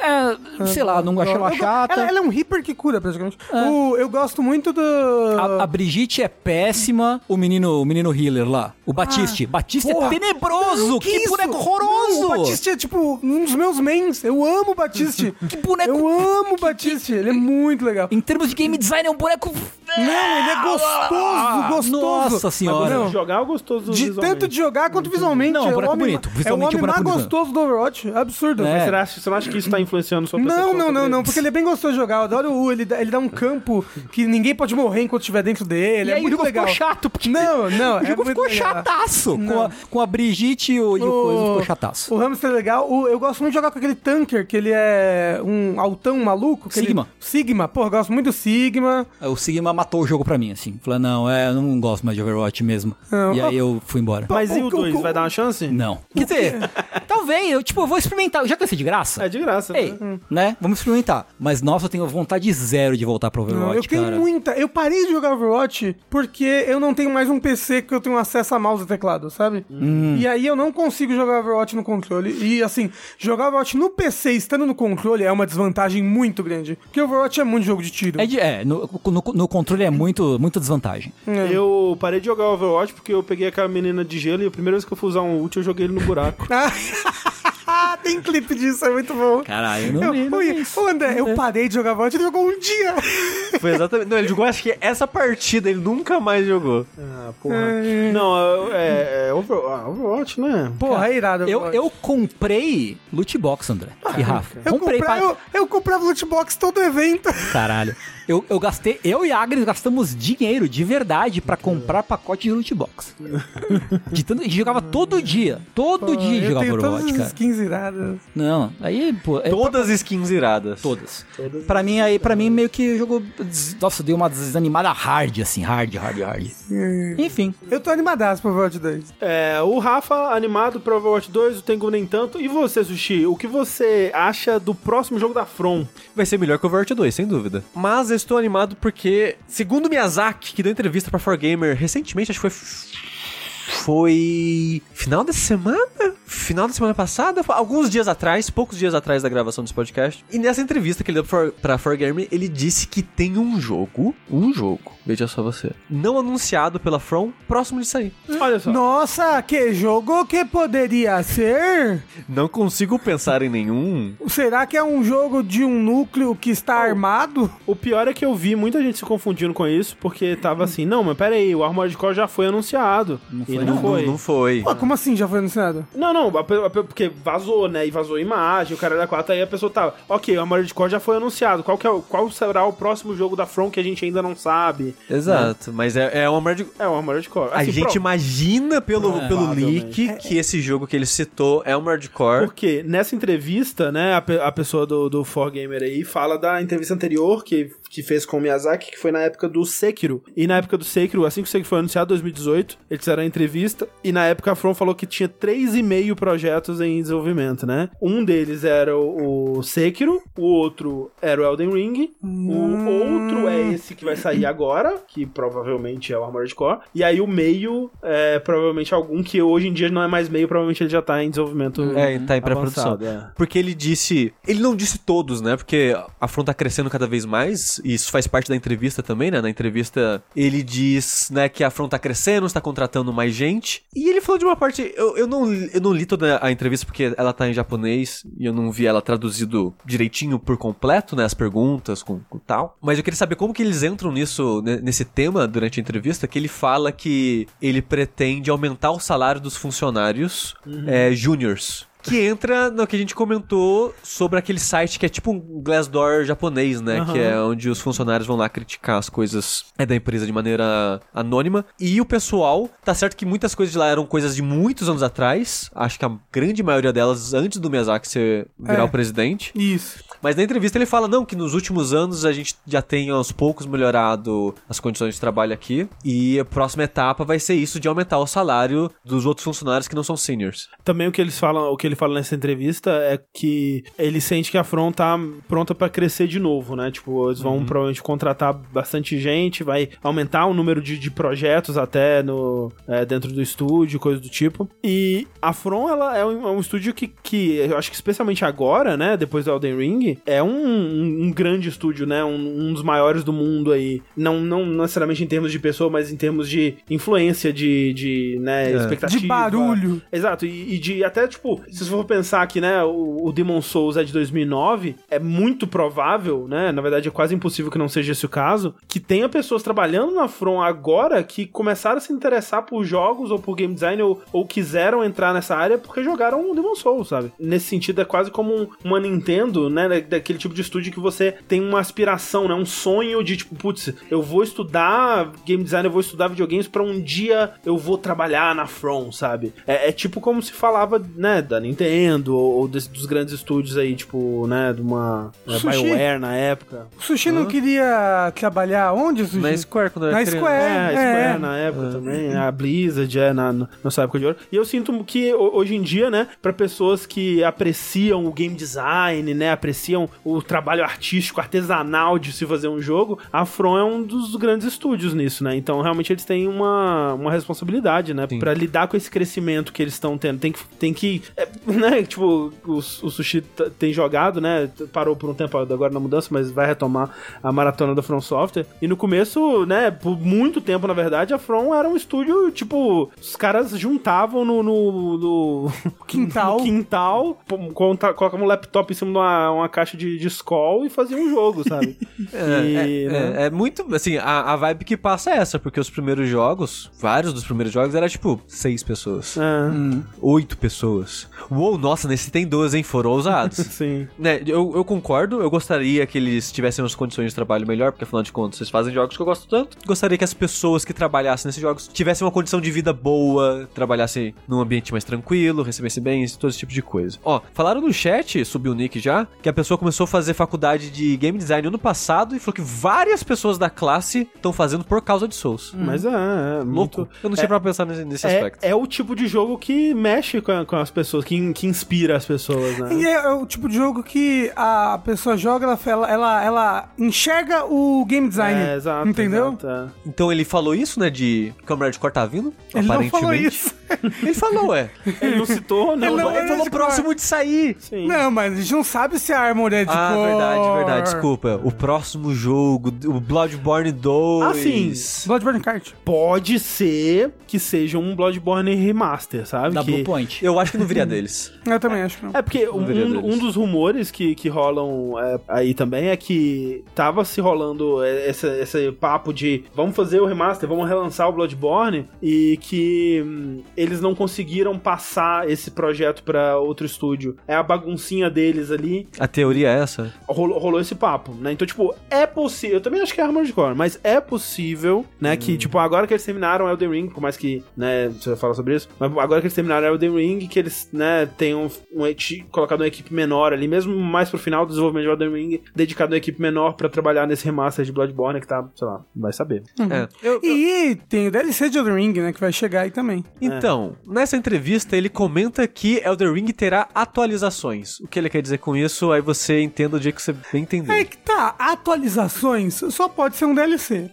É, sei lá, não achei ela chata. Ela, ela é um Reaper que cura, praticamente. É. O, eu gosto muito do... A, a Brigitte é péssima. O menino, o menino healer lá. O Batiste. Ah, Batiste porra. é tenebroso. Não, que que boneco horroroso. Não, o Batiste é, tipo, um dos meus mains. Eu amo o Batiste. Que boneco... Eu amo o Batiste. Ele é muito legal. Em termos de game design, é um boneco... Não, ele é gostoso, gostoso. Nossa senhora. Mas de jogar ou gostoso de, Tanto de jogar quanto visualmente. Não, é um boneco homem, bonito. Visualmente é o homem mais bonito. gostoso do Overwatch. Absurdo. É. Mas você, acha, você não acha que isso tá influenciando sua Não, não, não, não. Porque ele é bem gostoso de jogar. Eu adoro o U. Ele dá, ele dá um campo que ninguém pode morrer enquanto estiver dentro dele. E é aí muito o jogo legal. ficou chato. Porque não, não. O jogo é ficou muito chataço. Com a, com a Brigitte e o, e o coisa ficou chataço. O Hamster é legal. O, eu gosto muito de jogar com aquele tanker, que ele é um altão maluco. Sigma. Ele, Sigma. Pô, eu gosto muito do Sigma. O Sigma matou o jogo pra mim, assim. Falei, não, é, eu não gosto mais de Overwatch mesmo. Não, e aí eu fui embora. Mas e o dois? Vai dar uma chance? Não. Quer dizer, talvez, eu, tipo, eu vou experimentar. Já que vai ser de graça? É de graça. Ei, né? né? Vamos experimentar. Mas, nossa, eu tenho vontade zero de voltar pro Overwatch, não, eu tenho cara. muita. Eu parei de jogar Overwatch porque eu não tenho mais um P C que eu tenho acesso a mouse e teclado, sabe? Hum. E aí eu não consigo jogar Overwatch no controle. E, assim, jogar Overwatch no P C estando no controle é uma desvantagem muito grande. Porque Overwatch é muito jogo de tiro. É, de, é no, no, no controle é muito, muito desvantagem. É. Eu parei de jogar Overwatch porque eu peguei aquela menina de gelo e a primeira vez que eu fui usar um ult, eu joguei ele no buraco. Ah, tem clipe disso, é muito bom. Caralho, eu não vi, não vi isso. Ô, André, eu parei de jogar Overwatch, ele jogou um dia. Foi exatamente... Não, ele jogou, acho que essa partida, ele nunca mais jogou. Ah, porra. É... Não, é... é over... ah, Overwatch, né? Porra, é irado. Eu, eu comprei loot box, André. Ah, e Rafa. Eu comprei, comprei pra... eu, eu comprava loot box todo evento. Caralho. Eu, eu gastei, eu e a Agnes gastamos dinheiro de verdade pra comprar pacote de loot box. De tanto, a gente jogava todo dia. Todo pô, dia jogava Overwatch, cara. Skins iradas. Não, aí, pô. Todas as pra... skins iradas. Todas. Todas pra mim, aí, pra mim, meio que o jogo. Nossa, deu uma desanimada hard, assim. Hard, hard, hard. É. Enfim. Eu tô animadaço pro Overwatch dois. É, o Rafa animado pro Overwatch dois, o Tengu nem tanto. E você, Sushi, o que você acha do próximo jogo da From? Vai ser melhor que o Overwatch dois, sem dúvida. Mas eu estou animado porque, segundo Miyazaki, que deu entrevista pra four gamer recentemente, acho que foi... Foi... final da semana? Final da semana passada? Alguns dias atrás, poucos dias atrás da gravação desse podcast. E nessa entrevista que ele deu for, pra four gamer, ele disse que tem um jogo, um jogo, veja só você, não anunciado pela From, próximo de sair. Olha só. Nossa, que jogo que poderia ser? Não consigo pensar em nenhum. Será que é um jogo de um núcleo que está oh. armado? O pior é que eu vi muita gente se confundindo com isso, porque tava assim, não, mas pera aí, o Armored Core já foi anunciado. Não e foi, não, não foi. Não, não foi. Pô, como assim já foi anunciado? Não, não, a, a, porque vazou, né? E vazou imagem, o cara da quatro, aí a pessoa tá, ok, o Armored Core já foi anunciado, qual, que é, o- qual será o próximo jogo da From que a gente ainda não sabe? Exato, mas é, é um Armored... É o Armored Core. A Assim, gente pro- imagina pelo, É, pelo provavelmente. leak que esse jogo que ele citou é um Armored Core. Porque nessa entrevista, né, a, pe- a pessoa do, do four Gamer aí fala da entrevista anterior que, que fez com o Miyazaki, que foi na época do Sekiro. E na época do Sekiro, assim que o Sekiro foi anunciado, em dois mil e dezoito, eles fizeram a entrevista, e na época a From falou que tinha três e meio projetos em desenvolvimento, né? Um deles era o, o Sekiro, o outro era o Elden Ring, o outro é esse que vai sair agora, que provavelmente é o Armored Core, e aí o meio é provavelmente algum que hoje em dia não é mais meio, provavelmente ele já tá em desenvolvimento É, tá em pré-produção. avançado, é. Porque ele disse... Ele não disse todos, né? Porque a From tá crescendo cada vez mais, e isso faz parte da entrevista também, né? Na entrevista ele diz, né, que a From tá crescendo, está contratando mais gente. E ele falou de uma parte... Eu, eu, não, eu não li toda a entrevista porque ela tá em japonês, e eu não vi ela traduzido direitinho por completo, né? As perguntas com, com tal. Mas eu queria saber como que eles entram nisso, né, nesse tema durante a entrevista, que ele fala que ele pretende aumentar o salário dos funcionários é, júniors. Que entra no que a gente comentou sobre aquele site que é tipo um Glassdoor japonês, né? Aham. Que é onde os funcionários vão lá criticar as coisas é, da empresa de maneira anônima. E o pessoal, tá certo que muitas coisas de lá eram coisas de muitos anos atrás. Acho que a grande maioria delas antes do Miyazaki ser, virar É. o presidente. Isso. Mas na entrevista ele fala, não, que nos últimos anos a gente já tem aos poucos melhorado as condições de trabalho aqui. E a próxima etapa vai ser isso de aumentar o salário dos outros funcionários que não são seniors. Também o que eles falam, o que ele fala nessa entrevista é que ele sente que a From tá pronta pra crescer de novo, né? Tipo, eles vão provavelmente contratar bastante gente, vai aumentar o número de, de projetos até no, é, dentro do estúdio, coisa do tipo. E a From, ela é um, é um estúdio que, que eu acho que especialmente agora, né? Depois do Elden Ring, é um, um, um grande estúdio, né? Um, um dos maiores do mundo aí. Não, não necessariamente em termos de pessoa, mas em termos de influência, de, de né, É. expectativa. De barulho. Exato, e, e de até, tipo, se você for pensar que, né, o, o Demon Souls é de dois mil e nove, é muito provável, né, na verdade é quase impossível que não seja esse o caso, que tenha pessoas trabalhando na From agora que começaram a se interessar por jogos ou por game design ou, ou quiseram entrar nessa área porque jogaram o Demon Souls, sabe? Nesse sentido é quase como um, uma Nintendo, né, da- daquele tipo de estúdio que você tem uma aspiração, né, um sonho de tipo, putz, eu vou estudar game design, eu vou estudar videogames pra um dia eu vou trabalhar na From, sabe? É, é tipo como se falava, né, da Nintendo ou, ou desse- dos grandes estúdios aí, tipo, né, de uma é, Sushi. BioWare na época. O Sushi não queria trabalhar onde, Sushi? Na Square, quando eu era Na criança. Square. É, a Square é. na época também, a Blizzard, é, na, na nossa época de ouro. E eu sinto que ho- hoje em dia, né, pra pessoas que apreciam o game design, né, apreciam o trabalho artístico, artesanal de se fazer um jogo, a From é um dos grandes estúdios nisso, né? Então, realmente, eles têm uma, uma responsabilidade, né, Sim. pra lidar com esse crescimento que eles estão tendo. Tem que, tem que é, né, tipo, o, o Sushi t- tem jogado, né, parou por um tempo agora na mudança, mas vai retomar a maratona da From Software. E no começo, né, por muito tempo, na verdade, a From era um estúdio, tipo, os caras juntavam no, no, no Quintal. no quintal, pô, conta- colocavam um laptop em cima de uma, uma caixa de, de Skol e faziam um jogo, sabe? É, E, é, né? é, é muito, assim, a, a vibe que passa é essa, porque os primeiros jogos, vários dos primeiros jogos, era tipo, seis pessoas, É, oito pessoas. Uou, nossa, nesse tem doze, hein? Foram ousados. sim. Né, eu, eu concordo, eu gostaria que eles tivessem umas condições de trabalho melhor, porque afinal de contas, vocês fazem jogos que eu gosto tanto. Gostaria que as pessoas que trabalhassem nesses jogos tivessem uma condição de vida boa, trabalhassem num ambiente mais tranquilo, recebessem bem, todo esse tipo de coisa. Ó, falaram no chat, subiu o nick já, que a pessoa começou a fazer faculdade de game design ano passado e falou que várias pessoas da classe estão fazendo por causa de Souls. Mas é, é Louco. muito... Eu não tinha pra pensar nesse, nesse É, aspecto. é o tipo de jogo que mexe com, a- com as pessoas, que, que inspira as pessoas, né? E é, é o tipo de jogo que a pessoa joga, ela, ela, ela, ela enxerga o game design. É, exato. Entendeu? exato, é. Então ele falou isso, né, de que o Armored Core tá vindo? Ele não aparentemente. falou isso. Ele falou, ué. Ele não citou, não. Ele não- vai- Ele falou Armored próximo de sair. Sim. Não, mas a gente não sabe se a Armored Ah, Core... verdade, verdade, desculpa. O próximo jogo, o Bloodborne dois. Ah, sim. Bloodborne Kart. Pode ser que seja um Bloodborne Remaster, sabe? Da que... Blue Point. Eu acho que não viria deles. Eu também acho que não. É porque um, veria deles. um dos rumores que, que rolam é, aí também é que tava se rolando esse, esse papo de vamos fazer o remaster, vamos relançar o Bloodborne, e que hum, eles não conseguiram passar esse projeto pra outro estúdio. É a baguncinha deles ali. A teoria é essa? Rolou, rolou esse papo, né? Então, tipo, é possível. Eu também acho que é Armored Core, mas é possível, né? Hum. Que, tipo, agora que eles terminaram Elden Ring, por mais que, né, você vai falar sobre isso, mas agora que eles terminaram Elden Ring, que eles, né, tenham um, um, colocado uma equipe menor ali, mesmo mais pro final do desenvolvimento de Elden Ring, dedicado uma equipe menor pra trabalhar nesse remaster de Bloodborne, que tá, sei lá, vai saber. Uhum. É. Eu, eu... E tem o D L C de Elden Ring, né, que vai chegar aí também. Então, é. nessa entrevista ele comenta que Elden Ring terá atualizações. O que ele quer dizer com isso, aí você entenda o dia que você bem entender. É que tá, atualizações só pode ser um D L C,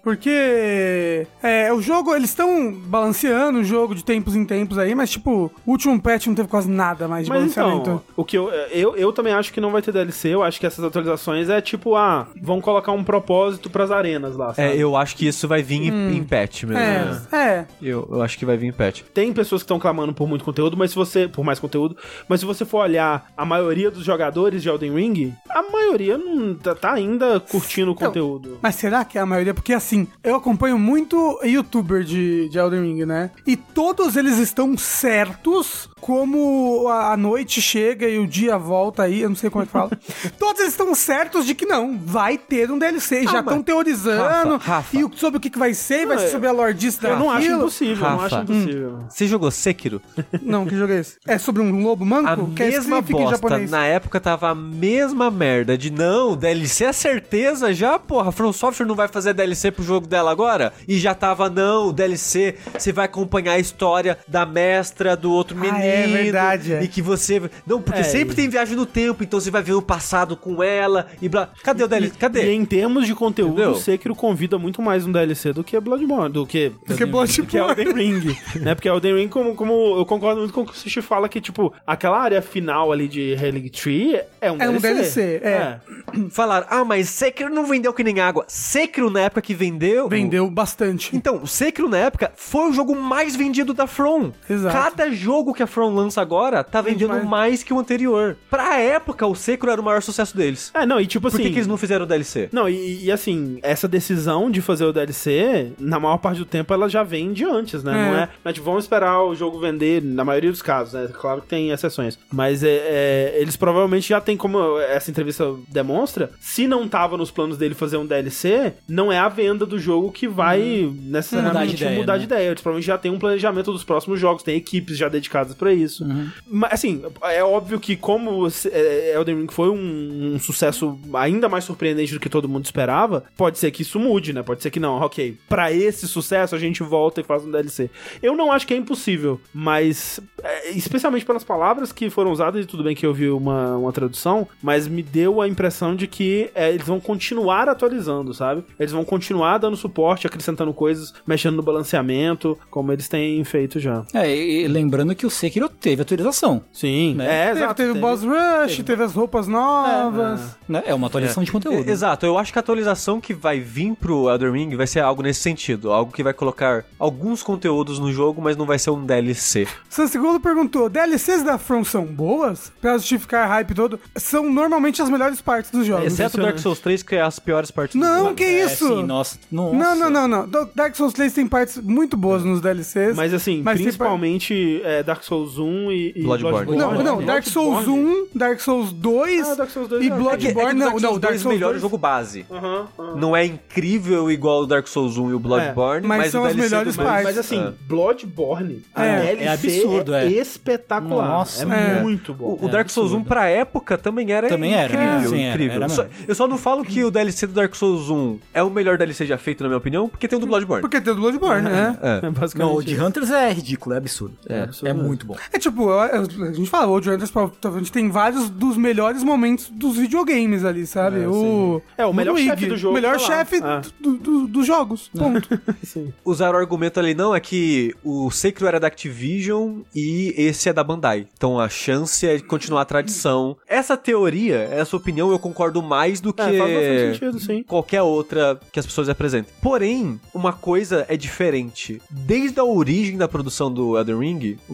porque é, o jogo, eles estão balanceando o jogo de tempos em tempos aí, mas tipo, o último patch não teve quase nada mais de mas balanceamento. Então, o que eu, eu, eu também acho que não vai ter D L C, eu acho que essas atualizações é tipo, ah, vão colocar um propósito pras arenas lá, sabe? É, eu acho que isso vai vir hum. em, em patch mesmo. É, é. Eu, eu acho que vai vir em patch. Tem pessoas que estão clamando por muito conteúdo, mas se você, por mais conteúdo, mas se você for olhar a maioria dos jogadores de Elden Ring, a maioria não tá, tá ainda curtindo o então, conteúdo. Mas será que é a maioria? Porque assim, eu acompanho muito youtuber de, de Elden Ring, né? E todos eles estão certos como a, a noite chega e o dia volta aí, eu não sei como é que fala. Todos eles estão certos de que não, vai ter um D L C, ah, já estão teorizando Rafa, Rafa. E o, sobre o que, que vai ser, vai ser sobre a lordista. Eu não acho daquilo. impossível, Rafa, eu não acho impossível. Hum. Você jogou Sekiro? Não, que jogo é esse? É sobre um lobo manco? A que mesma é bosta, na época tava a mesma merda de não, D L C é certeza já, porra, a From Software não vai fazer D L C pro jogo dela agora? E já tava, não, D L C, você vai acompanhar a história da mestra do outro menino. Ah, é verdade, é. E que você... Não, porque é, sempre e... tem viagem no tempo, então você vai ver o passado com ela e blá... Cadê o D L C? Cadê? E em termos de conteúdo, Entendeu? o Sekiro convida muito mais um D L C do que Bloodborne, do que... Do que Bloodborne. Do que Elden Ring, né? Porque Elden Ring, como, como eu concordo muito com o que o Sushi fala, que, tipo, aquela área final ali de Relic Tree é um é D L C. É um D L C, é. é. Falaram, ah, mas Sekiro não vendeu que nem água. Sekiro, na época que vendeu... Vendeu bastante. Então, o Sekiro, na época, foi o jogo mais vendido da From. Exato. Cada jogo que a From lança agora tá vendendo mais. mais que o anterior. Pra época, o Sekiro era o maior sucesso deles. É, não, e tipo assim... Por que, que eles não fizeram o D L C? Não, e, e assim, essa decisão de fazer o D L C, na maior parte do tempo, ela já vem de antes, né? É. Não é... Mas tipo, vamos esperar o jogo vender, na maioria dos casos, né? Claro que tem exceções. Mas é, é, eles provavelmente já tem, como essa entrevista demonstra, se não tava nos planos dele fazer um D L C, não é a venda do jogo que vai hum. necessariamente mudar de ideia. Mudar né? de ideia. Eles provavelmente já tem um planejamento dos próximos jogos, tem equipes já dedicadas pra isso. Uhum. Mas assim, é óbvio que como Elden Ring foi um, um sucesso ainda mais surpreendente do que todo mundo esperava, pode ser que isso mude, né? Pode ser que não, ok, pra esse sucesso a gente volta e faz um D L C. Eu não acho que é impossível, mas é, especialmente pelas palavras que foram usadas, e tudo bem que eu vi uma, uma tradução, mas me deu a impressão de que é, eles vão continuar atualizando, sabe? Eles vão continuar dando suporte, acrescentando coisas, mexendo no balanceamento, como eles têm feito já. É, e lembrando que o Sekiro teve atualização. Sim, né? é, teve, exato. Teve o Boss Rush, teve, teve as roupas novas. É, né? é uma atualização é. de conteúdo. É, exato, eu acho que a atualização que vai vir pro Elden Ring vai ser algo nesse sentido, algo que vai colocar alguns conteúdos no jogo, mas não vai ser um D L C. Sansegulo perguntou, D L Cs da From são boas? Pra justificar a hype todo, são normalmente as melhores partes dos jogos. Exceto Dark Souls três, que é as piores partes não, do jogo. que É, isso? sim, nossa, nossa. Não, não, não, não. Dark Souls três tem partes muito boas nos D L Cs. Mas assim, mas principalmente é, Dark Souls um e, e Bloodborne. Bloodborne. Não, não, Dark Souls um, Dark Souls dois, ah, Dark Souls dois e é. Bloodborne. É que, é que não, Dark Souls não, Dark dois Souls melhor dois... o jogo base. Uhum, uhum. Não é incrível igual o Dark Souls um e o Bloodborne, É, mas mas são o as D L C melhores do- partes. Mas assim, É. Bloodborne, a É, D L C é absurdo, é. espetacular. Nossa, é, é. muito bom. O, o Dark Souls um pra época também era Também era, incrível, sim, era, incrível. era Só- mesmo. eu só não falo que o D L C do Dark Souls um é o melhor D L C já feito, na minha opinião, porque tem o do Bloodborne. Porque tem o do Bloodborne, né? É. É basicamente Não, o de isso. Hunters é ridículo, é absurdo. É, absurdo. é muito bom. É tipo, eu- eu- a gente fala, o Hunters provavelmente tem vários dos melhores momentos dos videogames ali, sabe? É, o, É, o melhor Ludwig, chefe do jogo O melhor tá lá. chefe Ah. do- do- dos jogos, ponto. Sim. Usaram o argumento ali, não, é que o Sekiro era da Activision e esse é da Bandai. Então a chance é de continuar a tradição. Essa teoria, essa opinião, eu concordo mais do que É, faz bastante sentido, sim. qualquer outra que as pessoas apresentem. Porém, uma coisa é diferente. Desde a origem da produção do Elden Ring, o Miyazaki já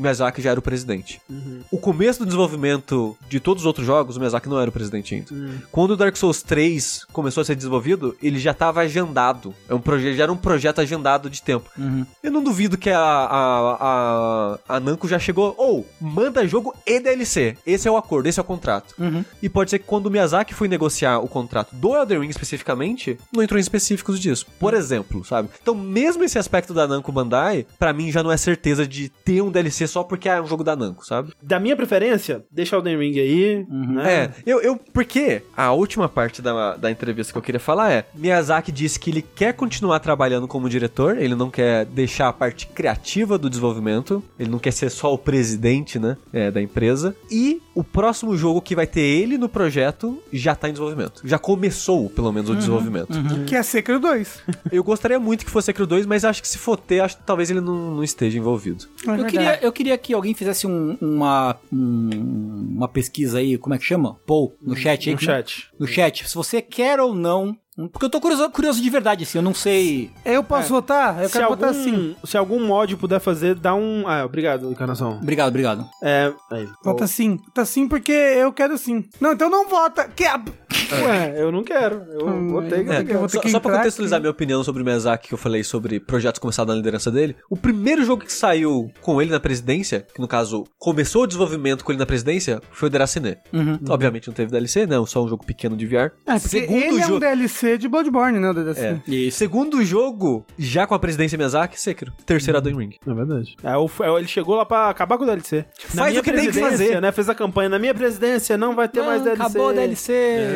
já era o presidente. Uhum. O começo do desenvolvimento de todos os outros jogos, o Miyazaki não era o presidente ainda. Uhum. Quando o Dark Souls três começou a ser desenvolvido, ele já estava agendado. É um proje- já era um projeto agendado de tempo. Uhum. Eu não duvido que a, a, a, a Namco já chegou, ou, oh, manda jogo e D L C. Esse é o acordo, esse é o contrato. Uhum. E pode ser que quando o Miyazaki foi negociar o contrato do Elden Ring especificamente, não entrou em específicos disso. Por exemplo, sabe? Então, mesmo esse aspecto da Namco Bandai, pra mim já não é certeza de ter um D L C só porque é um jogo da Namco, sabe? Da minha preferência, deixa o Elden Ring aí, Uhum. né? É, eu, eu, porque a última parte da, da entrevista que eu queria falar é, Miyazaki disse que ele quer continuar trabalhando como diretor, ele não quer deixar a parte criativa do desenvolvimento, ele não quer ser só o presidente, né, é, da empresa, e o próximo jogo que vai ter ele no projeto já tá em desenvolvimento. Já começou, pelo menos, o Uhum. desenvolvimento. Uhum. Que é Sekiro dois. Eu gostaria muito que fosse Sekiro dois, mas acho que se for ter, acho que talvez ele não, não esteja envolvido. É Eu verdade. queria, eu queria que alguém fizesse um- uma, um- uma pesquisa aí, como é que chama? Poll, no chat aí. No como é? chat. No chat, se você quer ou não. Porque eu tô curioso, curioso de verdade, assim, eu não sei. Eu posso votar? Eu Se quero algum, votar sim. se algum mod puder fazer, dá um... Ah, obrigado, Encarnação. Obrigado, obrigado. É... Aí, Vota sim. Vota sim porque eu quero sim. Não, então não vota. Que a... Ué, eu não quero. Eu Hum, botei que eu é. não quero. vou ter Só, que só pra entrar contextualizar aqui. minha opinião sobre o Miyazaki, que eu falei sobre projetos começados na liderança dele, o primeiro jogo que saiu com ele na presidência, que no caso começou o desenvolvimento com ele na presidência, foi o Déraciné. Uhum. Obviamente não teve D L C, não, só um jogo pequeno de V R. É, porque ele é um D L C de Bloodborne, né? O D L C. É. Isso. Segundo jogo, já com a presidência Miyazaki, Sekiro. Terceiro Elden Ring. É verdade. É, o- é, ele chegou lá pra acabar com o D L C. Na Faz minha o que tem que presidência, fazer. né? Fez a campanha. Na minha presidência não vai ter Não, mais D L C. acabou o D L C.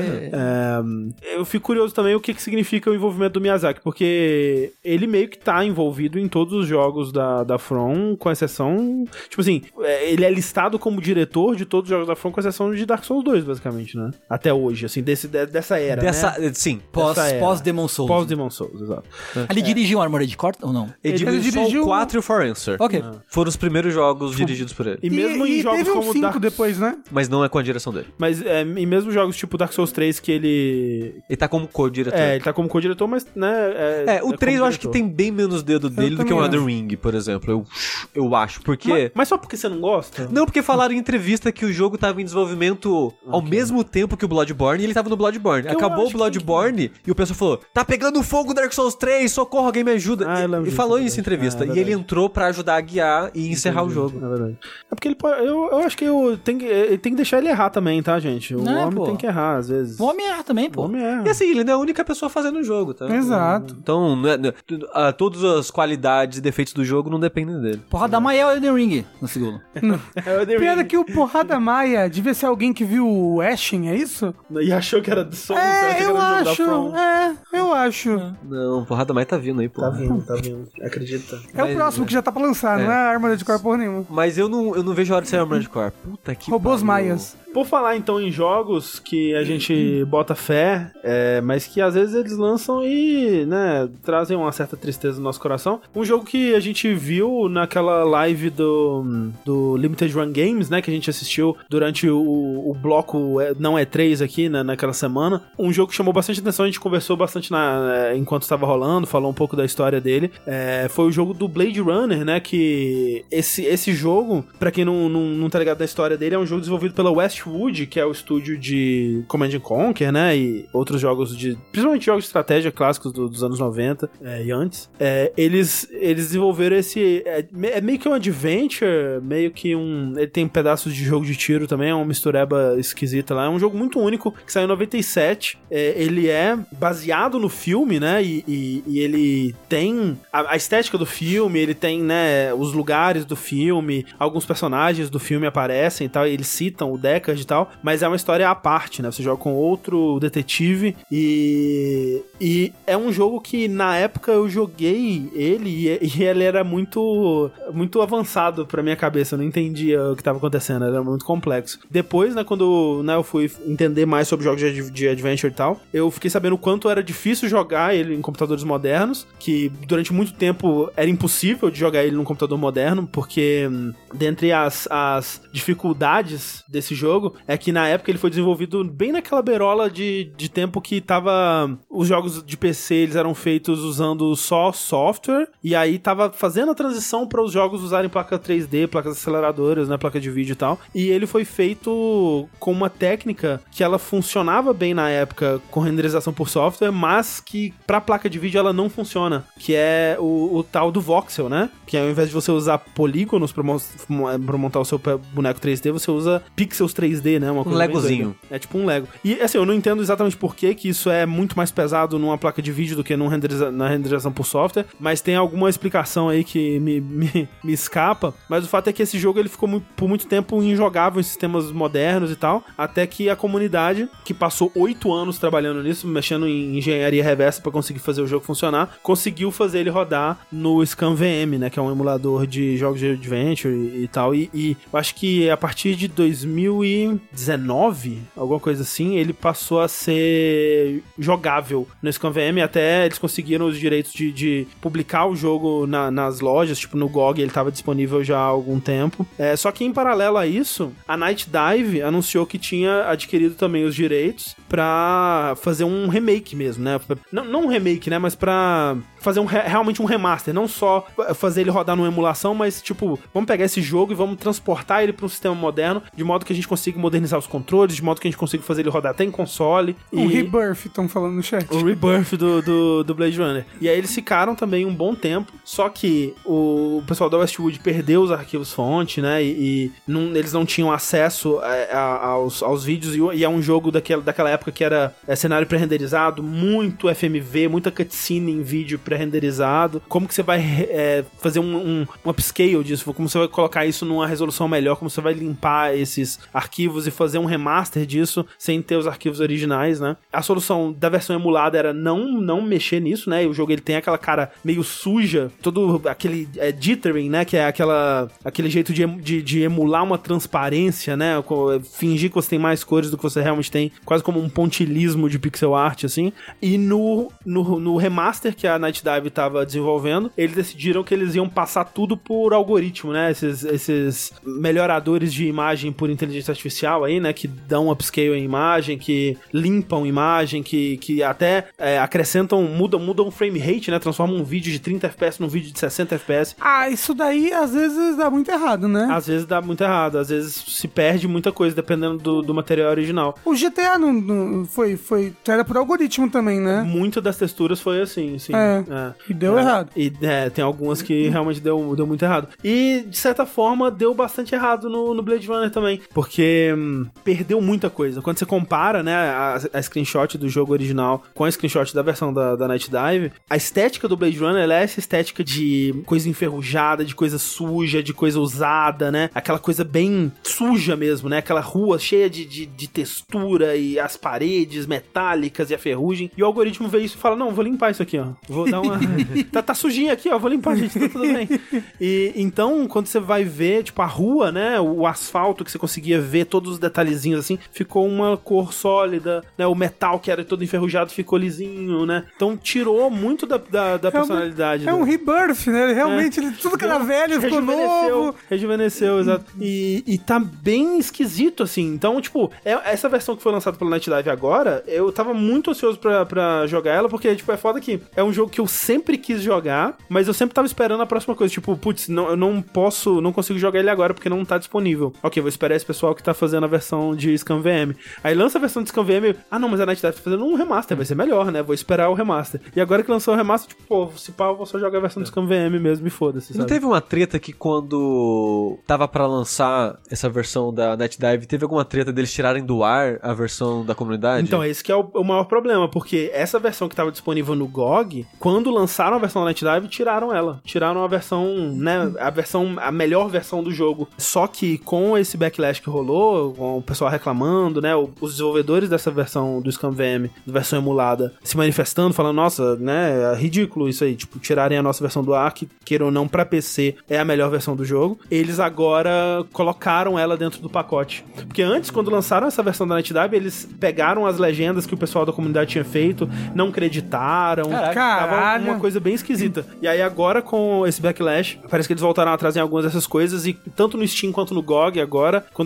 É, eu fico curioso também o que, que significa o envolvimento do Miyazaki, porque ele meio que tá envolvido em todos os jogos da, da From, com exceção... Tipo assim, é, ele é listado como diretor de todos os jogos da From, com exceção de Dark Souls dois, basicamente, né? Até hoje, assim, desse, de- dessa era, Dessa, né? Sim. Pós, Essa era. pós Demon Souls. Pós Demon Souls, exato. Ele dirigiu Armored Core ou não? Ele, Ele dirigiu só dirigiu- o quatro e o For Answer. Ok. Foram os primeiros jogos dirigidos por ele. E mesmo e, em e jogos teve um como cinco Dark depois, né? Mas não é com a direção dele. Mas é, e mesmo jogos tipo Dark Souls três, que ele... Ele tá como co-diretor. É, ele tá como co-diretor, mas, né... É, o três eu acho que tem bem menos dedo dele do que o também Elden Ring, por exemplo. Eu, eu acho. Porque... Mas, mas só porque você não gosta? Não, porque falaram em entrevista que o jogo tava em desenvolvimento ao mesmo tempo que o Bloodborne e ele tava no Bloodborne. Eu Acabou o acho que Bloodborne e o pessoal falou: tá pegando fogo Dark Souls três, socorro, alguém me ajuda. Ah, eu e lembro e disso, falou é isso em verdade. entrevista. Ah, é e ele verdade. entrou pra ajudar a guiar e encerrar o jogo. É verdade. É porque ele pode, eu, eu acho que eu tenho que, ele tem que deixar ele errar também, tá, gente? O Não, homem pô. tem que errar, às vezes. O homem erra também, O pô. homem erra. E assim, ele não é a única pessoa fazendo o jogo, tá? Exato. Então, não é- não é- tu- ah, todas as qualidades e defeitos do jogo não dependem dele. Porrada Maia é o Elden Ring no segundo. É o The Piada Ring. que o Porrada Maia devia ser alguém que viu o Ashen, é isso? E achou que era do Souls, É, achou que eu era do jogo da acho. From. É, eu acho. Não, porrada mais tá vindo aí, pô. Tá vindo, tá vindo. Acredita. É Mas, o próximo é. que já tá pra lançar, É. não é a arma de cor porra nenhuma. Mas eu não, eu não vejo a hora de sair Armored Core. Puta que Robôs pariu. maias. Por falar então em jogos que a gente bota fé, é, mas que às vezes eles lançam e, né, trazem uma certa tristeza no nosso coração. Um jogo que a gente viu naquela live do, do Limited Run Games, né, que a gente assistiu durante o, o bloco é, não é três aqui, né, naquela semana. Um jogo que chamou bastante atenção, a gente conversou bastante na, é, enquanto estava rolando, falou um pouco da história dele. É, foi o jogo do Blade Runner, né, que esse, esse jogo, pra quem não, não, não tá ligado da história dele, é um jogo desenvolvido pela Westwood, que é o estúdio de Command and Conquer, né, e outros jogos de, principalmente jogos de estratégia clássicos do, dos anos noventa é, e antes. É, eles, eles desenvolveram esse, é, é meio que um adventure, meio que um, ele tem pedaços de jogo de tiro também, é uma mistureba esquisita lá, é um jogo muito único, que saiu em noventa e sete, é, ele é baseado no filme, né, e, e, e ele tem a, a estética do filme, ele tem, né, os lugares do filme, alguns personagens do filme aparecem e tal, e eles citam o Deckard e tal, mas é uma história à parte, né, você joga com outro detetive e, e é um jogo que na época eu joguei ele e, e ele era muito muito avançado pra minha cabeça, eu não entendia o que tava acontecendo, era muito complexo. Depois, né, quando, né, eu fui entender mais sobre jogos de, de adventure e tal, eu fiquei sabendo o quanto era difícil jogar ele em computadores modernos, que durante muito tempo era impossível de jogar ele num computador moderno, porque hum, dentre as, as dificuldades desse jogo jogo é que na época ele foi desenvolvido bem naquela beirola de, de tempo que tava... Os jogos de P C, eles eram feitos usando só software, e aí tava fazendo a transição para os jogos usarem placa três D, placas aceleradoras, né, placa de vídeo e tal. E ele foi feito com uma técnica que ela funcionava bem na época com renderização por software, mas que pra placa de vídeo ela não funciona, que é o, o tal do voxel, né? Que ao invés de você usar polígonos pra, mo- pra montar o seu boneco três D, você usa pixels três D, né? Uma Um coisa bem legozinho. doida. É tipo um Lego. E assim, eu não entendo exatamente por que que isso é muito mais pesado numa placa de vídeo do que num renderiza- na renderização por software, mas tem alguma explicação aí que me, me, me escapa, mas o fato é que esse jogo ele ficou muito, por muito tempo injogável em sistemas modernos e tal, até que a comunidade, que passou oito anos trabalhando nisso, mexendo em engenharia reversa pra conseguir fazer o jogo funcionar, conseguiu fazer ele rodar no ScanVM, né, que é um emulador de jogos de adventure e, e tal, e, e eu acho que a partir de dois mil e dezenove, alguma coisa assim, ele passou a ser jogável no ScanVM, até eles conseguiram os direitos de, de publicar o jogo na, nas lojas, tipo no G O G, ele estava disponível já há algum tempo. É, só que em paralelo a isso, a Night Dive anunciou que tinha adquirido também os direitos pra fazer um remake mesmo, né? Não, não um remake, né? Mas pra fazer um, realmente um remaster, não só fazer ele rodar numa emulação, mas tipo, vamos pegar esse jogo e vamos transportar ele para um sistema moderno, de modo que a gente consiga modernizar os controles, de modo que a gente consiga fazer ele rodar até em console. O e... Rebirth, estão falando no chat. O Rebirth do, do, do Blade Runner. E aí eles ficaram também um bom tempo, só que o pessoal da Westwood perdeu os arquivos fonte, né, e, e não, eles não tinham acesso a, a, aos, aos vídeos, e, e é um jogo daquela, daquela época que era é, cenário pré-renderizado, muito F M V, muita cutscene em vídeo pré-renderizado. Como que você vai é, fazer um, um, um upscale disso? Como você vai colocar isso numa resolução melhor? Como você vai limpar esses arquivos e fazer um remaster disso sem ter os arquivos originais, né? A solução da versão emulada era não, não mexer nisso, né? E o jogo ele tem aquela cara meio suja, todo aquele é, jittering, né? Que é aquela, aquele jeito de, de, de emular uma transparência, né? Fingir que você tem mais cores do que você realmente tem, quase como um pontilhismo de pixel art, assim. E no, no, no remaster que a Night Dive estava desenvolvendo, eles decidiram que eles iam passar tudo por algoritmo, né? Esses, esses melhoradores de imagem por inteligência artificial aí, né? Que dão upscale em imagem, que limpam imagem, que, que até é, acrescentam, mudam, mudam o frame rate, né? Transformam um vídeo de trinta F P S num vídeo de sessenta F P S. Ah, isso daí às vezes dá muito errado, né? Às vezes dá muito errado, às vezes se perde muita coisa, dependendo do, do material original. O G T A não, não foi, foi, era por algoritmo também, né? Muita das texturas foi assim, sim. É, é. e deu é. errado. E é, tem algumas que realmente deu, deu muito errado. E, de certa forma, deu bastante errado no, no Blade Runner também, porque hum, perdeu muita coisa. Quando você compara, né, a, a screenshot do jogo original com a screenshot da versão da, da Night Dive, a estética do Blade Runner, ela é essa estética de coisa enferrujada, de coisa suja, de coisa usada, né? Aquela coisa bem suja mesmo, né? Aquela rua cheia de, de, de textura e as paredes metálicas e a ferrugem. E o algoritmo vê isso e fala, não, vou limpar isso aqui, ó. Vou dar uma... tá, tá sujinho aqui, ó. Vou limpar, gente. Tá tudo bem. E então, quando você vai ver, tipo, a rua, né? O asfalto que você conseguia ver todos os detalhezinhos assim, ficou uma cor sólida, né? O metal que era todo enferrujado ficou lisinho, né? Então tirou muito da, da, da personalidade. É um, é do... um rebirth, né? Ele realmente, é. ele, tudo que era velho ficou novo. Rejuvenesceu, exato. E, e tá bem esquisito, assim. Então, tipo, é, essa versão que foi lançada pela Night Dive agora, eu tava muito ansioso pra, pra jogar ela, porque, tipo, é foda que é um jogo que eu sempre quis jogar, mas eu sempre tava esperando a próxima coisa. Tipo, putz, não, eu não posso, não consigo jogar ele agora porque não tá disponível. Ok, vou esperar esse pessoal que tá fazendo a versão de ScanVM. Aí lança a versão de ScanVM, ah não, mas a Night Dive tá fazendo um remaster, vai ser melhor, né? Vou esperar o remaster. E agora que lançou o remaster, tipo, pô, se pá, eu vou só jogar a versão do ScanVM mesmo e foda-se, sabe? Não teve uma treta que quando tava pra lançar essa versão da Night Dive, teve alguma treta deles tirarem do ar a versão da comunidade? Então, esse que é o, o maior problema, porque essa versão que tava disponível no G O G, quando lançaram a versão da Night Dive, tiraram ela. Tiraram a versão, né, a versão, a melhor versão do jogo. Só que com esse backlash que rolou, com o pessoal reclamando, né, os desenvolvedores dessa versão do ScanVM, da versão emulada, se manifestando, falando, nossa, né, é ridículo isso aí, tipo, tirarem a nossa versão do ar, que queira ou não, pra P C, é a melhor versão do jogo. Eles agora colocaram ela dentro do pacote. Porque antes, quando lançaram essa versão da Night Dive, eles pegaram as legendas que o pessoal da comunidade tinha feito, não acreditaram. Caraca. Tava uma coisa bem esquisita. E aí agora, com esse backlash, parece que eles voltaram atrás em algumas dessas coisas, e tanto no Steam quanto no G O G agora, quando você baixa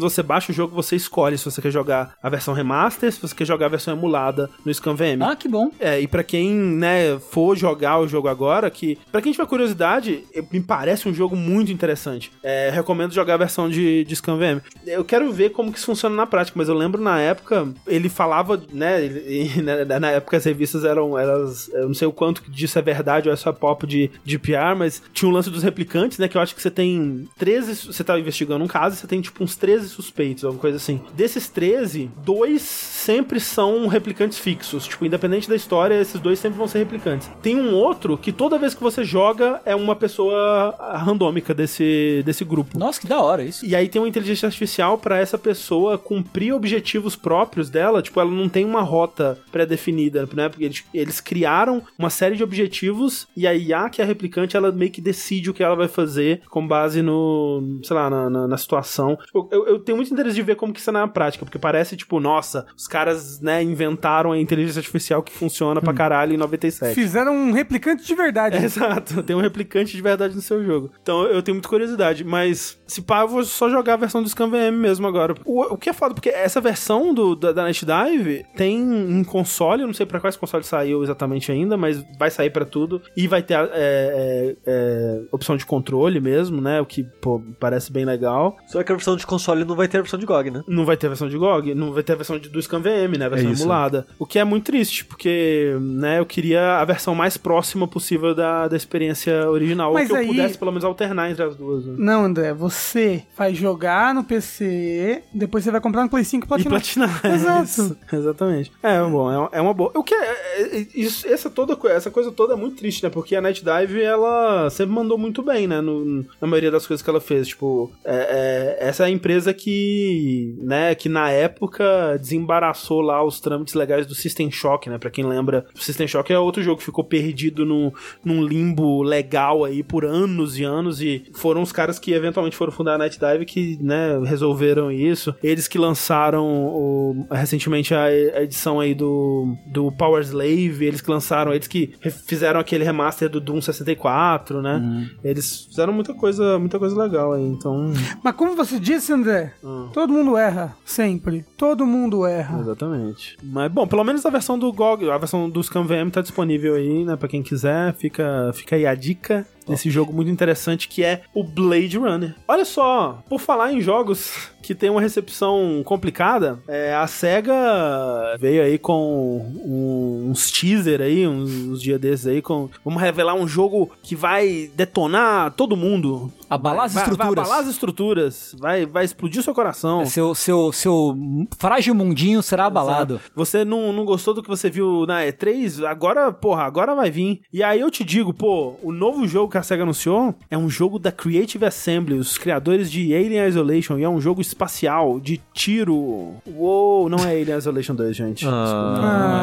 baixa o jogo, você escolhe se você quer jogar a versão remaster, se você quer jogar a versão emulada no ScanVM. Ah, que bom. É, e pra quem, né, for jogar o jogo agora, que pra quem tiver curiosidade, me parece um jogo muito interessante. É, recomendo jogar a versão de, de ScanVM. Eu quero ver como que isso funciona na prática, mas eu lembro na época, ele falava, né, ele, na, na época as revistas eram, elas, eu não sei o quanto disso é verdade ou é só papo de, de P R, mas tinha um lance dos replicantes, né, que eu acho que você tem treze, você tá investigando um caso e você tem tipo uns treze suspeitos, alguma coisa assim. Desses treze, dois sempre são replicantes fixos, tipo, independente da história, esses dois sempre vão ser replicantes. Tem um outro que toda vez que você joga é uma pessoa randômica desse, desse grupo. Nossa, que da hora isso. E aí tem uma inteligência artificial pra essa pessoa cumprir objetivos próprios dela, tipo, ela não tem uma rota pré-definida, né? Porque eles, eles criaram uma série de objetivos e a I A, que é a replicante, ela meio que decide o que ela vai fazer com base no, sei lá, na, na, na situação. Tipo, eu, eu tenho muito interesse de ver como que isso é na prática, porque parece, tipo, nossa, os caras, né, inventaram a inteligência artificial que funciona pra caralho em noventa e sete. Fizeram um replicante de verdade. É, exato, tem um replicante de verdade no seu jogo. Então eu tenho muita curiosidade, mas se pá, eu vou só jogar a versão do ScanVM mesmo agora. O, o que é foda, porque essa versão do, da, da NetDive tem um console, eu não sei pra quais console saiu exatamente ainda, mas vai sair pra tudo, e vai ter é, é, é, opção de controle mesmo, né, o que, pô, parece bem legal. Só que a versão de console não vai ter a versão de G O G, né? Não vai ter a versão de G O G, não vai ter a versão de, do ScanVM, né, a versão É isso. emulada. O que é muito triste, porque, né, eu queria a versão mais próxima possível da, da experiência original, Mas ou que aí- eu pudesse pelo menos alternar entre as duas. Né? Não, André, você vai jogar no P C, depois você vai comprar no Play cinco e E platinar. platinar. Exato. Isso, exatamente. É, bom, é, é uma boa. O que é, é- é- isso, essa, toda, co- essa coisa toda é muito triste, né? Porque a NetDive, ela sempre mandou muito bem, né? No, na maioria das coisas que ela fez. Tipo, é, é, essa é a empresa que, né, que na época desembaraçou lá os trâmites legais do System Shock, né? Pra quem lembra, o System Shock é outro jogo que ficou perdido no, num limbo legal aí por anos e anos, e foram os caras que eventualmente foram fundar a NetDive que, né, resolveram isso. Eles que lançaram o, recentemente a, a edição aí do, do Power Slave, eles que lançaram, eles que re- fizeram aquele remaster do Doom sessenta e quatro, né? Uhum. Eles fizeram muita coisa, muita coisa legal aí, então... Mas como você disse, André, Ah. todo mundo erra. Sempre. Todo mundo erra. Exatamente. Mas, bom, pelo menos a versão do G O G, a versão do ScanVM tá disponível aí, né? Pra quem quiser, fica, fica aí a dica desse jogo muito interessante que é o Blade Runner. Olha só, por falar em jogos que tem uma recepção complicada, é, a SEGA veio aí com um, uns teaser aí, uns, uns dias desses aí, com vamos revelar um jogo que vai detonar todo mundo. Abalar as Vai- vai estruturas. abalar as estruturas, vai, vai explodir o seu coração. Seu, seu, seu frágil mundinho será abalado. Exato. Você não, não gostou do que você viu na E três? Agora, porra, agora vai vir. E aí eu te digo, pô, o novo jogo que a SEGA anunciou é um jogo da Creative Assembly, os criadores de Alien Isolation, e é um jogo espacial, de tiro. Uou, não é Alien Isolation dois, gente. Desculpa.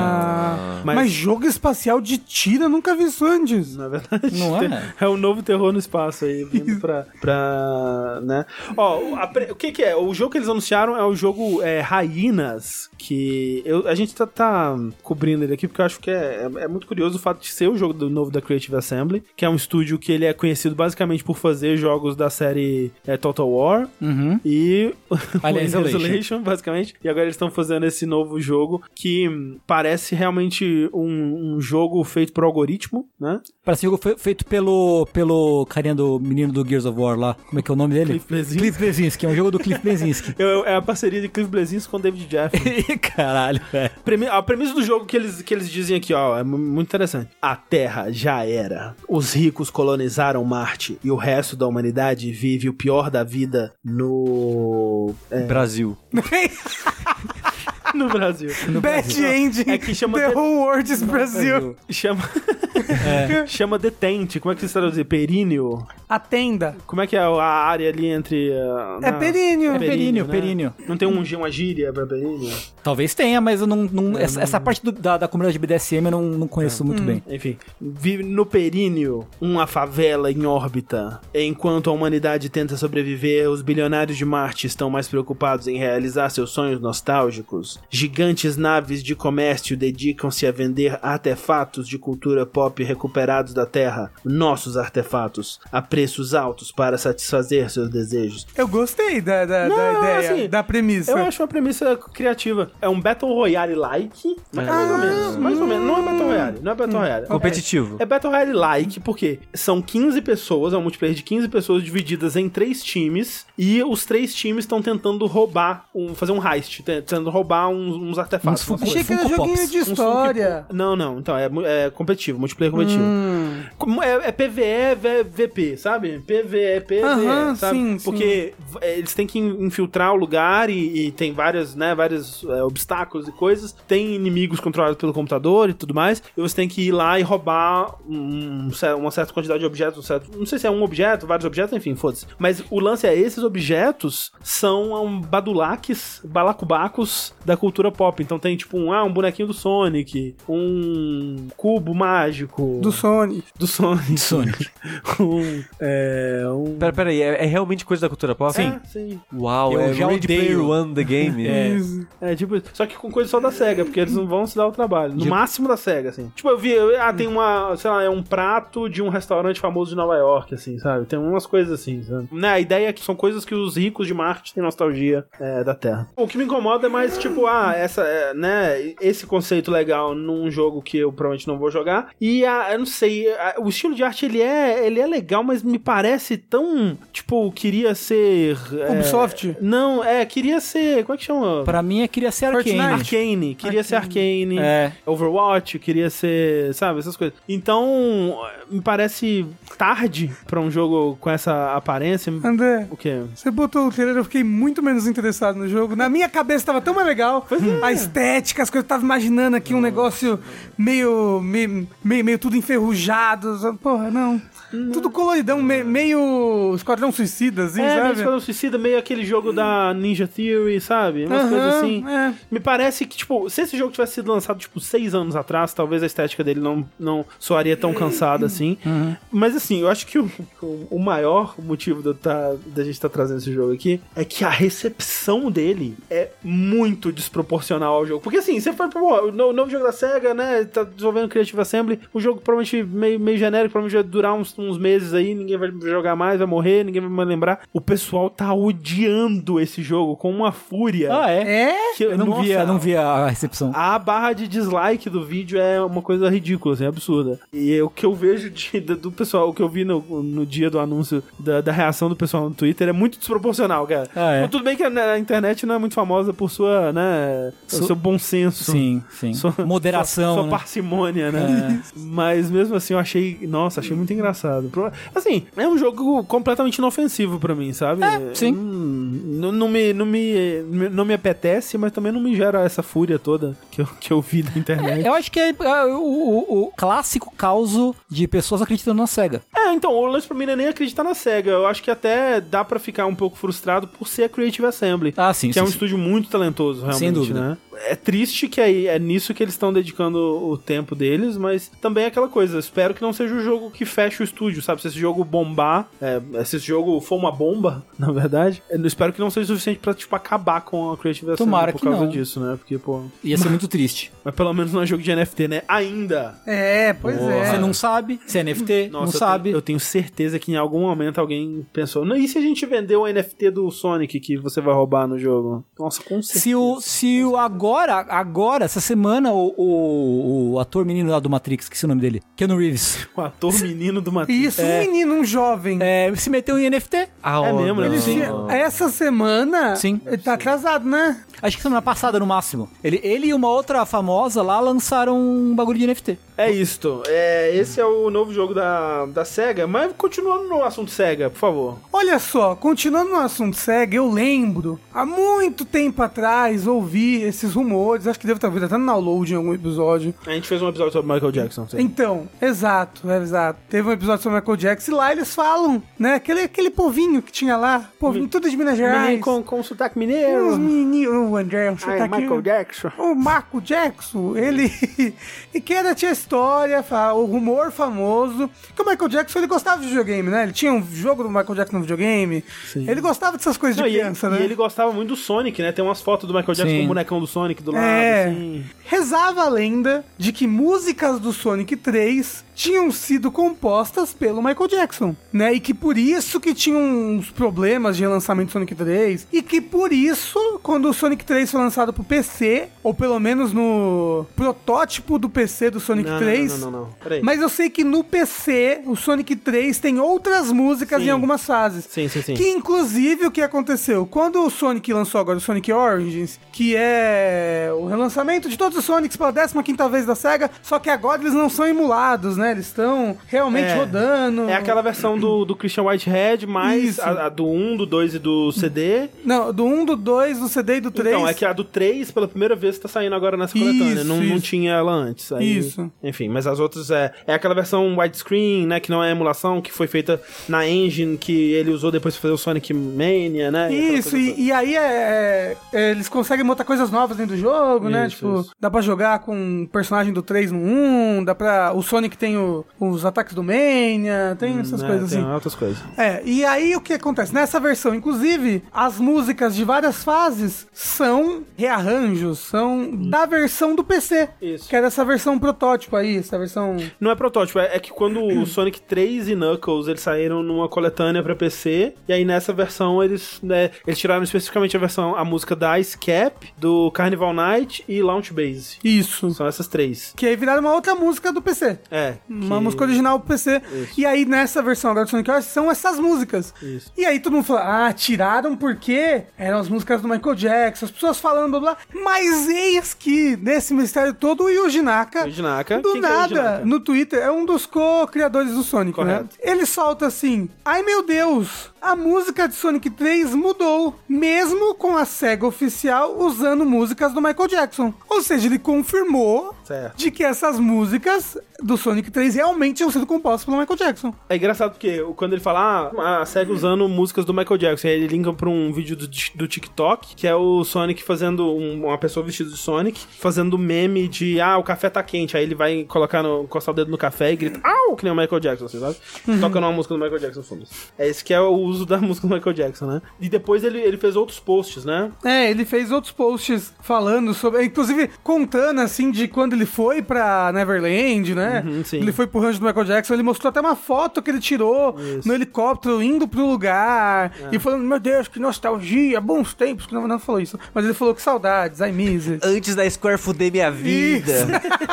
Ah, Mas- mas... jogo espacial de tiro, eu nunca vi isso antes. Na verdade, Não é? é um novo terror no espaço aí, vindo pra, pra né? Ó, a pre- o que que é? O jogo que eles anunciaram é o jogo é, Hyenas, que eu, a gente tá, tá cobrindo ele aqui porque eu acho que é, é, é muito curioso o fato de ser o jogo do novo da Creative Assembly, que é um estúdio que ele é conhecido basicamente por fazer jogos da série é, Total War Uhum. e Alien Isolation. Isolation, basicamente. E agora eles estão fazendo esse novo jogo que hum, parece realmente um, um jogo feito por algoritmo, né? Parece um jogo fe- feito pelo, pelo carinha do menino do Gears of War lá. Como é que é o nome dele? Cliff Bleszinski. Cliff Bleszinski, é um jogo do Cliff Bleszinski. É é a parceria de Cliff Bleszinski com David Jeff. Caralho, velho. Premi- A premissa do jogo que eles, que eles dizem aqui, ó, é mu- muito interessante. A Terra já era. Os ricos colonizaram Marte e o resto da humanidade vive o pior da vida no... é, Brasil. no Brasil. Bad Ending. É que chama The The- Whole World is Brasil. Chama... Chama detente. Como é que você traduz? Períneo? A tenda. Como é que é a área ali entre... uh, É na- períneo. É períneo, né? períneo. Não tem um, uma gíria pra períneo? Talvez tenha, mas eu não. não- essa, essa parte do- da, da comunidade B D S M eu não, não conheço muito bem. Enfim, vive no períneo uma favela em órbita. Enquanto a humanidade tenta sobreviver, os bilionários de Marte estão mais preocupados em realizar seus sonhos nostálgicos. Gigantes naves de comércio dedicam-se a vender artefatos de cultura pop pop recuperados da Terra, nossos artefatos, a preços altos para satisfazer seus desejos. Eu gostei da, da, Não, da ideia, assim, da premissa. Eu acho uma premissa criativa. É um Battle Royale-like, mas mais ou menos, mais ou menos. Não é Battle Royale, não é Battle Royale. Competitivo. É, é Battle Royale-like, porque são quinze pessoas, é um multiplayer de quinze pessoas divididas em três times, e os três times estão tentando roubar, um, fazer um heist, tentando roubar uns, uns artefatos. Uns Funko- Achei que era Funko joguinho Pops. de Uns história. Funko- Não, não, então, é, é competitivo, multiplayer competitivo. Hum. Como É, é P V E V P, sabe? P V E, P V E, Aham, sabe? sim, Porque v- eles têm que infiltrar o lugar e, e tem várias, né, vários é, obstáculos e coisas. Tem inimigos controlados pelo computador e tudo mais. E você tem que ir lá e roubar um, cer- uma certa quantidade de objetos. Um certo, não sei se é um objeto, vários objetos, enfim, foda-se. Mas o lance é, esses objetos são um, badulaques, balacubacos da cultura pop. Então tem tipo um, ah, um bonequinho do Sonic, um cubo mágico. Do Sony. Do Sonic. Sonic. um, é, um... Pera, pera aí, é, é realmente coisa da cultura pop? Sim. É, sim. Uau, Eu é já Ready odeio. Player One, the game. É, é tipo, só que com coisa só da SEGA, porque eles não vão se dar o trabalho. No Tipo- máximo da SEGA, assim. Tipo, eu vi, eu- ah, tem uma, sei lá, é um prato de um restaurante famoso de Nova York, assim, sabe? Tem umas coisas assim, sabe? Né, a ideia é que são coisas que os ricos de marketing têm nostalgia é, da Terra. O que me incomoda é mais, tipo, ah, essa, é, né, esse conceito legal num jogo que eu provavelmente não vou jogar. E, a, eu não sei, a- o estilo de arte, ele é, ele é legal, mas me parece tão, tipo, queria ser... é, Ubisoft? Não, é, queria ser, como é que chama? Pra mim, é queria ser Fortnite. Arcane. Arcane, queria ser Arcane, É. Overwatch, queria ser, sabe, essas coisas. Então, me parece tarde pra um jogo com essa aparência. André, O quê? você botou o trailer, eu fiquei muito menos interessado no jogo. Na minha cabeça tava tão mais legal. A estética, as coisas, eu tava imaginando aqui um negócio meio, meio, meio, meio tudo enferrujado. Porra, não. Tudo coloridão, me- meio Esquadrão Suicida, assim, É, meio sabe? Esquadrão Suicida, meio aquele jogo da Ninja Theory, sabe? Umas Aham, coisas assim. é. Me parece que, tipo, se esse jogo tivesse sido lançado, tipo, seis anos atrás, talvez a estética dele não, não soaria tão cansada assim. Mas, assim, eu acho que o, o, o maior motivo de eu tá, da gente estar trazendo esse jogo aqui é que a recepção dele é muito desproporcional ao jogo. Porque, assim, você foi, pô, o no- novo jogo da SEGA, né, tá desenvolvendo Creative Assembly, o jogo provavelmente meio, meio genérico, provavelmente vai durar uns, uns meses aí, ninguém vai jogar mais, vai morrer, ninguém vai mais lembrar. O pessoal tá odiando esse jogo com uma fúria. Ah, é? É? Que, Eu não nossa, via, não via a recepção. A barra de dislike do vídeo é uma coisa ridícula, assim, absurda. E o que eu vejo de- do, do pessoal, o que eu vi no, no dia do anúncio, da, da reação do pessoal no Twitter é muito desproporcional, cara. Ah, é? Mas tudo bem que a, a internet não é muito famosa por sua, né, Su- seu bom senso. Sim, sim. Sua, Moderação, Sua, sua né? parcimônia, né? Mas mesmo assim eu achei, nossa, achei muito engraçado. Pro- Assim, é um jogo completamente inofensivo pra mim, sabe? sim. Hum, Não, não, me, não, me, não me apetece, mas também não me gera essa fúria toda que eu, que eu vi da internet. Eu acho que é, é, o, o- o clássico causo de pessoas acreditando na SEGA. É, então, o lance pra mim não é nem acreditar na SEGA. Eu acho que até dá pra ficar um pouco frustrado por ser a Creative Assembly. Ah, sim, que sim, é um sim. estúdio muito talentoso, realmente, Sem dúvida. né? É triste que é, é nisso que eles estão dedicando o tempo deles, mas também é aquela coisa, espero que não seja o jogo que feche o estúdio, sabe? Se esse jogo bombar, é, se esse jogo for uma bomba, na verdade, eu espero que não seja o suficiente pra, tipo, acabar com a Creative Assembly Tomara por que causa não. disso, né? Porque, pô... Ia ser muito triste. Mas pelo menos não é jogo de N F T, né? Ainda! É, pois é. Você não sabe, se é N F T, Nossa, não eu sabe. Tenho, eu tenho certeza que em algum momento alguém pensou, não, e se a gente vender o N F T do Sonic que você vai roubar no jogo? Nossa, com certeza. Se o, se o agora, agora, essa semana, o, o, o ator menino lá do Matrix, que é o nome dele? Keanu Reeves. O ator menino do Matrix. Isso, um menino, um jovem. É, se meteu em N F T. Ah, É mesmo, né? Ele Sim. tinha- Essa semana, Sim. ele tá atrasado, né? Acho que semana passada, no máximo. Ele, ele e uma outra famosa lá lançaram um bagulho de N F T. É isto. É, esse é o novo jogo da, da SEGA, mas continuando no assunto SEGA, por favor. Olha só, continuando no assunto SEGA, eu lembro, há muito tempo atrás, ouvi esses rumores, acho que deve estar vendo até no download em algum episódio. A gente fez um episódio sobre Michael Jackson. Sim. Então, exato, é, exato. Teve um episódio sobre Michael Jackson e lá eles falam, né, aquele, aquele povinho que tinha lá, povinho tudo de Minas Gerais. Menino com, com sotaque Os mineiro. menininhos, o André, o Ai, sotaque- Michael Jackson. O Marco Jackson, ele... e que era, tinha história, fa- o rumor famoso, que o Michael Jackson, ele gostava de videogame, né? Ele tinha um jogo do Michael Jackson no videogame. Sim. Ele gostava dessas coisas Não, de e, criança, ele, né? e ele gostava muito do Sonic, né? Tem umas fotos do Michael Jackson Sim. com o bonecão do Sonic do lado, É. assim. Rezava a lenda de que músicas do Sonic três tinham sido compostas pelo Michael Jackson, né? E que por isso que tinham uns problemas de relançamento do Sonic três, e que por isso, quando o Sonic três foi lançado pro P C, ou pelo menos no protótipo do P C do Sonic Não, três... não, não, não, não. Peraí. Mas eu sei que no P C, o Sonic três tem outras músicas Sim. em algumas fases. Sim, sim, sim. Que inclusive o que aconteceu? Quando o Sonic lançou agora o Sonic Origins, que é o relançamento de todos os Sonics pela décima quinta vez da SEGA, só que agora eles não são emulados, né? Eles estão realmente É. rodando. É aquela versão do, do Christian Whitehead, mais Isso. a, a do um, do dois e do C D. Não, do um, do dois, do C D e do três. Então, é que a do três, pela primeira vez, tá saindo agora nessa coletânea. Isso, não, não isso. tinha ela antes. Aí, Isso. Enfim, mas as outras é... É aquela versão widescreen, né? Que não é emulação, que foi feita na engine que ele usou depois pra fazer o Sonic Mania, né? e Isso, e, e aí é, é, eles conseguem botar coisas novas dentro do jogo, né? Isso, Tipo, isso. dá pra jogar com o personagem do três no um, dá pra... O Sonic tem o- os ataques do Mania, tem essas né, coisas tem assim. outras coisas. É, e aí o que acontece? Nessa versão, inclusive, as músicas de várias fases são rearranjos, são da versão do P C. Isso. Que é dessa versão protótipo aí, essa versão... Não é protótipo, é, é que quando o Sonic três e Knuckles, eles saíram numa coletânea pra P C, e aí nessa versão eles, né, eles tiraram especificamente a versão, a música da Ice Cap, do Carnival Night e Launch Base. Isso. São essas três. Que aí viraram uma outra música do P C. É. Uma que- música original pro P C. Isso. E aí, nessa versão agora do Sonic Origins, são essas músicas. Isso. E aí todo mundo fala, ah, tiraram porque eram as músicas do Michael Jackson, as pessoas falando, blá, blá. Mas eis que, nesse mistério todo, o Yuji Naka, Yuji Naka? do Quem que é o Yuji nada, Naka? no Twitter, é um dos co-criadores do Sonic, né? Correto. Ele solta assim, ai meu Deus, a música de Sonic três mudou, mesmo com a SEGA oficial usando músicas do Michael Jackson. Ou seja, ele confirmou Certo. de que essas músicas do Sonic três realmente tinham sido compostas pelo Michael Jackson. É engraçado porque quando ele fala, ah, a SEGA usando músicas do Michael Jackson, aí ele linka pra um vídeo do, do TikTok, que é o Sonic fazendo, um- uma pessoa vestida de Sonic, fazendo meme de, ah, o café tá quente, aí ele vai colocar, no, encostar o dedo no café e grita, au, que nem o Michael Jackson, assim, sabe? Tocando uma música do Michael Jackson no fundo. É esse que é o uso da música do Michael Jackson, né? E depois ele, ele fez outros posts, né? É, ele fez outros posts falando sobre, inclusive contando assim de quando ele foi pra Neverland, né? Uhum, sim. Ele foi pro rancho do Michael Jackson, ele mostrou até uma foto que ele tirou Isso. no helicóptero indo pro lugar e falando, meu Deus, que nostalgia, bons tempos, que não, não falou isso, mas ele falou que saudades, I miss it. Antes da Square fuder minha vida.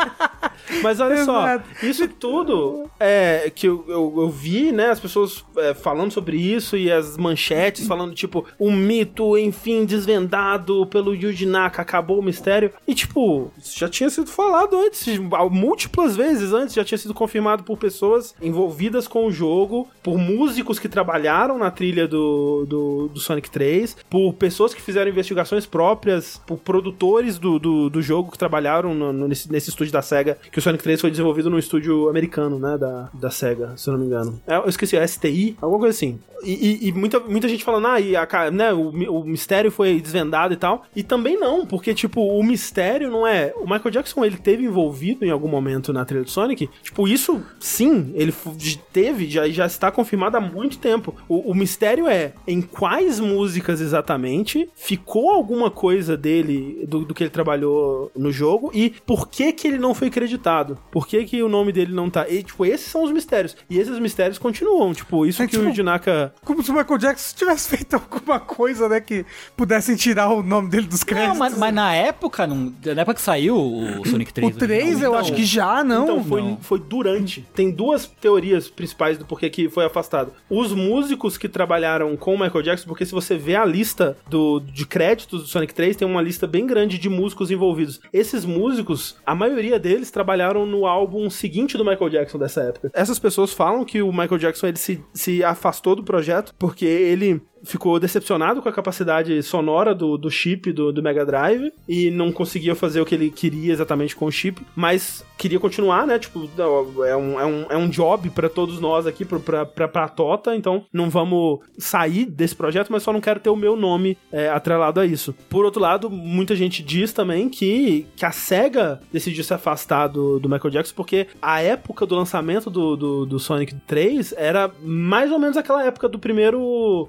Mas olha só, Exato. isso tudo é que eu, eu, eu vi, né, as pessoas é, falando sobre isso e as manchetes falando, tipo, o mito, enfim, desvendado pelo Yuji Naka, acabou o mistério. E, tipo, isso já tinha sido falado antes, múltiplas vezes antes, já tinha sido confirmado por pessoas envolvidas com o jogo, por músicos que trabalharam na trilha do, do, do Sonic três, por pessoas que fizeram investigações próprias, por produtores do, do, do jogo que trabalharam no, no, nesse, nesse estúdio da SEGA, que o Sonic três foi desenvolvido num estúdio americano, né, da, da SEGA, se eu não me engano. É, eu esqueci, é S T I? Alguma coisa assim. E, e, e muita, muita gente falando, ah, e a, né, o, o mistério foi desvendado e tal. E também não, porque, tipo, o mistério não é... O Michael Jackson, ele teve envolvido em algum momento na trilha do Sonic. Tipo, isso, sim, ele teve, já, já está confirmado há muito tempo. O, o mistério é em quais músicas exatamente ficou alguma coisa dele, do, do que ele trabalhou no jogo, e por que que ele não foi creditado. Por que que o nome dele não tá... E, tipo, esses são os mistérios. E esses mistérios continuam. Tipo, isso É, que tipo, o Yuji Naka... Como se o Michael Jackson tivesse feito alguma coisa, né, que pudessem tirar o nome dele dos créditos. Não, mas, mas na época, não, na época que saiu o Sonic três. O três eu Então, acho que já, não. Então, foi, Não. foi durante. Tem duas teorias principais do porquê que foi afastado. Os músicos que trabalharam com o Michael Jackson, porque se você vê a lista do, de créditos do Sonic três, tem uma lista bem grande de músicos envolvidos. Esses músicos, a maioria deles trabalharam no álbum seguinte do Michael Jackson dessa época. Essas pessoas falam que o Michael Jackson ele se, se afastou do projeto porque ele ficou decepcionado com a capacidade sonora do, do chip do, do Mega Drive e não conseguia fazer o que ele queria exatamente com o chip, mas queria continuar, né, tipo, é um, é um, é um job pra todos nós aqui, pra, pra, pra, pra Tota, então não vamos sair desse projeto, mas só não quero ter o meu nome é, atrelado a isso. Por outro lado, muita gente diz também que, que a SEGA decidiu se afastar do, do Michael Jackson porque a época do lançamento do, do, do Sonic três era mais ou menos aquela época do primeiro da primeira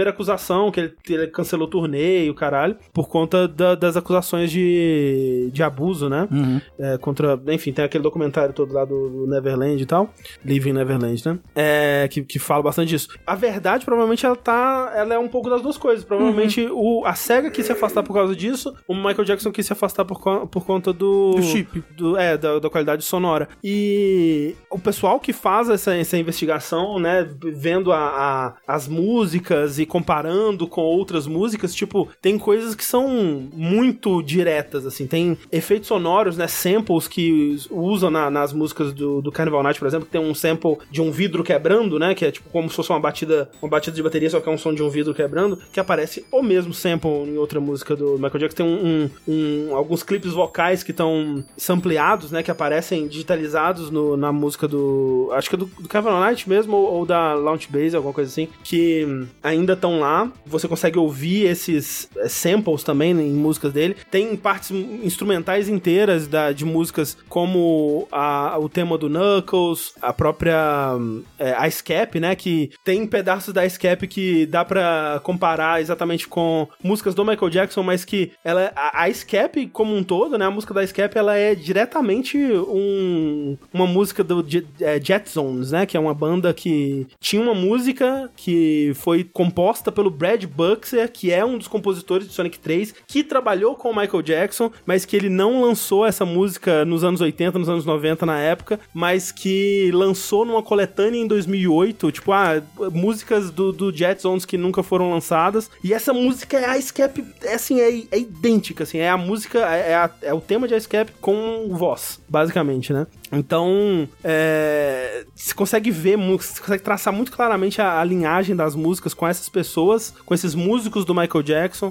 primeira acusação, que ele, que ele cancelou o torneio, caralho, por conta da, das acusações de, de abuso, né? Uhum. É, contra, enfim, tem aquele documentário todo lá do, do Neverland e tal, Living Neverland, né? É, que, que fala bastante disso. A verdade, provavelmente, ela tá, ela é um pouco das duas coisas. Provavelmente, uhum. o, a SEGA quis se afastar por causa disso, o Michael Jackson quis se afastar por, por conta do... Do chip. Do, é, da, da qualidade sonora. E o pessoal que faz essa, essa investigação, né, vendo a, a, as músicas e comparando com outras músicas, tipo, tem coisas que são muito diretas, assim, tem efeitos sonoros, né, samples que usam na, nas músicas do, do Carnival Night, por exemplo, que tem um sample de um vidro quebrando, né, que é tipo como se fosse uma batida, uma batida de bateria, só que é um som de um vidro quebrando, que aparece o mesmo sample em outra música do Michael Jackson. Tem um, um, um, alguns clipes vocais que estão sampleados, né, que aparecem digitalizados no, na música do, acho que é do, do Carnival Night mesmo, ou, ou da Launch Base, alguma coisa assim, que ainda estão lá. Você consegue ouvir esses é, samples também em músicas dele. Tem partes instrumentais inteiras da, de músicas como a, o tema do Knuckles, a própria é, Ice Cap, né, que tem pedaços da Ice Cap que dá pra comparar exatamente com músicas do Michael Jackson, mas que ela, a Ice Cap como um todo, né, a música da Ice Cap, ela é diretamente um, uma música do é, Jetzones, né, que é uma banda que tinha uma música que foi composta pelo Brad Buxer, que é um dos compositores de Sonic três, que trabalhou com o Michael Jackson, mas que ele não lançou essa música nos anos oitenta, nos anos noventa na época, mas que lançou numa coletânea em dois mil e oito, tipo, ah, músicas do, do Jetzones que nunca foram lançadas, e essa música é a Ice Cap, é assim, é, é idêntica, assim, é a música, é, a, é o tema de Ice Cap com voz, basicamente, né? Então, é, você consegue ver, você consegue traçar muito claramente a, a linhagem das músicas com essas pessoas, com esses músicos do Michael Jackson,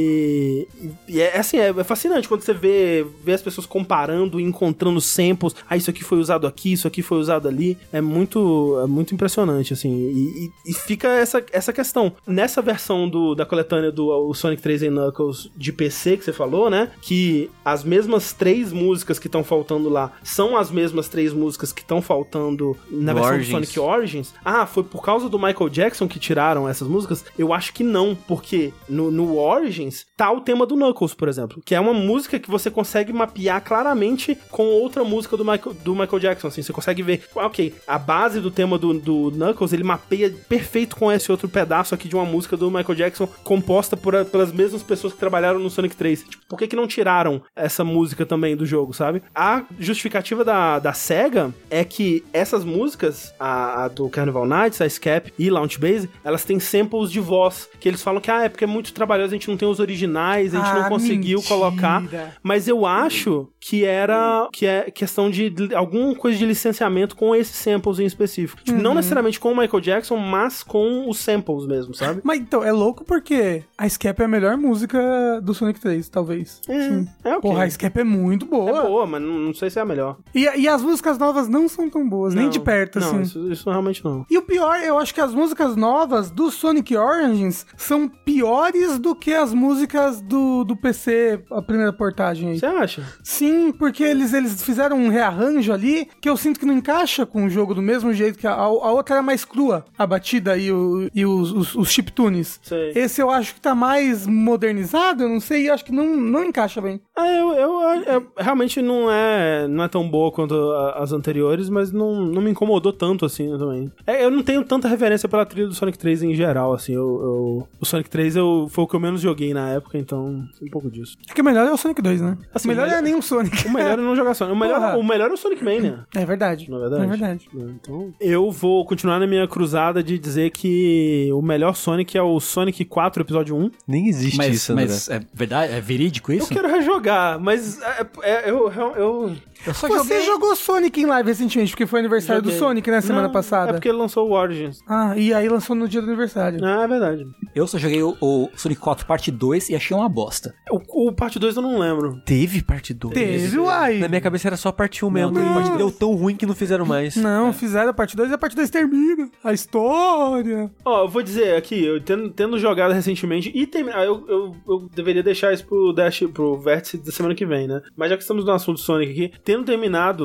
e, e é assim, é, é fascinante quando você vê, vê as pessoas comparando e encontrando samples, ah, isso aqui foi usado aqui, isso aqui foi usado ali, é muito, é muito impressionante, assim, e, e, e fica essa, essa questão. Nessa versão do, da coletânea do o Sonic três and Knuckles de P C que você falou, né, que as mesmas três músicas que estão faltando lá são as mesmas mesmas três músicas que estão faltando na do versão Origins. do Sonic Origins. Ah, foi por causa do Michael Jackson que tiraram essas músicas? Eu acho que não, porque no, no Origins tá o tema do Knuckles, por exemplo, que é uma música que você consegue mapear claramente com outra música do Michael, do Michael Jackson, assim, você consegue ver, ok, a base do tema do, do Knuckles, ele mapeia perfeito com esse outro pedaço aqui de uma música do Michael Jackson, composta por, pelas mesmas pessoas que trabalharam no Sonic três. Tipo, por que que não tiraram essa música também do jogo, sabe? A justificativa da da SEGA é que essas músicas, a, a do Carnival Nights, a Escape e Launch Base, elas têm samples de voz, que eles falam que ah, é porque é muito trabalhoso, a gente não tem os originais, a gente ah, não conseguiu mentira. colocar, mas eu acho que era que é questão de alguma coisa de licenciamento com esses samples em específico. Tipo, uhum. Não necessariamente com o Michael Jackson, mas com os samples mesmo, sabe? Mas então, é louco porque a Escape é a melhor música do Sonic três, talvez. É, Sim. é ok. Porra, a Escape é muito boa. É boa, mas não, não sei se é a melhor. E, e as músicas novas não são tão boas, não, nem de perto, não, assim. Isso, isso realmente não. E o pior, eu acho que as músicas novas do Sonic Origins são piores do que as músicas do, do P C, a primeira portagem aí. Você acha? Sim, porque eles, eles fizeram um rearranjo ali que eu sinto que não encaixa com o jogo do mesmo jeito que a, a outra era mais crua, a batida e, o, e os, os, os chiptunes. Sei. Esse eu acho que tá mais modernizado, eu não sei, eu acho que não, não encaixa bem. Ah, eu, eu, eu realmente não é, não é tão boa quanto a, as anteriores, mas não, não me incomodou tanto assim né, também. É, eu não tenho tanta referência pela trilha do Sonic três em geral, assim. Eu, eu, o Sonic três eu, foi o que eu menos joguei na época, então um pouco disso. É que o melhor é o Sonic dois, né? Assim, o melhor o melhor, é nem o Sonic. O melhor é não jogar Sonic. O melhor, o melhor é o Sonic Mania. É verdade. Não é verdade? É verdade. Então, eu vou continuar na minha cruzada de dizer que o melhor Sonic é o Sonic quatro Episódio um. Nem existe mas, isso, André. Mas é verdade? É verídico isso? Eu quero rejogar, mas é, é, eu... eu, eu... Eu só Você joguei... jogou Sonic em live recentemente, porque foi aniversário Joguei. do Sonic, né, semana Não, passada. É porque ele lançou o Origins. Ah, e aí lançou no dia do aniversário. Ah, é verdade. Eu só joguei o, o Sonic quatro parte dois e achei uma bosta. O, o parte dois eu não lembro. Teve parte dois? Teve, uai. Na minha cabeça era só a parte um mesmo. Não. A parte deu tão ruim que não fizeram mais. Não, fizeram a parte dois e a parte dois termina. A história. Ó, eu vou dizer aqui, eu tendo, tendo jogado recentemente e terminar, eu, eu, eu deveria deixar isso pro Dash, pro Vértice da semana que vem, né? Mas já que estamos no assunto Sonic aqui, tendo terminado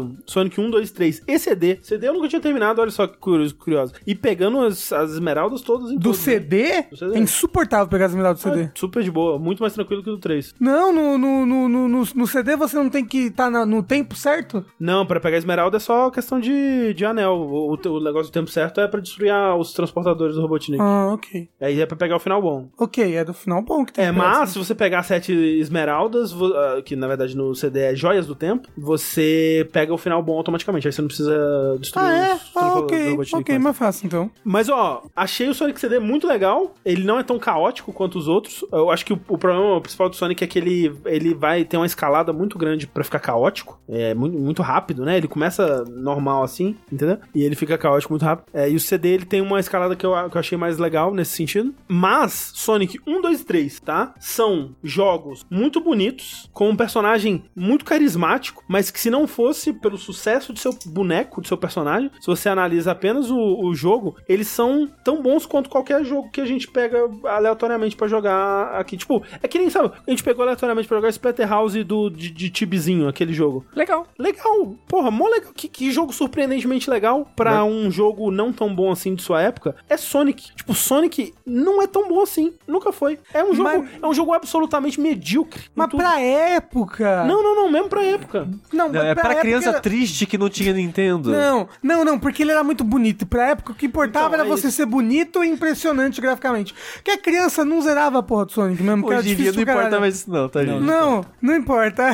pegando Sonic um, dois, três e C D, C D eu nunca tinha terminado, olha só que curioso, curioso. E pegando as, as esmeraldas todas em Do todos, C D? né? Do C D. É insuportável pegar as esmeraldas do C D. Ah, super de boa, muito mais tranquilo que o do três. Não, no, no, no, no, no, no C D você não tem que estar tá no tempo certo? Não, pra pegar esmeralda é só questão de, de anel. O, o, o negócio do tempo certo é pra destruir a, os transportadores do Robotnik. Ah, ok. Aí é pra pegar o final bom. Ok, é do final bom que tem É, que pegar mas assim. se você pegar sete esmeraldas, vo- ah, que na verdade no C D é joias do tempo, você pega o final bom automaticamente. Aí você não precisa destruir Ah, é? os Ah, transportadores do ok. Robotnik Ok, mais. mais fácil então. Mas, ó, achei o Sonic C D muito legal. Ele não é tão caótico quanto os outros. Eu acho que o, o problema principal do Sonic é que ele, ele vai ter uma escalada muito grande pra ficar caótico. É muito, muito rápido, né? Ele começa normal assim, entendeu? E ele fica caótico muito rápido. É, e o C D, ele tem uma escalada que eu, que eu achei mais legal nesse sentido. Mas, Sonic um, dois e três, tá? São jogos muito bonitos, com um personagem muito carismático, mas que se não fosse pelo sucesso do seu boneco, do seu personagem, se você analisa apenas o, o jogo, eles são tão bons quanto qualquer jogo que a gente pega aleatoriamente pra jogar aqui. Tipo, é que nem, sabe, a gente pegou aleatoriamente pra jogar Splatterhouse do, de, de Tibizinho, aquele jogo. Legal. Legal, porra, mó legal. Que, que jogo surpreendentemente legal pra É. um jogo não tão bom assim de sua época. É Sonic. Tipo, Sonic não é tão bom assim. Nunca foi. É um jogo, Mas- é um jogo absolutamente medíocre. em Mas tudo. pra época... Não, não, não, mesmo pra época. Não, Não, é pra época criança era- triste que não tinha Nintendo. Não, não, não, porque ele era muito bonito. Pra época, o que importava Então, era é você isso. ser bonito e impressionante graficamente. Porque a criança não zerava a porra do Sonic mesmo, que era Hoje em dia difícil não pra importa caralho. mais isso não, tá, gente? Não, não importa.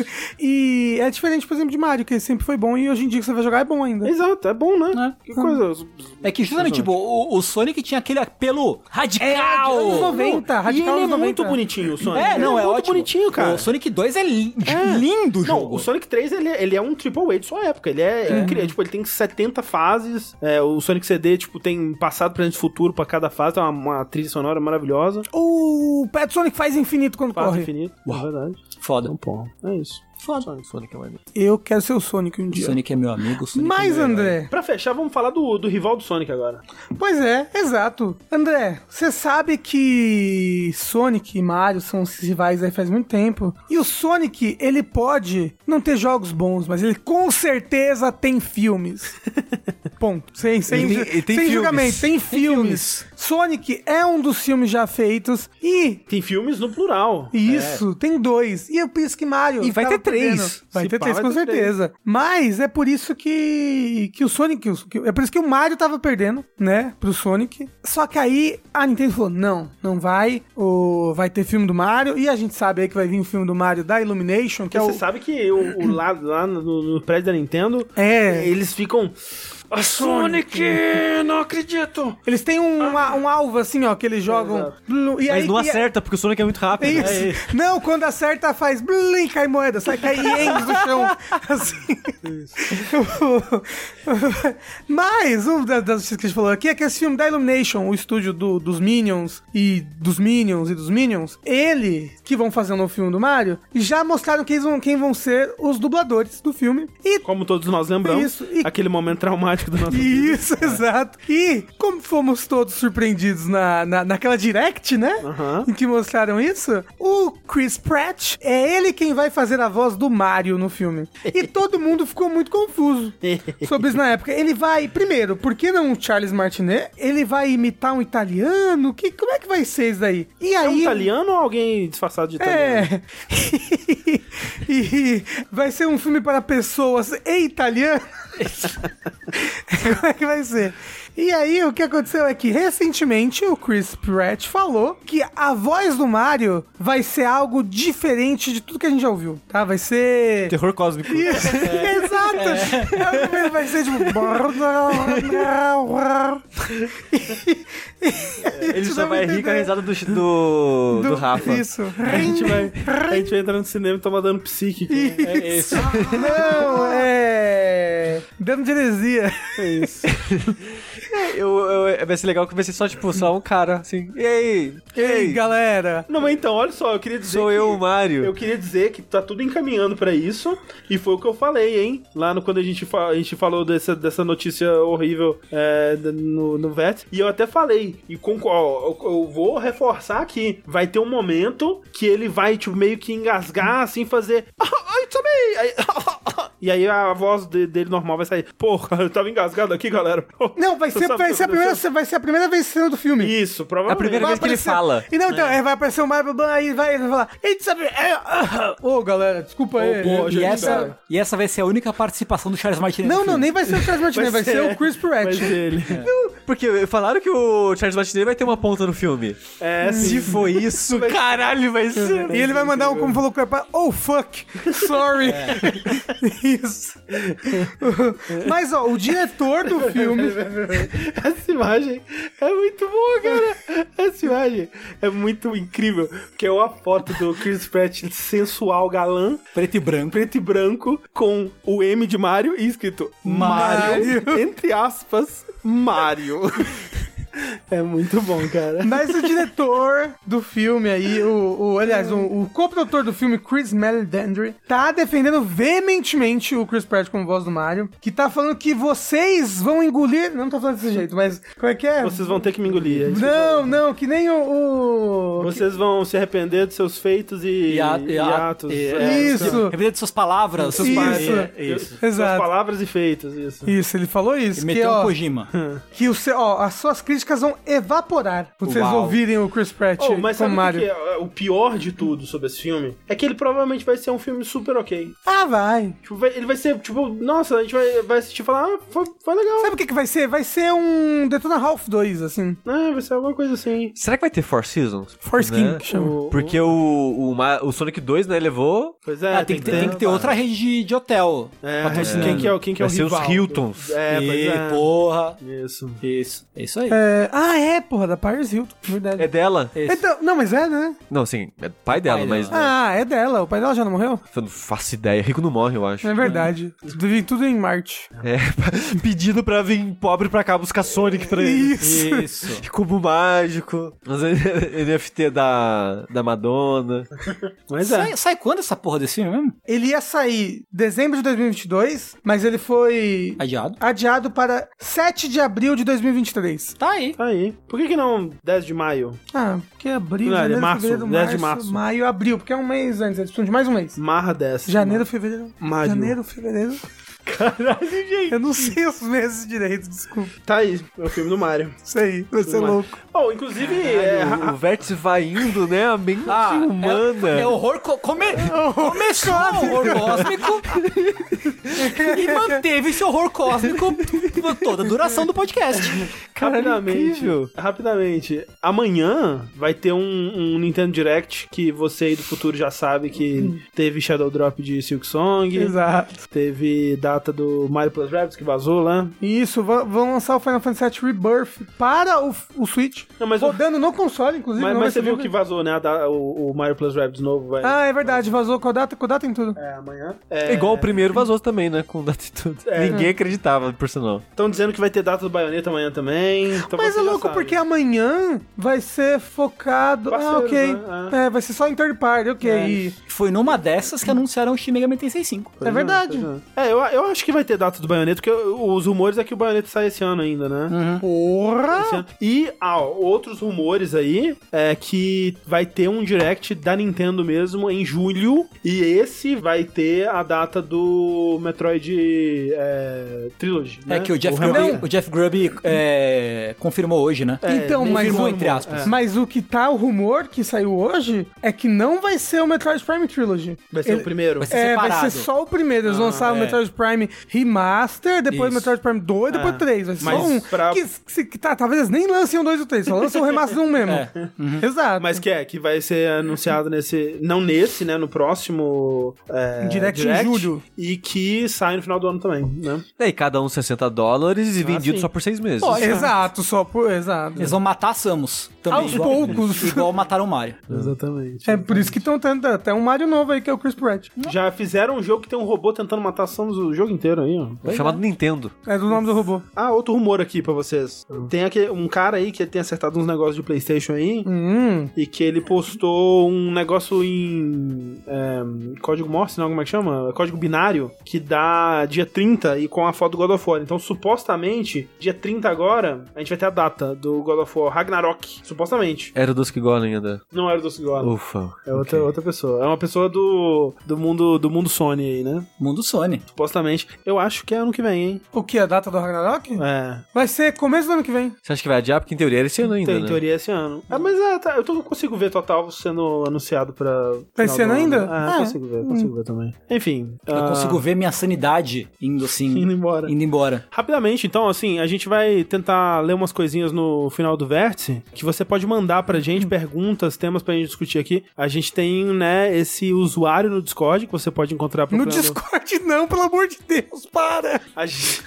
E é diferente, por exemplo, de Mario, que sempre foi bom e hoje em dia que você vai jogar é bom ainda. Exato, é bom, né? É. Que coisa. É que justamente, tipo, o, o Sonic tinha aquele apelo radical. É, de anos noventa, E radical ele é anos muito noventa. bonitinho, o Sonic. É, Ele não, é, muito ótimo. bonitinho, cara. O Sonic dois é, li- É. lindo o Não, jogo. o Sonic três, ele, ele é um triple A de sua época. Ele é, incrível. Tipo, ele tem setenta fases. É, o Sonic C D, tipo, tem passado, presente e futuro pra cada fase. Tem uma, uma trilha sonora maravilhosa. O Pet Sonic faz infinito quando Fase corre. infinito. É verdade. Foda. Então, porra, é isso. Foda. Sonic é maneiro. Eu quero ser o Sonic um O dia. Sonic é meu amigo. o Sonic Mas, é meu herói. André... Pra fechar, vamos falar do, do rival do Sonic agora. Pois é, exato. André, você sabe que Sonic e Mario são os rivais aí faz muito tempo. E o Sonic, ele pode não ter jogos bons, mas ele com certeza tem filmes. Ponto. Sem, sem, Ele tem- ele tem sem filmes. julgamento, tem filmes. Sonic é um dos filmes já feitos e... Tem filmes no plural. Isso, tem dois. E eu penso que Mario. E vai tava ter três. perdendo. Vai Se ter pá, três, vai com ter certeza. Mas é por isso que, que o Sonic. que- É por isso que o Mario tava perdendo, né? Pro Sonic. Só que aí a Nintendo falou: não, não vai. O, vai ter filme do Mario. E a gente sabe aí que vai vir o filme do Mario da Illumination, que Porque é você o. sabe que o, o lá, lá no, no prédio da Nintendo, É. eles ficam... A Sonic, não acredito! Eles têm um, um alvo assim, ó, que eles jogam. Exato. Blu- e Mas aí, não e- acerta, porque o Sonic é muito rápido. É né? isso. Não, quando acerta, faz blim, e cai moeda, sai cai ienes do chão. Assim. Mas, uma das notícias que a gente falou aqui é que esse filme da Illumination, o estúdio do- dos Minions e dos Minions e dos Minions, ele, que vão fazer um novo filme do Mario, já mostraram quem vão, quem vão ser os dubladores do filme. E Como todos nós lembramos, Isso, e- aquele momento traumático do nosso vida. isso, exato. E como fomos todos surpreendidos na, na, naquela direct, né? Aham. Em que mostraram isso, o Chris Pratt é ele quem vai fazer a voz do Mario no filme. E todo mundo ficou muito confuso sobre isso na época. Ele vai, primeiro, por que não o Charles Martinet? Ele vai imitar um italiano? Que, como é que vai ser isso daí? E É um aí... italiano ou alguém disfarçado de italiano? É. E vai ser um filme para pessoas e italiano. Como é que vai ser? E aí, o que aconteceu é que, recentemente, o Chris Pratt falou que a voz do Mario vai ser algo diferente de tudo que a gente já ouviu, tá? Vai ser... Terror cósmico. Isso, exato! É. Vai ser tipo... Ele só vai rir com a risada do, do, do Rafa. Isso. A gente vai, a gente vai entrar no cinema e tomar dano psíquico. É isso. Não, é... Dano de heresia. É isso. Eu, eu, vai ser legal que vai ser só, tipo, só um cara, assim. E aí? E Ei, aí? galera. Não, mas então, olha só, eu queria dizer Sou que- eu, o Mario. Eu queria dizer que tá tudo encaminhando pra isso, e foi o que eu falei, hein? Lá no, quando a gente, fa- a gente falou dessa, dessa notícia horrível é, da- no, no V E T, e eu até falei, e com, ó, eu, eu vou reforçar aqui, vai ter um momento que ele vai, tipo, meio que engasgar, assim, fazer... Ah, it's me! Aí, E aí a voz de- dele normal vai sair. Porra, eu tava engasgado aqui, galera. Porra, Não, vai você ser, sabe vai o que ser, a primeira, aconteceu? vai ser a primeira vez cena do filme. Isso, provavelmente. É a primeira Vai vez que ele aparecer- fala. E não, então, é, vai aparecer o Mario, aí vai, ele vai falar, ei, sabe, é, ah, ô, galera, desculpa aí. pô, E gente, essa, cara. e essa vai ser a única participação do Charles Martinet. Não, no não, filme. nem vai ser o Charles Martinet, vai, ser o Chris Pratt. Vai ser ele. Porque falaram que o Charles Martinet vai ter uma ponta no filme. É, Se for isso, caralho, vai ser. E ele vai mandar um, como falou com o pai, oh, fuck, sorry. Isso. Mas, ó, o diretor do filme... Essa imagem é muito boa, cara. Essa imagem é muito incrível. Que é uma foto do Chris Pratt sensual, galã, Preto e branco. preto e branco, com o M de Mario e escrito Mario, entre aspas, Mario. É muito bom, cara. Mas o diretor do filme aí, o, o aliás, o, o co-produtor do filme, Chris Meledandri, tá defendendo veementemente o Chris Pratt como voz do Mario, que tá falando que vocês vão engolir... Não tá falando desse jeito, mas como é que é? Vocês vão ter que me engolir. é isso que eu Não, falo. não, que nem o... o- Vocês vão se arrepender dos seus feitos e, E, a, e e, a, atos. e, É, Isso. Representa de suas palavras. Isso. É, é isso. Suas Exato. palavras e feitos, isso. Isso, ele falou isso. E que, meteu ó, um Kojima. que o seu, ó, as suas críticas vão evaporar quando vocês Uau. ouvirem o Chris Pratt Oh, mas como sabe o Mario. que, que é o pior de tudo sobre esse filme? É que ele provavelmente vai ser um filme super ok. Ah, vai. Tipo, vai- ele vai ser, tipo, nossa, a gente vai, vai assistir e falar, ah, foi, foi legal. Sabe o que que vai ser? Vai ser um Detona Ralph dois, assim. Ah, vai ser alguma coisa assim. Será que vai ter Four Seasons? Force Né? King, que chama. O- Porque o, o, Ma- o Sonic dois, né, levou... Pois é, Ah, tem, que ter, tem que ter outra rede de, de hotel. É, patrocinando. quem que é, o- quem que é o Vai ser os rival? Hiltons. É, pois E, é. porra. Isso. Isso. É isso aí. É, ah, é, porra, da Paris Hilton, verdade. É dela? Esse. Então, não, mas é, né? Não, sim, é pai dela, pai mas... dela. Ah, é dela. O pai dela já não morreu? Eu não faço ideia. Rico não morre, eu acho. É verdade. Vim tudo em Marte. É, pedindo pra vir pobre pra cá buscar Sonic pra ele. Isso. Isso. Cubo mágico. Mas N F T da, da Madonna. Mas é. Sai, sai quando essa porra desse filme mesmo? Ele ia sair dezembro de dois mil e vinte e dois, mas ele foi Adiado. adiado para sete de abril de dois mil e vinte e três. Tá aí. Tá aí. Por que que não dez de maio? Ah, porque abril, Não, é janeiro, março, fevereiro, dez março, de março. maio, abril, porque é um mês antes, eles precisam de mais um mês. Marra dez. Janeiro, fevereiro, Maio. janeiro, fevereiro. Caralho, gente. Eu não sei os meses direito, desculpa. Tá aí, é o filme do Mario. Isso aí, vai ser Mario. louco. Oh, inclusive, é, O, o vértice vai indo, né? A mente Ah, humana. É, é horror. Co come, começou o horror cósmico e manteve esse horror cósmico por toda a duração do podcast. rapidamente, rapidamente, amanhã vai ter um, um Nintendo Direct que você aí do futuro já sabe que teve Shadow Drop de Silk Song, Exato. teve data do Mario Plus Rabbids que vazou lá. Isso, va- vão lançar o Final Fantasy sete Rebirth para o, o Switch, Não, mas, o- rodando no console, inclusive. mas, não mas vai você ser viu vídeo. que vazou, né? a da- o, o Mario Plus Rabbids novo vai. Ah, é verdade, vazou com a data, com a data em tudo. É, amanhã. É igual o primeiro vazou também, né? Com data e tudo. É. Ninguém acreditava, por sinal. Estão dizendo que vai ter data do Bayonetta amanhã também. Então Mas você é já louco sabe. porque amanhã vai ser focado. Ah, Parceiros, ok. né? É, vai ser só em third party, ok. É. E- Foi numa dessas que anunciaram o Shin Megami Tensei cinco. É verdade. Pois É, É, eu, eu acho que vai ter data do Bayonetta, porque os rumores é que o Bayonetta sai esse ano ainda, né? Esse Porra! ano. E, ah, ó, outros rumores aí é que vai ter um direct da Nintendo mesmo em julho, e esse vai ter a data do Metroid é, Trilogy, né? É que o Jeff remaster. Grubb, o Jeff Grubb é, confirmou hoje, né? Então, mas, confirmou, o- entre aspas. mas o que tá, o rumor que saiu hoje é que não vai ser o Metroid Prime Trilogy. Vai ser Ele- o primeiro. vai ser É, vai separado. ser só o primeiro. Eles Ah, lançaram o é. Metroid Prime Remaster, depois o Isso. Metroid Prime dois, depois Ah, o três. Vai ser mas só um. pra- Que, que, que tá, talvez eles nem lancem o dois e o três, só lançam o Remaster um mesmo. É. Exato. Mas que é, que vai ser anunciado nesse. Não nesse, né? No próximo. É, Direct em julho. E que sai no final do ano também, né? E aí, cada um sessenta dólares e vendido sim. só por seis meses. Pode. Exato, só por. Exato. Eles vão matar a Samus. Também, Aos igual, poucos. Igual mataram o Mario. Exatamente. É por isso que estão tendo até um Mario novo aí, que é o Chris Pratt. Já fizeram um jogo que tem um robô tentando matar a Samus o jogo inteiro aí, ó. É chamado Nintendo. É do nome do robô. Ah, outro rumor aqui pra vocês. Tem aquele, um cara aí que tem acertado uns negócios de PlayStation aí. Hum. E que ele postou um negócio em é, código Morse, não? Como é que chama? Código binário, que dá dia trinta e com a foto do God of War. Então, supostamente, dia trinta agora, a gente vai ter a data do God of War Ragnarok. supostamente. Era o Dusk Golem ainda. Não era o Dusk Golem. Ufa. É outra, outra pessoa. É uma pessoa do, do, mundo, do mundo Sony aí, né? Mundo Sony. Supostamente. Eu acho que é ano que vem, hein? O que? A data do Ragnarok? É. Vai ser começo do ano que vem. Você acha que vai adiar? Porque em teoria era esse ano ainda, Tem né? teoria esse ano. Ah, mas é, tá, eu tô, consigo ver Total sendo anunciado pra... Pra final esse ano do ainda? Ah, Ah, consigo ver, consigo ver também. Enfim. Eu ah, consigo ver minha sanidade indo assim. Indo embora. Indo embora. Rapidamente, então, assim, a gente vai tentar ler umas coisinhas no final do Vértice, que você pode mandar pra gente perguntas, temas pra gente discutir aqui. A gente tem, né, esse usuário no Discord que você pode encontrar No procurando... Discord não, pelo amor de Deus, para! A gente...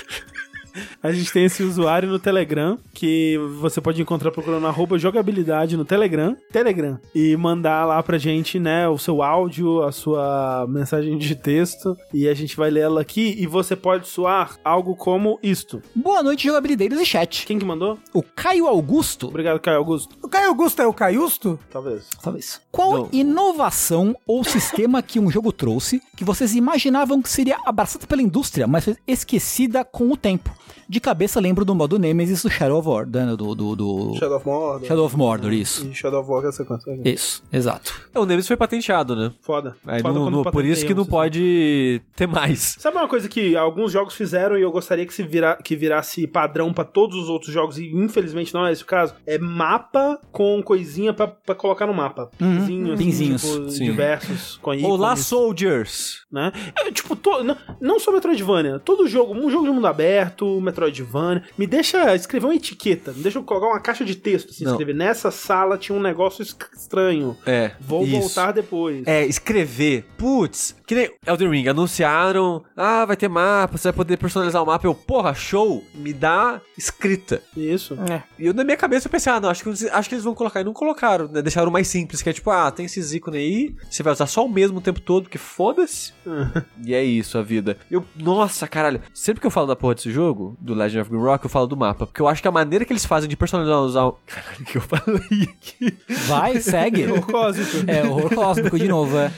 A gente tem esse usuário no Telegram, que você pode encontrar procurando arroba jogabilidade no Telegram, Telegram, e mandar lá pra gente, né, o seu áudio, a sua mensagem de texto, e a gente vai ler ela aqui, e você pode soar algo como isto. Boa noite, jogabilideiros e chat. Quem que mandou? O Caio Augusto. Obrigado, Caio Augusto. O Caio Augusto é o Caiusto? Talvez. Talvez. Qual Não. inovação ou sistema que um jogo trouxe que vocês imaginavam que seria abraçada pela indústria, mas foi esquecida com o tempo? De cabeça lembro do modo Nemesis do Shadow of War, né, do, do, do... Shadow of Mordor. Shadow of Mordor, isso. E Shadow of War que é a sequência. Isso, exato. É, o Nemesis foi patenteado, né? Foda. Aí Foda não- quando não- por isso que não patenteiam, pode ter mais. Sabe uma coisa que alguns jogos fizeram e eu gostaria que, se vira, que virasse padrão pra todos os outros jogos, e infelizmente não é esse o caso? É mapa com coisinha pra, pra colocar no mapa. Pinzinhos, assim, pinzinhos, tipo, sim. diversos, com ícones, Olá, Soldiers! né? É, tipo, to, não, não só Metroidvania, todo jogo, um jogo de mundo aberto, Metroidvania, me deixa escrever uma etiqueta, me deixa colocar uma caixa de texto, assim, Não. escrever, nessa sala tinha um negócio es- estranho, É, vou isso. voltar depois. É, escrever. Putz, que nem Elden Ring, anunciaram, ah, vai ter mapa, você vai poder personalizar o mapa. Eu, porra, show, me dá escrita. Isso. É. E eu, na minha cabeça, eu pensei, ah, não, acho que, acho que eles vão colocar. E não colocaram, né? Deixaram mais simples, que é tipo, ah, tem esses ícones aí, você vai usar só o mesmo o tempo todo, porque foda-se. E é isso, a vida. Eu, nossa, caralho. Sempre que eu falo da porra desse jogo, do Legend of Grimrock, eu falo do mapa. Porque eu acho que a maneira que eles fazem de personalizar o... Caralho, o que eu falei aqui? Vai, segue. Horror cósmico. É, horror cósmico de novo, é.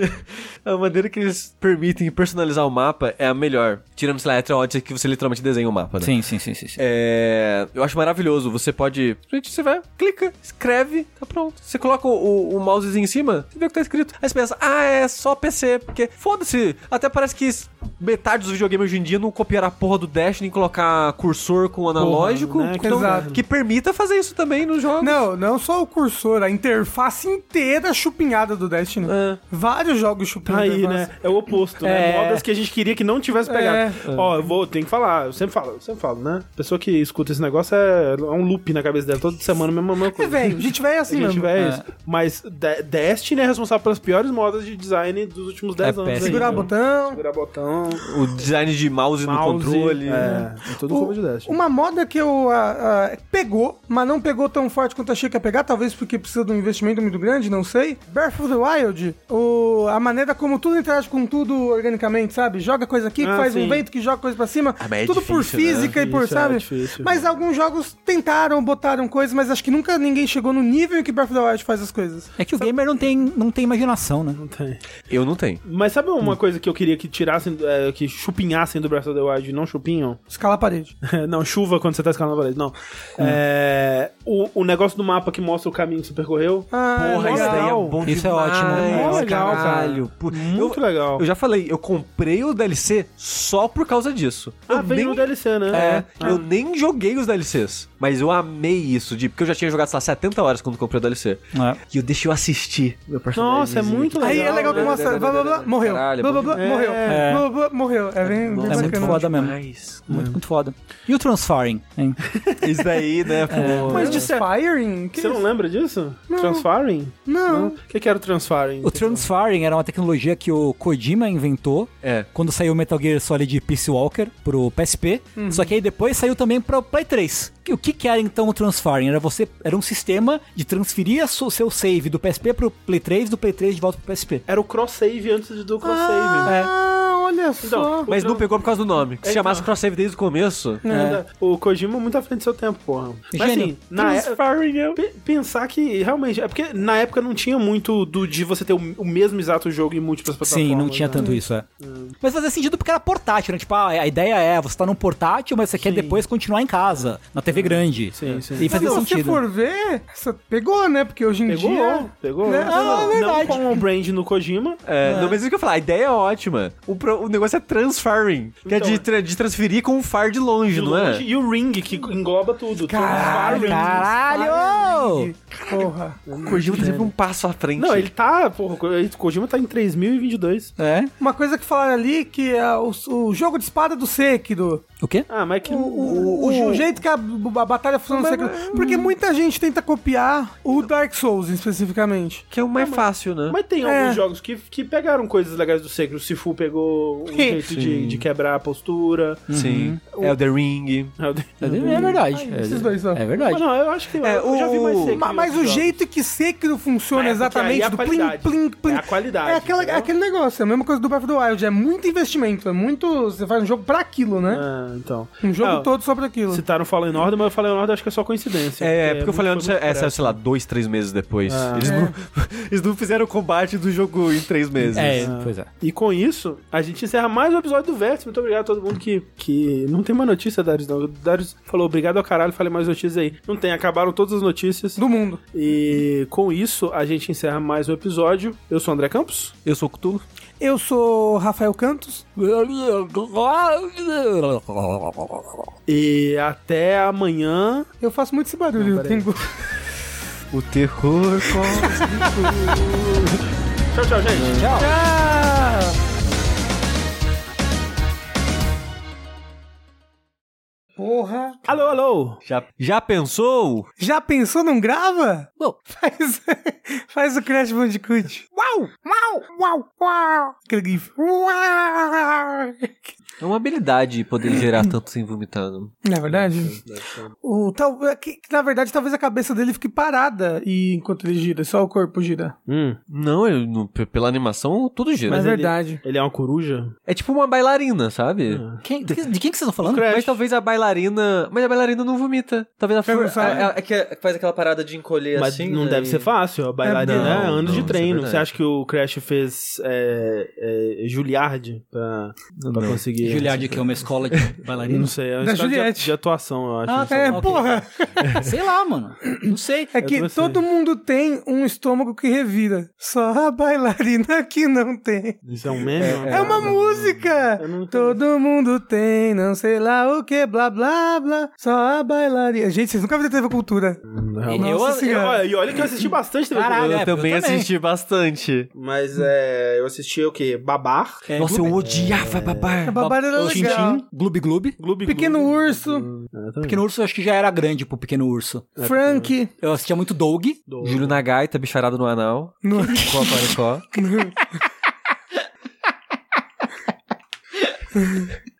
A maneira que eles permitem personalizar o mapa é a melhor. Tirando, sei lá, a Odyssey, que você literalmente desenha o mapa, né? Sim, sim, sim, sim. sim. É... Eu acho maravilhoso. Você pode... Você vai, clica, escreve, tá pronto. Você coloca o, o mousezinho em cima, você vê o que tá escrito. Aí você pensa, ah, é só P C, porque foda-se. Até parece que metade dos videogames hoje em dia não copiaram a porra do Dash nem colocar cursor com analógico. né? Então, Exato. que permita fazer isso também nos jogos. Não, não só o cursor, a interface inteira chupinhada do Destiny. É. Vários jogos chupinhos. Tá aí, da né? interface. É o oposto, né? É. Modas que a gente queria que não tivesse pegado. É. Ó, eu vou, tem que falar, eu sempre falo, eu sempre falo, né? Pessoa que escuta esse negócio é, é um loop na cabeça dela, toda semana a mesma, mesma É, coisa. velho, a gente vai assim A gente mesmo. vai É. isso. Mas De- Destiny é responsável pelas piores modas de design dos últimos dez É anos. péssimo. aí, Segurar né? botão. Segurar botão, O design de mouse, mouse, no controle. É, é tudo culpa de Destiny. Uma moda que eu ah, ah, pegou, mas não pegou tão forte quanto achei que ia pegar, talvez porque precisa de um investimento muito grande, não sei. Breath of the Wild, o, a maneira como tudo interage com tudo organicamente, sabe? Joga coisa aqui, que Ah, faz sim. um vento, que joga coisa pra cima, Ah, mas é tudo por difícil, né? física e por, Isso, é sabe? difícil. Mas alguns jogos tentaram, botaram coisas, mas acho que nunca ninguém chegou no nível em que Breath of the Wild faz as coisas. É que o gamer não tem, não tem imaginação, né? Não tem. Eu não tenho. Mas sabe uma coisa que eu queria que tirassem, é, que chupinhassem do Breath of the Wild e não chupinham? Escalar a parede. Não, chuva quando você tá escalando a parede, não. É, o, o negócio do mapa que mostra o caminho que você percorreu. Ah, Porra, mó isso daí é legal. bom Isso é demais. ótimo. Mó legal, cara. caralho. Pu- Muito eu, legal. Eu já falei, eu comprei o D L C só por causa disso. Ah, eu veio nem, no D L C, né? É, Ah. eu nem joguei os D L Cs, mas eu amei isso, de, porque eu já tinha jogado, sei lá, setenta horas quando comprei o D L C. É. E eu deixei eu assistir meu personagem. Nossa, é muito legal. Aí é legal que né? mostra, blá blá blá, morreu. Caralho, é Blá blá bom blá, demais. morreu. É. Blá blá, morreu. É bem, bem Nossa, É muito bacana. foda mesmo. Demais. Muito, muito foda. E o Transferring, hein? Isso daí, né, pô. Mas de de Firing? Você não lembra disso? Transferring? Não. O que, que era o Transferring? O Transferring era uma tecnologia que o Kojima inventou É. quando saiu o Metal Gear Solid Peace Walker pro P S P, só que aí depois saiu também pro Play três. Que- O que que era então o Transferring? Era você, era um sistema de transferir o seu save do P S P pro Play três, do Play três de volta pro P S P. Era o cross-save antes do cross-save. Ah, olha Olha só. Então, Mas o não tran- pegou por causa do nome. Se É, chamasse então. Cross Save desde o começo... É. O Kojima é muito à frente do seu tempo, porra. Mas Gênio. assim, na é- pe- pensar que realmente... É porque na época não tinha muito do, de você ter o, o mesmo exato jogo em múltiplas plataformas. Sim, não tinha né? tanto isso, é. Mas fazia sentido porque era portátil, né? Tipo, ah, a ideia é, você tá num portátil, mas você quer Sim. depois continuar em casa, na T V grande. Sim, sim. E fazia Mas, se sentido. você for ver, você pegou, né? Porque hoje em Pegou, dia... pegou. Né? Não, Ah, não, é não verdade. com o brand no Kojima. É, não, mas isso que eu ia falar, a ideia é ótima. O, pro- o negócio é transferring, que Então, é de, tra- de transferir com o far de longe, De não longe, é? E o ring, que engloba tudo. Caralho, Transferring. Caralho! Porra. O Kojima tá sempre um passo à frente. Não, ele tá... Porra, o Kojima tá em três mil e vinte e dois. É? Uma coisa que falaram ali, que é o, o jogo de espada do Sekiro. O quê? Ah, mas que... O, o, o, o jeito que a, a batalha funciona no Sekiro. Porque muita gente tenta copiar o Dark Souls, especificamente. Que é o mais fácil, né? Mas tem É. alguns jogos que, que pegaram coisas legais do Sekiro. O Sifu pegou um jeito de, de quebrar a postura. Sim. É o The Ring. É, o- É verdade. Ah, esses dois, ó. É verdade. Mas não, eu acho que É, eu já vi mais o- Sekiro. Ma- Mas, em o outros jeito que Sekiro funciona Mas é porque aí exatamente, é a do plim, qualidade. plim, plim. É a qualidade, É aquela- entendeu? aquele negócio, é a mesma coisa do Breath of the Wild. É muito investimento, é muito... Você faz um jogo pra aquilo, né? jogos. É, então. Um jogo Ah, todo só pra aquilo. Citaram Fallen Order, mas o Fallen Order acho que é só coincidência. É, porque eu falei muito- antes, foi muito essa é, sei lá, dois, três meses depois. Ah. Eles, É. não, eles não fizeram o combate do jogo em três meses. É, pois é. E com isso, a gente encerra mais um episódio do Vértice. Muito obrigado a todo mundo que, que... Não tem mais notícia, Darius, não. O Darius falou, obrigado ao caralho, falei mais notícias aí. Não tem, acabaram todas as notícias. Do mundo. E com isso, a gente encerra mais um episódio. Eu sou o André Campos. Eu sou o Cthulhu. Eu sou Rafael Cantos. E até amanhã. Eu faço muito esse barulho. Não, eu tenho... O terror Tchau, tchau, gente. Tchau. Tchau! Porra. Alô, alô. Já, já pensou? Já pensou, não grava? Bom. Faz, faz o Crash Bandicoot. Uau! Uau! Uau! Uau! Aquele gif. Uau! É uma habilidade poder gerar tanto sem vomitar. Não? Não é verdade? O, tal, é que, que, na verdade, talvez a cabeça dele fique parada e, enquanto ele gira, só o corpo gira. Hum, Não, eu, no- p- pela animação tudo gira. Mas é ele- verdade. ele é uma coruja? É tipo uma bailarina, sabe? Quem- de, de quem que vocês estão falando? Crash. Mas talvez a bailarina... Mas a bailarina não vomita. Talvez a... Pega o for- a, a, a, que faz aquela parada de encolher Mas assim, não né, deve e- ser fácil. A bailarina Não, é anos não, de isso é treino. verdade. Você acha que o Crash fez é, é, Juilliard pra, pra Não. conseguir... Juilliard, que é uma escola de Eu bailarina. Não sei, é uma Da escola de, Juliette. de atuação, eu acho. Ah, não sei. É, ok. porra. Sei lá, mano. Não sei. É que também sei. todo mundo tem um estômago que revira. Só a bailarina que não tem. Isso é um meme? É uma música! Eu não Todo mundo tem, não sei lá o que, blá blá blá. Só a bailarina. Gente, vocês nunca viram T V Cultura. Realmente. Eu- Nossa E senhora. olha, e olha que eu assisti bastante T V Caralho, Cultura. Eu é, também eu também. assisti bastante. Mas é, eu assisti o quê? Babar. É, Nossa, eu Gloob- odiava babar. A babada era o legal. Tintin, Gloob Gloob. Gloob Pequeno Gloob. Urso, É, também. Pequeno Urso eu acho que já era grande pro Pequeno Urso. Frank. Eu assistia muito Doug. Do- Júlio na gaita, bicharada no anal. No... Copa no có.